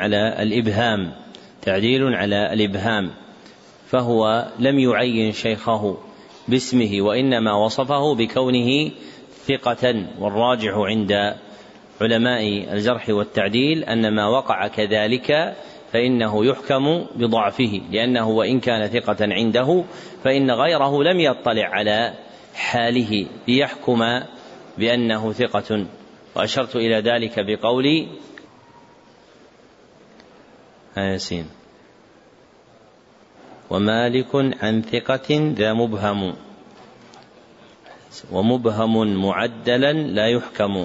على الإبهام، فهو لم يعين شيخه باسمه وإنما وصفه بكونه ثقة، والراجح عند علماء الجرح والتعديل أن ما وقع كذلك فإنه يحكم بضعفه، لأنه وإن كان ثقة عنده فإن غيره لم يطلع على حاله ليحكم بأنه ثقة. وأشرت إلى ذلك بقولي ياسين: ومالك عن ثقة ذا مبهم، ومبهم معدلا لا يحكم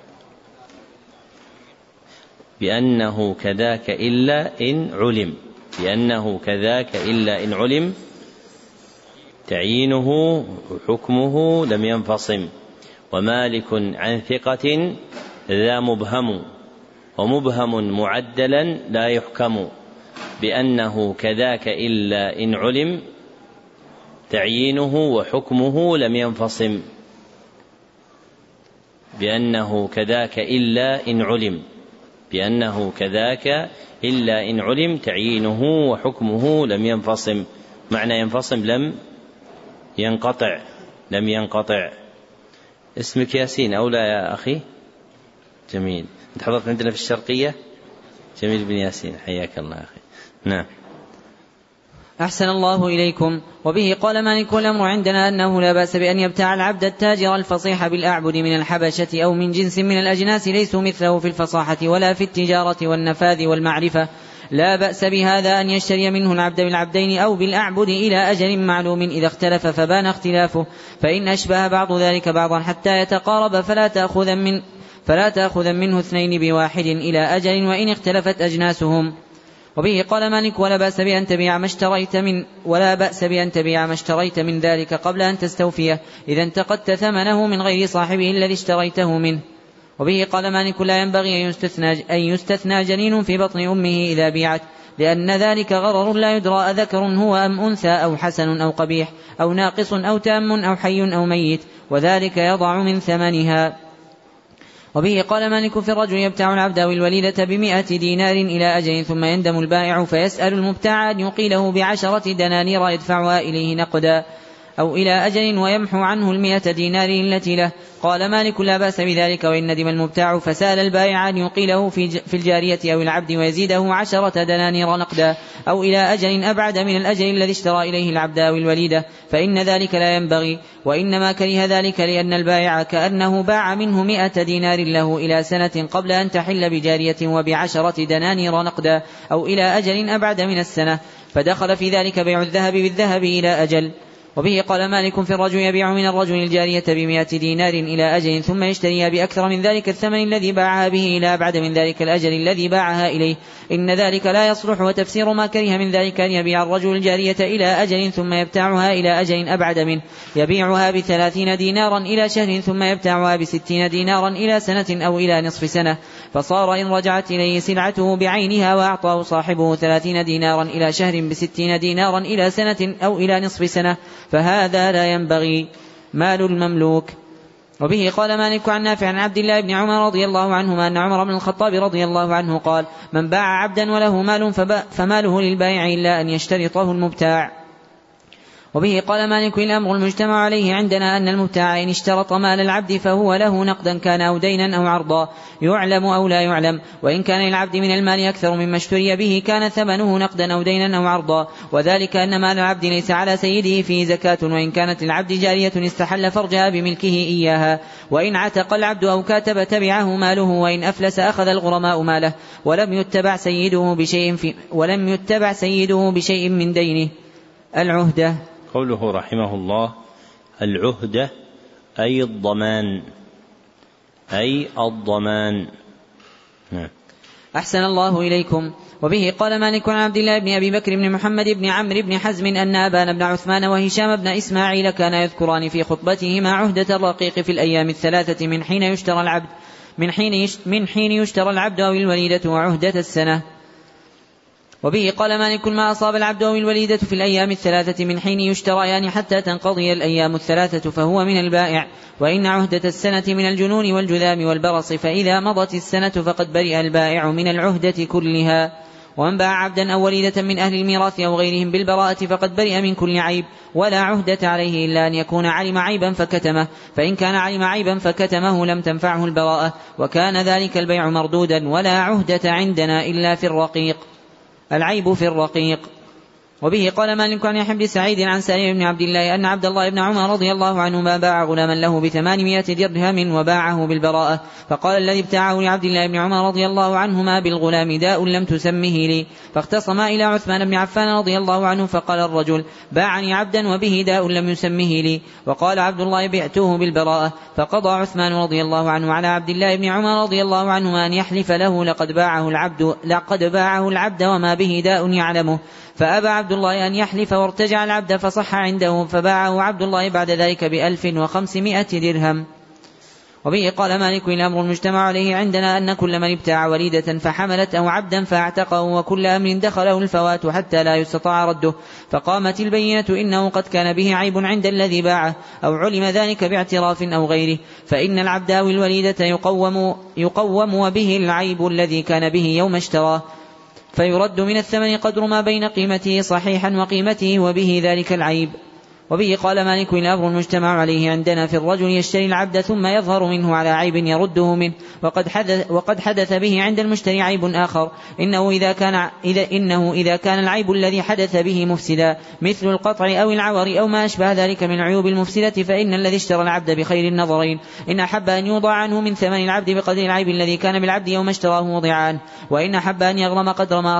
بأنه كذاك إلا إن علم، تعيينه حكمه لم ينفصم. ومالك عن ثقة ذا مبهم، ومبهم معدلا لا يحكم بأنه كذاك إلا إن علم، تعيينه وحكمه لم ينفصم. بأنه كذاك إلا إن علم، تعيينه وحكمه لم ينفصم. معنى ينفصم لم ينقطع. اسمك ياسين أو لا يا أخي؟ جميل. أنت حضرت عندنا في الشرقية؟ جميل بن ياسين، حياك الله أخي. نعم. أحسن الله إليكم. وبه قال مالك: الأمر عندنا أنه لا بأس بأن يبتاع العبد التاجر الفصيح بالأعبد من الحبشة أو من جنس من الأجناس ليسوا مثله في الفصاحة ولا في التجارة والنفاذ والمعرفة. لا بأس بهذا أن يشتري منه العبد بالعبدين أو بالأعبد إلى أجل معلوم، إذا اختلف فبان اختلافه، فإن أشبه بعض ذلك بعضا حتى يتقارب فلا تأخذ منه 2 بواحد إلى أجل وإن اختلفت أجناسهم. وبه قال مالك: ولا بأس بأن تبيع ما اشتريت من ذلك قبل أن تستوفيه إذا انتقدت ثمنه من غير صاحبه الذي اشتريته منه. وبه قال مالك: لا ينبغي أن يستثنى جنين في بطن أمه إذا بيعت، لأن ذلك غرر لا يدرى أذكر هو أم أنثى أو حسن أو قبيح أو ناقص أو تام أو حي أو ميت، وذلك يضع من ثمنها. وبه قال مالك: في الرجل يبتاع العبد أو الوليدة ب100 دينار إلى أجل، ثم يندم البائع فيسأل المبتاع أن يقيله ب10 دنانير يدفعها إليه نقدا أو إلى أجل ويمحو عنه 100 دينار التي له. قال مالك: لا بأس بذلك، وإن ندم المبتاع فسأل البائع أن يقيله في الجارية أو العبد ويزيده 10 دنانير نقدا أو إلى أجل أبعد من الأجل الذي اشترى إليه العبد أو الوليدة، فإن ذلك لا ينبغي، وإنما كره ذلك لأن البائع كأنه باع منه 100 دينار له إلى سنة قبل أن تحل بجارية وب10 دنانير نقدا أو إلى أجل أبعد من السنة، فدخل في ذلك بيع الذهب بالذهب إلى أجل. وبه قال مالك في الرجل يبيع من الرجل الجارية ب100 دينار إلى أجل ثم يشتريها بأكثر من ذلك الثمن الذي باعها به إلى أبعد من ذلك الأجل الذي باعها إليه، إن ذلك لا يصلح. وتفسير ما كره من ذلك أن يبيع الرجل الجارية إلى أجل ثم يبتاعها إلى أجل أبعد منه، يبيعها ب30 دينارا إلى شهر ثم يبتاعها ب60 دينارا إلى سنة أو إلى نصف سنة، فصار إن رجعت إليه سلعته بعينها وأعطاه صاحبه 30 دينارا إلى شهر ب60 دينارا إلى سنة أو إلى نصف سنة، فهذا لا ينبغي مال المملوك. وبه قال مالك عن نافع عن عبد الله بن عمر رضي الله عنهما أن عمر بن الخطاب رضي الله عنه قال: من باع عبدا وله مال فماله للبائع إلا أن يشترطه المبتاع. وبه قال مالك: الأمر المجتمع عليه عندنا أن المبتاع إن اشترط مال العبد فهو له نقدا كان أو دينا أو عرضا، يعلم أو لا يعلم، وإن كان للعبد من المال أكثر مما اشتري به كان ثمنه نقدا أو دينا أو عرضا، وذلك أن مال العبد ليس على سيده فيه زكاة، وإن كانت للعبد جارية استحل فرجها بملكه إياها، وإن عتق العبد أو كاتب تبعه ماله، وإن أفلس أخذ الغرماء ماله، ولم يتبع سيده بشيء من دينه. العهدة. قوله رحمه الله: العهدة أي الضمان. أحسن الله إليكم. وبه قال مالك عن عبد الله بن أبي بكر بن محمد بن عمرو بن حزم أن أبان بن عثمان وهشام بن إسماعيل كان يذكران في خطبتهما عهدة الرقيق في الأيام الثلاثة من حين يشترى العبد أو الوليدة، وعهدة السنة. وبه قال مالك: ما أصاب العبد أو الوليدة في الأيام الثلاثة من حين يشتريان حتى تنقضي الأيام الثلاثة فهو من البائع، وإن عهدة السنة من الجنون والجذام والبرص، فإذا مضت السنة فقد برئ البائع من العهدة كلها. ومن باع عبدا أو وليدة من أهل الميراث أو غيرهم بالبراءة فقد برئ من كل عيب، ولا عهدة عليه إلا أن يكون علم عيبا فكتمه، فإن كان علم عيبا فكتمه لم تنفعه البراءة، وكان ذلك البيع مردودا. ولا عهدة عندنا إلا في الرقيق. العيب في الرقيق. وبه قال مالك عن يحيى بن سعيد عن سالم بن عبد الله أن عبد الله بن عمر رضي الله عنهما باع غلاما له ب800 درهم وباعه بالبراءة، فقال الذي ابتاعه لعبد الله بن عمر رضي الله عنهما: بالغلام داء لم تسمه لي. فاختصما إلى عثمان بن عفان رضي الله عنه، فقال الرجل: باعني عبدا وبه داء لم يسمه لي. وقال عبد الله: بعته بالبراءة. فقضى عثمان رضي الله عنه على عبد الله بن عمر رضي الله عنهما أن يحلف له: لقد باعه العبد وما به داء يعلمه. فأبى عبد الله أن يحلف وارتجع العبد فصح عنده، فباعه عبد الله بعد ذلك ب1500 درهم. وبه قال مالك: الأمر المجتمع عليه عندنا أن كل من ابتاع وليدة فحملت أو عبدا فاعتقه، وكل أمر دخله الفوات حتى لا يستطاع رده، فقامت البينة إنه قد كان به عيب عند الذي باعه، أو علم ذلك باعتراف أو غيره، فإن العبد أو الوليدة يقوم وبه العيب الذي كان به يوم اشتراه، فيرد من الثمن قدر ما بين قيمته صحيحا وقيمته وبه ذلك العيب. وبه قال مالك: الأمر المجتمع عليه عندنا في الرجل يشتري العبد ثم يظهر منه على عيب يرده منه، وقد حدث به عند المشتري عيب آخر، إنه إذا كان العيب الذي حدث به مفسدا مثل القطع أو العور أو ما أشبه ذلك من العيوب المفسدة، فإن الذي اشترى العبد بخير النظرين إن أحب أن يوضع عنه من ثمن العبد بقدر العيب الذي كان بالعبد يوم اشتراه وضع عنه، وإن أحب أن يغرم قدر ما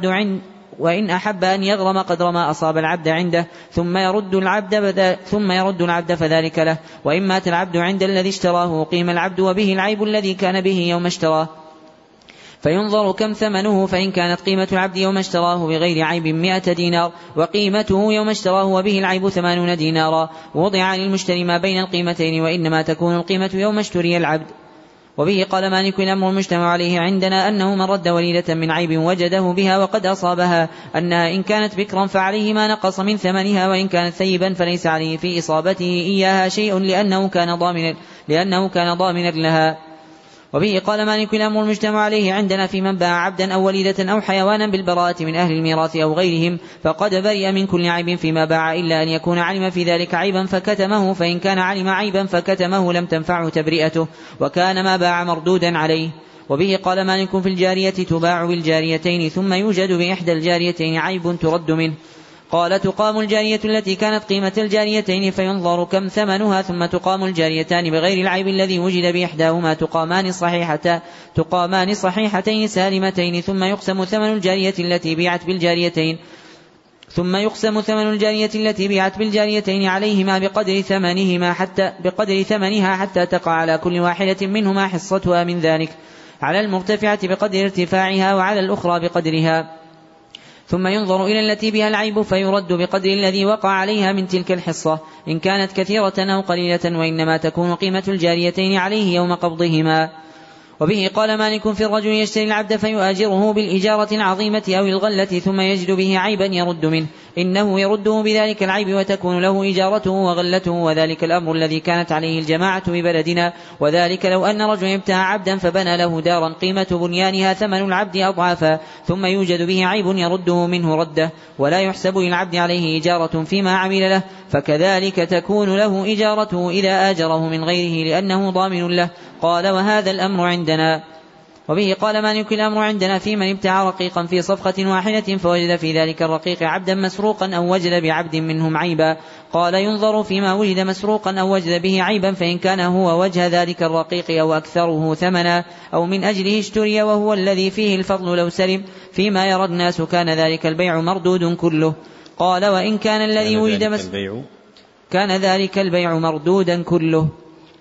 أصاب العبد عنده ثم يرد العبد فذلك له. وإن مات العبد عند الذي اشتراه قيم العبد وبه العيب الذي كان به يوم اشتراه، فينظر كم ثمنه، فإن كانت قيمة العبد يوم اشتراه بغير عيب 100 دينار وقيمته يوم اشتراه وبه العيب 80 دينارا، وضع للمشتري ما بين القيمتين، وإنما تكون القيمة يوم اشتري العبد. وبه قال مالك: الأمر المجتمع عليه عندنا أنه من رد وليدة من عيب وجده بها وقد أصابها أنها إن كانت بكرا فعليه ما نقص من ثمنها، وإن كانت ثيبا فليس عليه في إصابته إياها شيء لأنه كان ضامنا لها. وبه قال مالك: الأمر المجتمع عليه عندنا في من باع عبدا أو وليدة أو حيوانا بالبراءة من أهل الميراث أو غيرهم فقد برئ من كل عيب فيما باع، إلا أن يكون علم في ذلك عيبا فكتمه، فإن كان علم عيبا فكتمه لم تنفعه تبرئته، وكان ما باع مردودا عليه. وبه قال مالك: في الجارية تباع بالجاريتين ثم يوجد بإحدى الجاريتين عيب ترد منه. قال: تقام الجارية التي كانت قيمة الجاريتين فينظر كم ثمنها، ثم تقام الجاريتان بغير العيب الذي وجد بإحداهما تقامان صحيحتين سالمتين، ثم يقسم ثمن الجارية التي بيعت بالجاريتين ثم يقسم ثمن الجارية التي بيعت بالجاريتين عليهما بقدر ثمنها حتى تقع على كل واحدة منهما حصتها من ذلك، على المرتفعة بقدر ارتفاعها وعلى الأخرى بقدرها. ثم ينظر إلى التي بها العيب فيرد بقدر الذي وقع عليها من تلك الحصة إن كانت كثيرة أو قليلة، وإنما تكون قيمة الجاريتين عليه يوم قبضهما. وبه قال مالك في الرجل يشتري العبد فيؤاجره بالإجارة العظيمة أو الغلة ثم يجد به عيبا يرد منه، إنه يرده بذلك العيب وتكون له إجارته وغلته، وذلك الأمر الذي كانت عليه الجماعة ببلدنا. وذلك لو أن رجل ابتاع عبدا فبنى له دارا قيمة بنيانها ثمن العبد أضعافا، ثم يوجد به عيب يرده منه رده، ولا يحسب للعبد عليه إجارة فيما عمل له، فكذلك تكون له إجارته إذا آجره من غيره لأنه ضامن له. قال وهذا الأمر عندنا. وبه قال مالك الأمر عندنا في من ابتاع رقيقا في صفقة واحدة فوجد في ذلك الرقيق عبدا مسروقا أو وجد بعبد منهم عيبا. قال ينظر فيما وجد مسروقا أو وجد به عيبا، فإن كان هو وجه ذلك الرقيق أو أكثره ثمنا أو من أجله اشتري وهو الذي فيه الفضل لو سلم فيما يرى الناس كان ذلك البيع مردود كله. قال وإن كان الذي وجد كان ذلك البيع مردودا كله.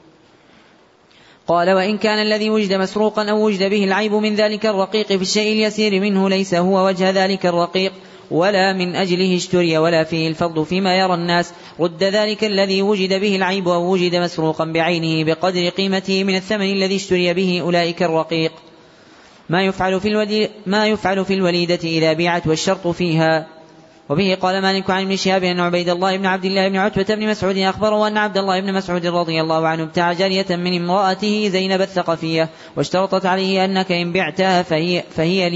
قال وإن كان الذي وجد مسروقا أو وجد به العيب من ذلك الرقيق في الشيء اليسير منه ليس هو وجه ذلك الرقيق ولا من أجله اشتري ولا فيه الفضل فيما يرى الناس، رد ذلك الذي وجد به العيب أو وجد مسروقا بعينه بقدر قيمته من الثمن الذي اشتري به أولئك الرقيق. ما يفعل في الوليدة إذا بيعت والشرط فيها. وبه قال مالك عن ابن شهاب أن عبيد الله بن عبد الله بن عتبة بن مسعود أخبره أن عبد الله بن مسعود رضي الله عنه ابتاع جارية من امرأته زينب الثقفية، واشترطت عليه أنك إن بعتها فهي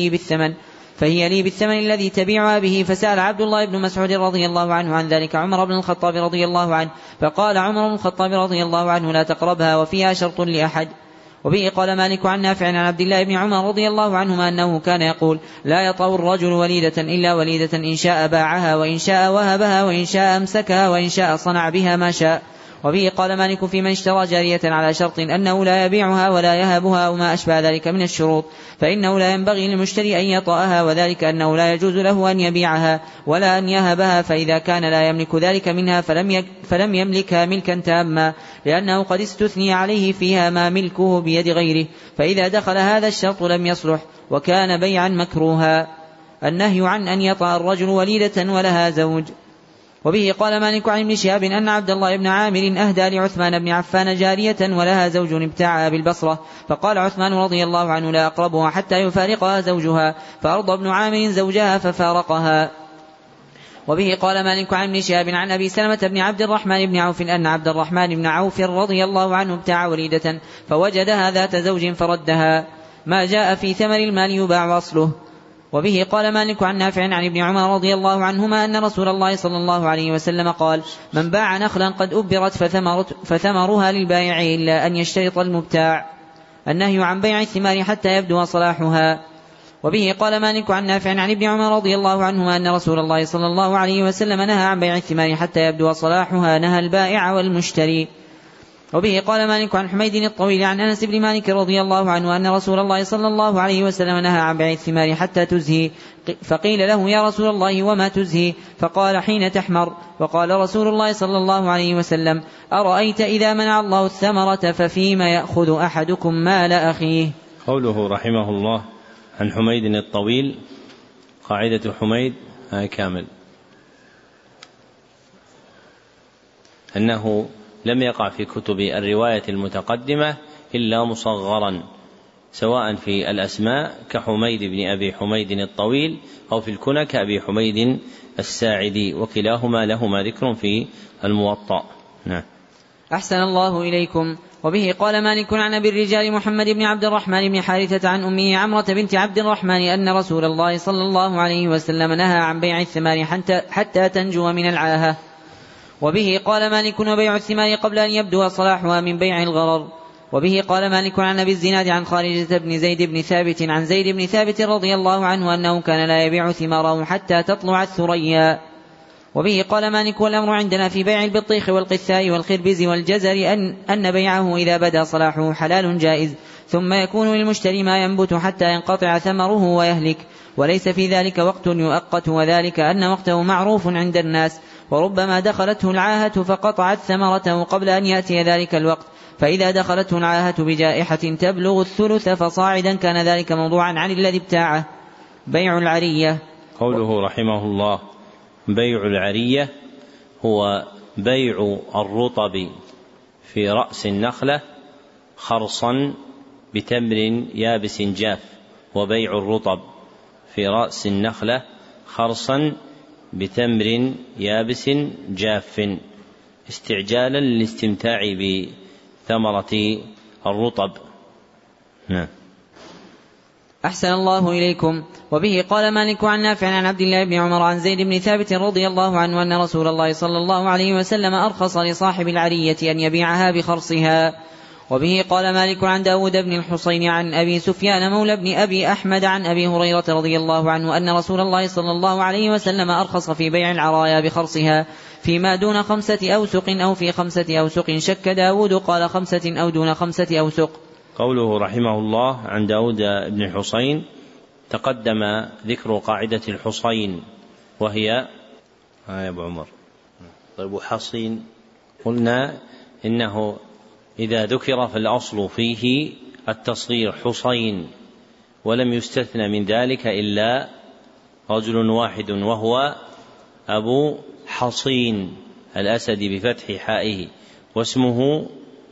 لي بالثمن الذي تبيعها به. فسأل عبد الله بن مسعود رضي الله عنه عن ذلك عمر بن الخطاب رضي الله عنه، فقال عمر بن الخطاب رضي الله عنه لا تقربها وفيها شرط لأحد. وبه قال مالك عن نافع عن عبد الله بن عمر رضي الله عنهما أنه كان يقول لا يطأ الرجل وليدة إلا وليدة إن شاء باعها وإن شاء وهبها وإن شاء أمسكها وإن شاء صنع بها ما شاء. وبه قال مالك في من اشترى جارية على شرط أنه لا يبيعها ولا يهبها وما أشبه ذلك من الشروط، فإنه لا ينبغي للمشتري أن يطأها، وذلك أنه لا يجوز له أن يبيعها ولا أن يهبها، فإذا كان لا يملك ذلك منها فلم يملكها ملكا تاما، لأنه قد استثني عليه فيها ما ملكه بيد غيره، فإذا دخل هذا الشرط لم يصلح وكان بيعا مكروها. النهي عن أن يطأ الرجل وليدة ولها زوج. وبه قال مالك عن ابن شهاب أن عبد الله بن عامر أهدى لعثمان بن عفان جارية ولها زوج ابتاعها بالبصرة، فقال عثمان رضي الله عنه لا أقربها حتى يفارقها زوجها، فأرضى ابن عامر زوجها ففارقها. وبه قال مالك عن ابن شهاب عن أبي سلمة بن عبد الرحمن بن عوف أن عبد الرحمن بن عوف رضي الله عنه ابتاع وليدة فوجدها ذات زوج فردها، ما جاء في ثمر المال يباع أصله. وبه قال مالك عن نافع عن ابن عمر رضي الله عنهما أن رسول الله صلى الله عليه وسلم قال من باع نخلا قد أبرت فثمرها للبائع إلا أن يشترط المبتاع. النهي عن بيع الثمار حتى يبدو صلاحها. وبه قال مالك عن نافع عن ابن عمر رضي الله عنهما أن رسول الله صلى الله عليه وسلم نهى عن بيع الثمار حتى يبدو صلاحها، نهى البائع والمشتري. وبه قال مالك عن حميد الطويل عن أنس بن مالك رضي الله عنه أن رسول الله صلى الله عليه وسلم نهى عن بيع الثمار حتى تزهي، فقيل له يا رسول الله وما تزهي؟ فقال حين تحمر. وقال رسول الله صلى الله عليه وسلم أرأيت إذا منع الله الثمرة ففيما يأخذ أحدكم مال أخيه. قوله رحمه الله عن حميد الطويل، قاعدة حميد كامل أنه لم يقع في كتب الرواية المتقدمة إلا مصغرا، سواء في الأسماء كحميد بن أبي حميد الطويل أو في الكنى كأبي حميد الساعدي، وكلاهما لهما ذكر في الموطأ. نعم. أحسن الله إليكم. وبه قال مالك عن أبي الرجال محمد بن عبد الرحمن بن حارثة عن أمه عمرة بنت عبد الرحمن أن رسول الله صلى الله عليه وسلم نهى عن بيع الثمار حتى تنجو من العاهة. وبه قال مالك وبيع الثمار قبل أن يبدو صلاحها من بيع الغرر. وبه قال مالك عن أبي الزناد عن خارجة بن زيد بن ثابت عن زيد بن ثابت رضي الله عنه أنه كان لا يبيع ثماره حتى تطلع الثريا. وبه قال مالك والأمر عندنا في بيع البطيخ والقثاء والخربز والجزر أن بيعه إذا بدا صلاحه حلال جائز، ثم يكون للمشتري ما ينبت حتى ينقطع ثمره ويهلك، وليس في ذلك وقت يؤقت، وذلك أن وقته معروف عند الناس، وربما دخلته العاهة فقطعت ثمرته قبل أن يأتي ذلك الوقت، فإذا دخلته العاهة بجائحة تبلغ الثلث فصاعدا كان ذلك موضوعا عن الذي ابتاعه. بيع العرية. قوله رحمه الله بيع العرية هو بيع الرطب في رأس النخلة خرصا بتمر يابس جاف، وبيع الرطب في رأس النخلة خرصا بتمر يابس جاف استعجالا للاستمتاع بثمرة الرطب. نعم. أحسن الله إليكم. وبه قال مالك عن نافع عن عبد الله بن عمر عن زيد بن ثابت رضي الله عنه أن رسول الله صلى الله عليه وسلم أرخص لصاحب العرية أن يبيعها بخرصها. وبه قال مالك عن داود بن الحصين عن أبي سفيان مولى بن أبي أحمد عن أبي هريرة رضي الله عنه أن رسول الله صلى الله عليه وسلم أرخص في بيع العرايا بخرصها فيما دون 5 أوسق أو في 5 أوسق، شك داود قال 5 أو دون 5 أوسق. قوله رحمه الله عن داود بن الحصين تقدم ذكر قاعدة الحصين وهي يا أبو عمر طيب حصين، قلنا إنه إذا ذكر فالأصل فيه التصغير حصين، ولم يستثنى من ذلك إلا رجل واحد وهو أبو حصين الأسد بفتح حائه، واسمه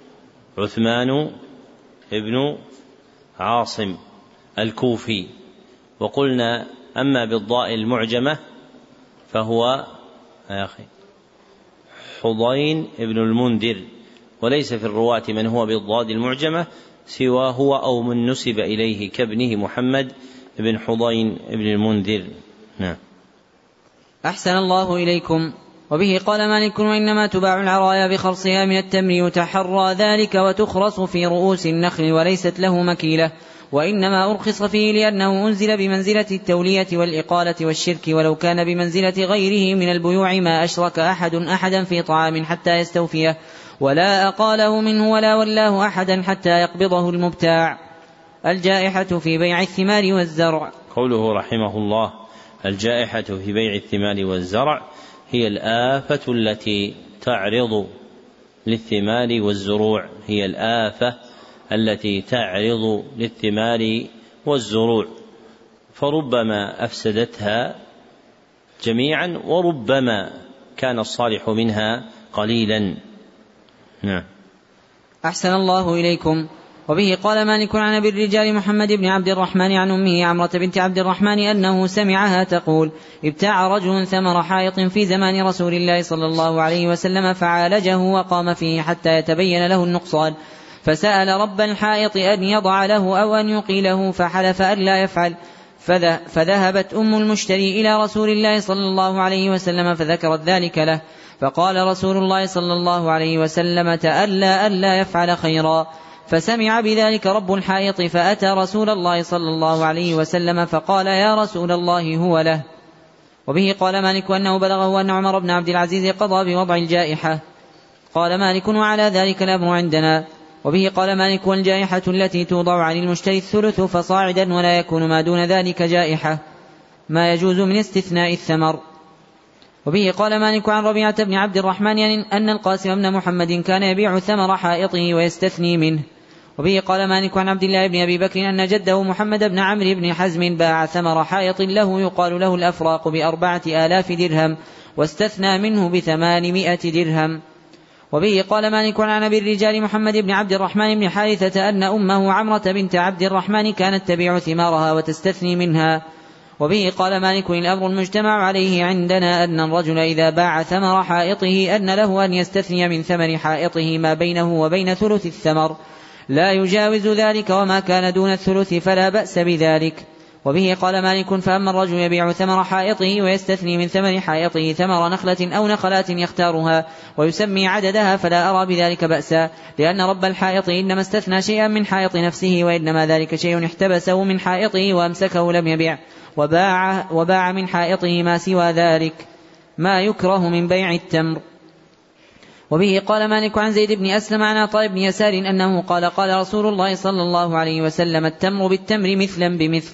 عثمان ابن عاصم الكوفي. وقلنا أما بالضاء المعجمة فهو يا أخي حضين ابن المنذر، وليس في الرواة من هو بالضاد المعجمة سوى هو أو من نسب إليه كابنه محمد بن حضين ابن المنذر. نعم. أحسن الله إليكم. وبه قال مالك وإنما تباع العرايا بخرصها من التمر يتحرى ذلك وتخرص في رؤوس النخل وليست له مكيلة، وإنما أرخص فيه لأنه أنزل بمنزلة التولية والإقالة والشرك، ولو كان بمنزلة غيره من البيوع ما أشرك أحدا في طعام حتى يستوفيه، ولا أقاله منه ولا ولاه أحدا حتى يقبضه المبتاع. الجائحة في بيع الثمار والزرع. قوله رحمه الله الجائحة في بيع الثمار والزرع هي الآفة التي تعرض للثمار والزروع، هي الآفة التي تعرض للثمار والزروع، فربما أفسدتها جميعا وربما كان الصالح منها قليلا. نعم. أحسن الله إليكم. وبه قال مالك عن أبي الرجال محمد بن عبد الرحمن عن أمه عمرة بنت عبد الرحمن أنه سمعها تقول ابتاع رجل ثمر حائط في زمان رسول الله صلى الله عليه وسلم فعالجه وقام فيه حتى يتبين له النقصان، فسأل رب الحائط أن يضع له أو أن يقيله فحلف أن لا يفعل، فذهبت أم المشتري إلى رسول الله صلى الله عليه وسلم فذكرت ذلك له، فقال رسول الله صلى الله عليه وسلم تألى ألا يفعل خيرا، فسمع بذلك رب الحائط فأتى رسول الله صلى الله عليه وسلم فقال يا رسول الله هو له. وبه قال مالك أنه بلغه أن عمر بن عبد العزيز قضى بوضع الجائحة. قال مالك وعلى ذلك الأمر عندنا. وبه قال مالك والجائحة التي توضع عن المشتري الثلث فصاعدا ولا يكون ما دون ذلك جائحة، ما يجوز من استثناء الثمر. وبه قال مالك عن ربيعة بن عبد الرحمن أن القاسم بن محمد كان يبيع ثمر حائطه ويستثني منه. وبه قال مالك عن عبد الله بن أبي بكر أن جده محمد بن عمرو بن حزم باع ثمر حائط له يقال له الأفراق ب4,000 درهم واستثنى منه ب800 درهم. وبه قال مالك عن أبي الرجال محمد بن عبد الرحمن بن حارثة أن أمه عمرة بنت عبد الرحمن كانت تبيع ثمارها وتستثني منها. وبه قال مالك الأمر المجتمع عليه عندنا أن الرجل إذا باع ثمر حائطه أن له أن يستثني من ثمر حائطه ما بينه وبين ثلث الثمر لا يجاوز ذلك، وما كان دون الثلث فلا بأس بذلك. وبه قال مالك فأما الرجل يبيع ثمر حائطه ويستثني من ثمر حائطه ثمر نخلة أو نخلات يختارها ويسمي عددها فلا أرى بذلك بأسا، لأن رب الحائط إنما استثنى شيئا من حائط نفسه، وإنما ذلك شيء احتبسه من حائطه وأمسكه لم يبيع، وباع من حائطه ما سوى ذلك. ما يكره من بيع التمر. وبه قال مالك عن زيد بن أسلم عن عطاء بن يسار أنه قال قال رسول الله صلى الله عليه وسلم التمر بالتمر مثلا بمثل.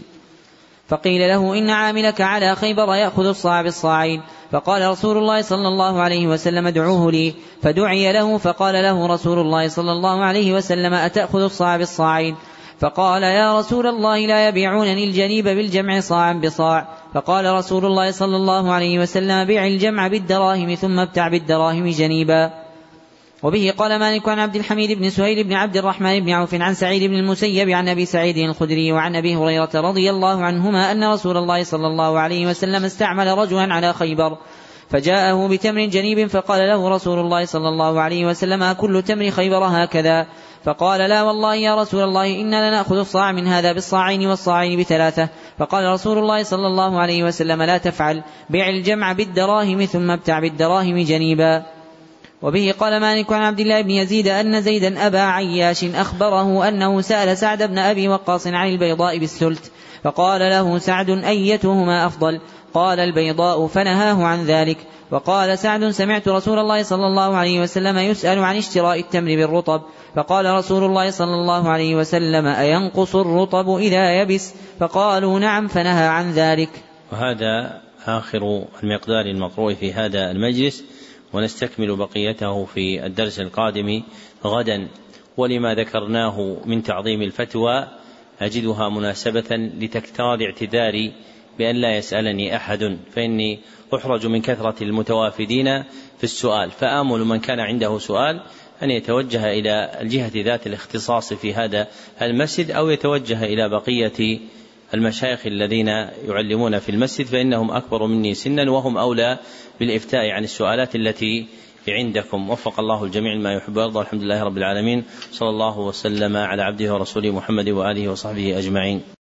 فقيل له إن عاملك على خيبر يأخذ الصاع بالصاعين. فقال رسول الله صلى الله عليه وسلم ادعوه لي. فدعي له فقال له رسول الله صلى الله عليه وسلم أتأخذ الصاع بالصاعين؟ فقال يا رسول الله لا يبيعونني الجنيب بالجمع صاعا بصاع. فقال رسول الله صلى الله عليه وسلم بيع الجمع بالدراهم ثم ابتع بالدراهم جنيبا. وبه قال مالك عن عبد الحميد بن سهيل بن عبد الرحمن بن عوف عن سعيد بن المسيب عن أبي سعيد الخدري وعن أبي هريرة رضي الله عنهما أن رسول الله صلى الله عليه وسلم استعمل رجلا على خيبر فجاءه بتمر جنيب فقال له رسول الله صلى الله عليه وسلم أكل تمر خيبر هكذا؟ فقال لا والله يا رسول الله إنا لنأخذ الصاع من هذا بالصاعين والصاعين بثلاثة. فقال رسول الله صلى الله عليه وسلم لا تفعل، بيع الجمع بالدراهم ثم ابتع بالدراهم جنيبا. وبه قال مالك عن عبد الله بن يزيد أن زيدا أبا عياش أخبره أنه سأل سعد بن أبي وقاص عن البيضاء بالسلت فقال له سعد أيتهما أفضل؟ قال البيضاء فنهاه عن ذلك. وقال سعد سمعت رسول الله صلى الله عليه وسلم يسأل عن اشتراء التمر بالرطب فقال رسول الله صلى الله عليه وسلم أينقص الرطب إذا يبس؟ فقالوا نعم فنهى عن ذلك. وهذا آخر المقدار المقروء في هذا المجلس، ونستكمل بقيته في الدرس القادم غدا. ولما ذكرناه من تعظيم الفتوى أجدها مناسبة لتكتار اعتذاري بأن لا يسألني أحد، فإني أحرج من كثرة المتوافدين في السؤال، فآمل من كان عنده سؤال أن يتوجه إلى الجهة ذات الاختصاص في هذا المسجد أو يتوجه إلى بقية المشايخ الذين يعلمون في المسجد، فإنهم أكبر مني سنا وهم أولى بالإفتاء عن السؤالات التي عندكم. وفق الله الجميع ما يحب ويرضى، الحمد لله رب العالمين، صلى الله وسلم على عبده ورسوله محمد وآله وصحبه أجمعين.